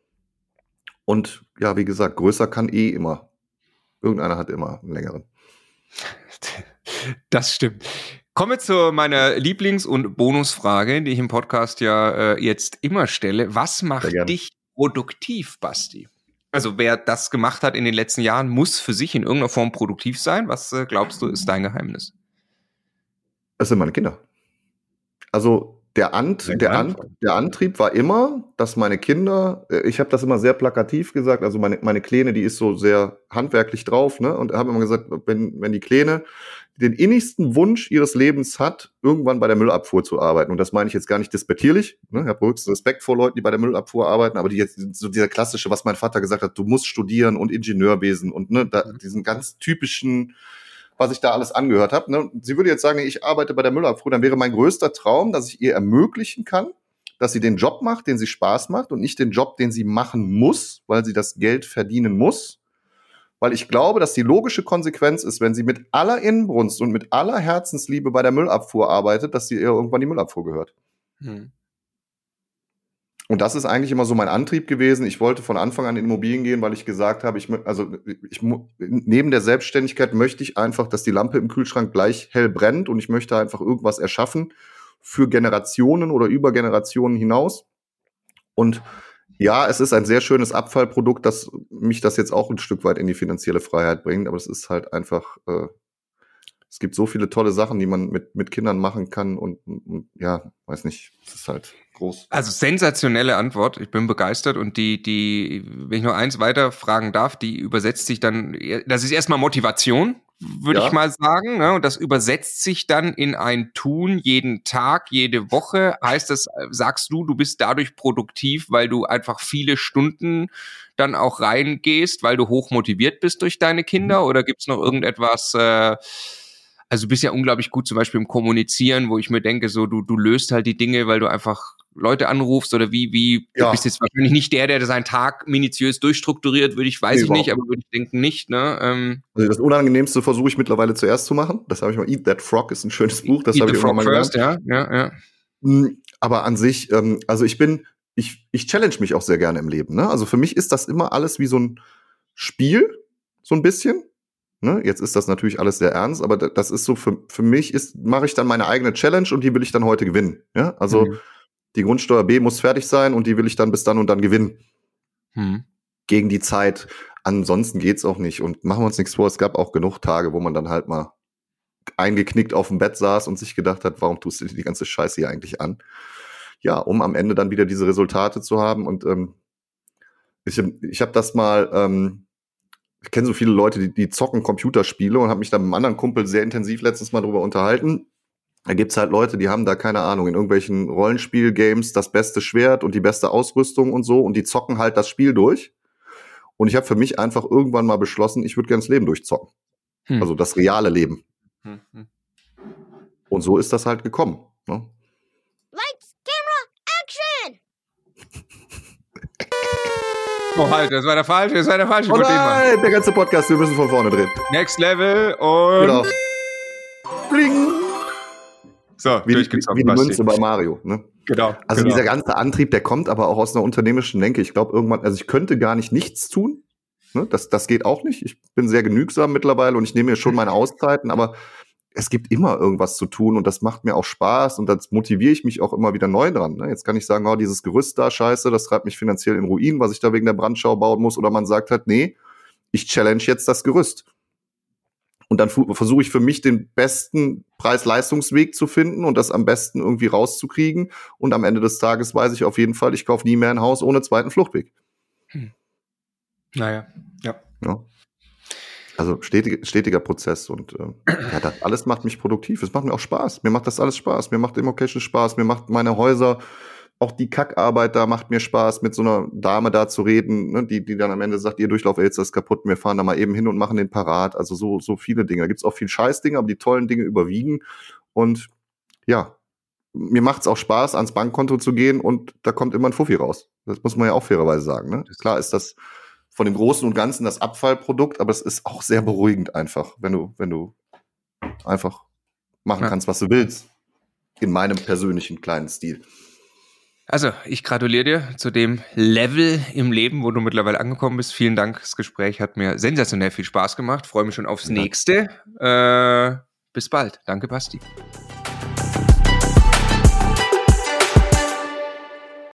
Und ja, wie gesagt, größer kann eh immer. Irgendeiner hat immer einen längeren. Das stimmt. Kommen wir zu meiner Lieblings- und Bonusfrage, die ich im Podcast ja äh, jetzt immer stelle. Was macht dich produktiv, Basti? Also wer das gemacht hat in den letzten Jahren, muss für sich in irgendeiner Form produktiv sein. Was äh, glaubst du, ist dein Geheimnis? Das sind meine Kinder. Also der, Ant, der, Ant, der Antrieb war immer, dass meine Kinder, ich habe das immer sehr plakativ gesagt, also meine, meine Kleine, die ist so sehr handwerklich drauf, ne? Und habe immer gesagt, wenn, wenn die Kleine den innigsten Wunsch ihres Lebens hat, irgendwann bei der Müllabfuhr zu arbeiten. Und das meine ich jetzt gar nicht despektierlich. Ne? Ich habe höchsten Respekt vor Leuten, die bei der Müllabfuhr arbeiten, aber die jetzt so dieser klassische, was mein Vater gesagt hat, du musst studieren und Ingenieurwesen und ne, da, diesen ganz typischen, was ich da alles angehört habe. Ne? Sie würde jetzt sagen, ich arbeite bei der Müllabfuhr, dann wäre mein größter Traum, dass ich ihr ermöglichen kann, dass sie den Job macht, den sie Spaß macht und nicht den Job, den sie machen muss, weil sie das Geld verdienen muss. Weil ich glaube, dass die logische Konsequenz ist, wenn sie mit aller Inbrunst und mit aller Herzensliebe bei der Müllabfuhr arbeitet, dass sie ihr irgendwann die Müllabfuhr gehört. Hm. Und das ist eigentlich immer so mein Antrieb gewesen. Ich wollte von Anfang an in Immobilien gehen, weil ich gesagt habe, ich, also ich, neben der Selbstständigkeit möchte ich einfach, dass die Lampe im Kühlschrank gleich hell brennt und ich möchte einfach irgendwas erschaffen für Generationen oder über Generationen hinaus. Und ja, es ist ein sehr schönes Abfallprodukt, dass mich das jetzt auch ein Stück weit in die finanzielle Freiheit bringt, aber es ist halt einfach, äh, es gibt so viele tolle Sachen, die man mit, mit Kindern machen kann und, und, und ja, weiß nicht, es ist halt groß. Also sensationelle Antwort, ich bin begeistert und die, die, wenn ich noch eins weiter fragen darf, die übersetzt sich dann, das ist erstmal Motivation, würde ja. ich mal sagen, ne? Und das übersetzt sich dann in ein Tun jeden Tag, jede Woche. Heißt das, sagst du, du bist dadurch produktiv, weil du einfach viele Stunden dann auch reingehst, weil du hoch motiviert bist durch deine Kinder? Oder gibt's noch irgendetwas, äh, also du bist ja unglaublich gut zum Beispiel im Kommunizieren, wo ich mir denke, so du, du löst halt die Dinge, weil du einfach Leute anrufst oder wie, wie, ja. Du bist jetzt wahrscheinlich nicht der, der seinen Tag minutiös durchstrukturiert, würde ich, weiß nee, ich nicht, aber würde ich denken nicht, ne? Ähm, also das Unangenehmste versuche ich mittlerweile zuerst zu machen. Das habe ich mal, Eat That Frog ist ein schönes Buch, das habe ich irgendwann mal gelernt. Ja, ja, ja. Aber an sich, ähm, also ich bin, ich, ich challenge mich auch sehr gerne im Leben, ne? Also für mich ist das immer alles wie so ein Spiel, so ein bisschen. Ne? Jetzt ist das natürlich alles sehr ernst, aber das ist so, für, für mich ist, mache ich dann meine eigene Challenge und die will ich dann heute gewinnen. Ja? Also mhm. Die Grundsteuer B muss fertig sein und die will ich dann bis dann und dann gewinnen. Mhm. Gegen die Zeit. Ansonsten geht's auch nicht. Und machen wir uns nichts vor, es gab auch genug Tage, wo man dann halt mal eingeknickt auf dem Bett saß und sich gedacht hat, warum tust du dir die ganze Scheiße hier eigentlich an? Ja, um am Ende dann wieder diese Resultate zu haben. Und ähm, ich, ich habe das mal, ähm, ich kenne so viele Leute, die, die zocken Computerspiele und habe mich da mit einem anderen Kumpel sehr intensiv letztens mal drüber unterhalten. Da gibt's halt Leute, die haben da, keine Ahnung, in irgendwelchen Rollenspiel-Games das beste Schwert und die beste Ausrüstung und so und die zocken halt das Spiel durch. Und ich habe für mich einfach irgendwann mal beschlossen, ich würde gerne das Leben durchzocken. Hm. Also das reale Leben. Hm, hm. Und so ist das halt gekommen. Ne? Lights, Camera, Action! Oh halt, das war der falsche, das war der falsche. Oh nein, der ganze Podcast, wir müssen von vorne drehen. Next Level und... Genau. Bling! So, wie, wie, wie die Münze bei Mario, ne? Genau. Also genau. dieser ganze Antrieb, der kommt aber auch aus einer unternehmerischen Denke. Ich glaube irgendwann, also ich könnte gar nicht nichts tun. Ne? Das, das geht auch nicht. Ich bin sehr genügsam mittlerweile und ich nehme mir schon meine Auszeiten, aber es gibt immer irgendwas zu tun und das macht mir auch Spaß und das motiviere ich mich auch immer wieder neu dran. Ne? Jetzt kann ich sagen, oh, dieses Gerüst da, scheiße, das treibt mich finanziell in Ruin, was ich da wegen der Brandschau bauen muss. Oder man sagt halt, nee, ich challenge jetzt das Gerüst. Und dann versuche ich für mich den besten Preis-Leistungsweg zu finden und das am besten irgendwie rauszukriegen. Und am Ende des Tages weiß ich auf jeden Fall, ich kaufe nie mehr ein Haus ohne zweiten Fluchtweg. Hm. Naja, ja. ja. Also stetig, stetiger Prozess und äh, ja, das alles macht mich produktiv. Es macht mir auch Spaß. Mir macht das alles Spaß. Mir macht Immocation Spaß. Mir macht meine Häuser, auch die Kackarbeit da macht mir Spaß, mit so einer Dame da zu reden, ne, die die dann am Ende sagt, ihr Durchlaufelster ist kaputt, wir fahren da mal eben hin und machen den parat. Also so so viele Dinge. Da gibt's auch viel Scheißdinge, aber die tollen Dinge überwiegen. Und ja, mir macht's auch Spaß, ans Bankkonto zu gehen und da kommt immer ein Fuffi raus. Das muss man ja auch fairerweise sagen. Ne? Klar ist das von dem Großen und Ganzen das Abfallprodukt, aber es ist auch sehr beruhigend einfach, wenn du wenn du einfach machen ja. kannst, was du willst. In meinem persönlichen kleinen Stil. Also, ich gratuliere dir zu dem Level im Leben, wo du mittlerweile angekommen bist. Vielen Dank, das Gespräch hat mir sensationell viel Spaß gemacht. Freue mich schon aufs nächste. Äh, Bis bald. Danke, Basti.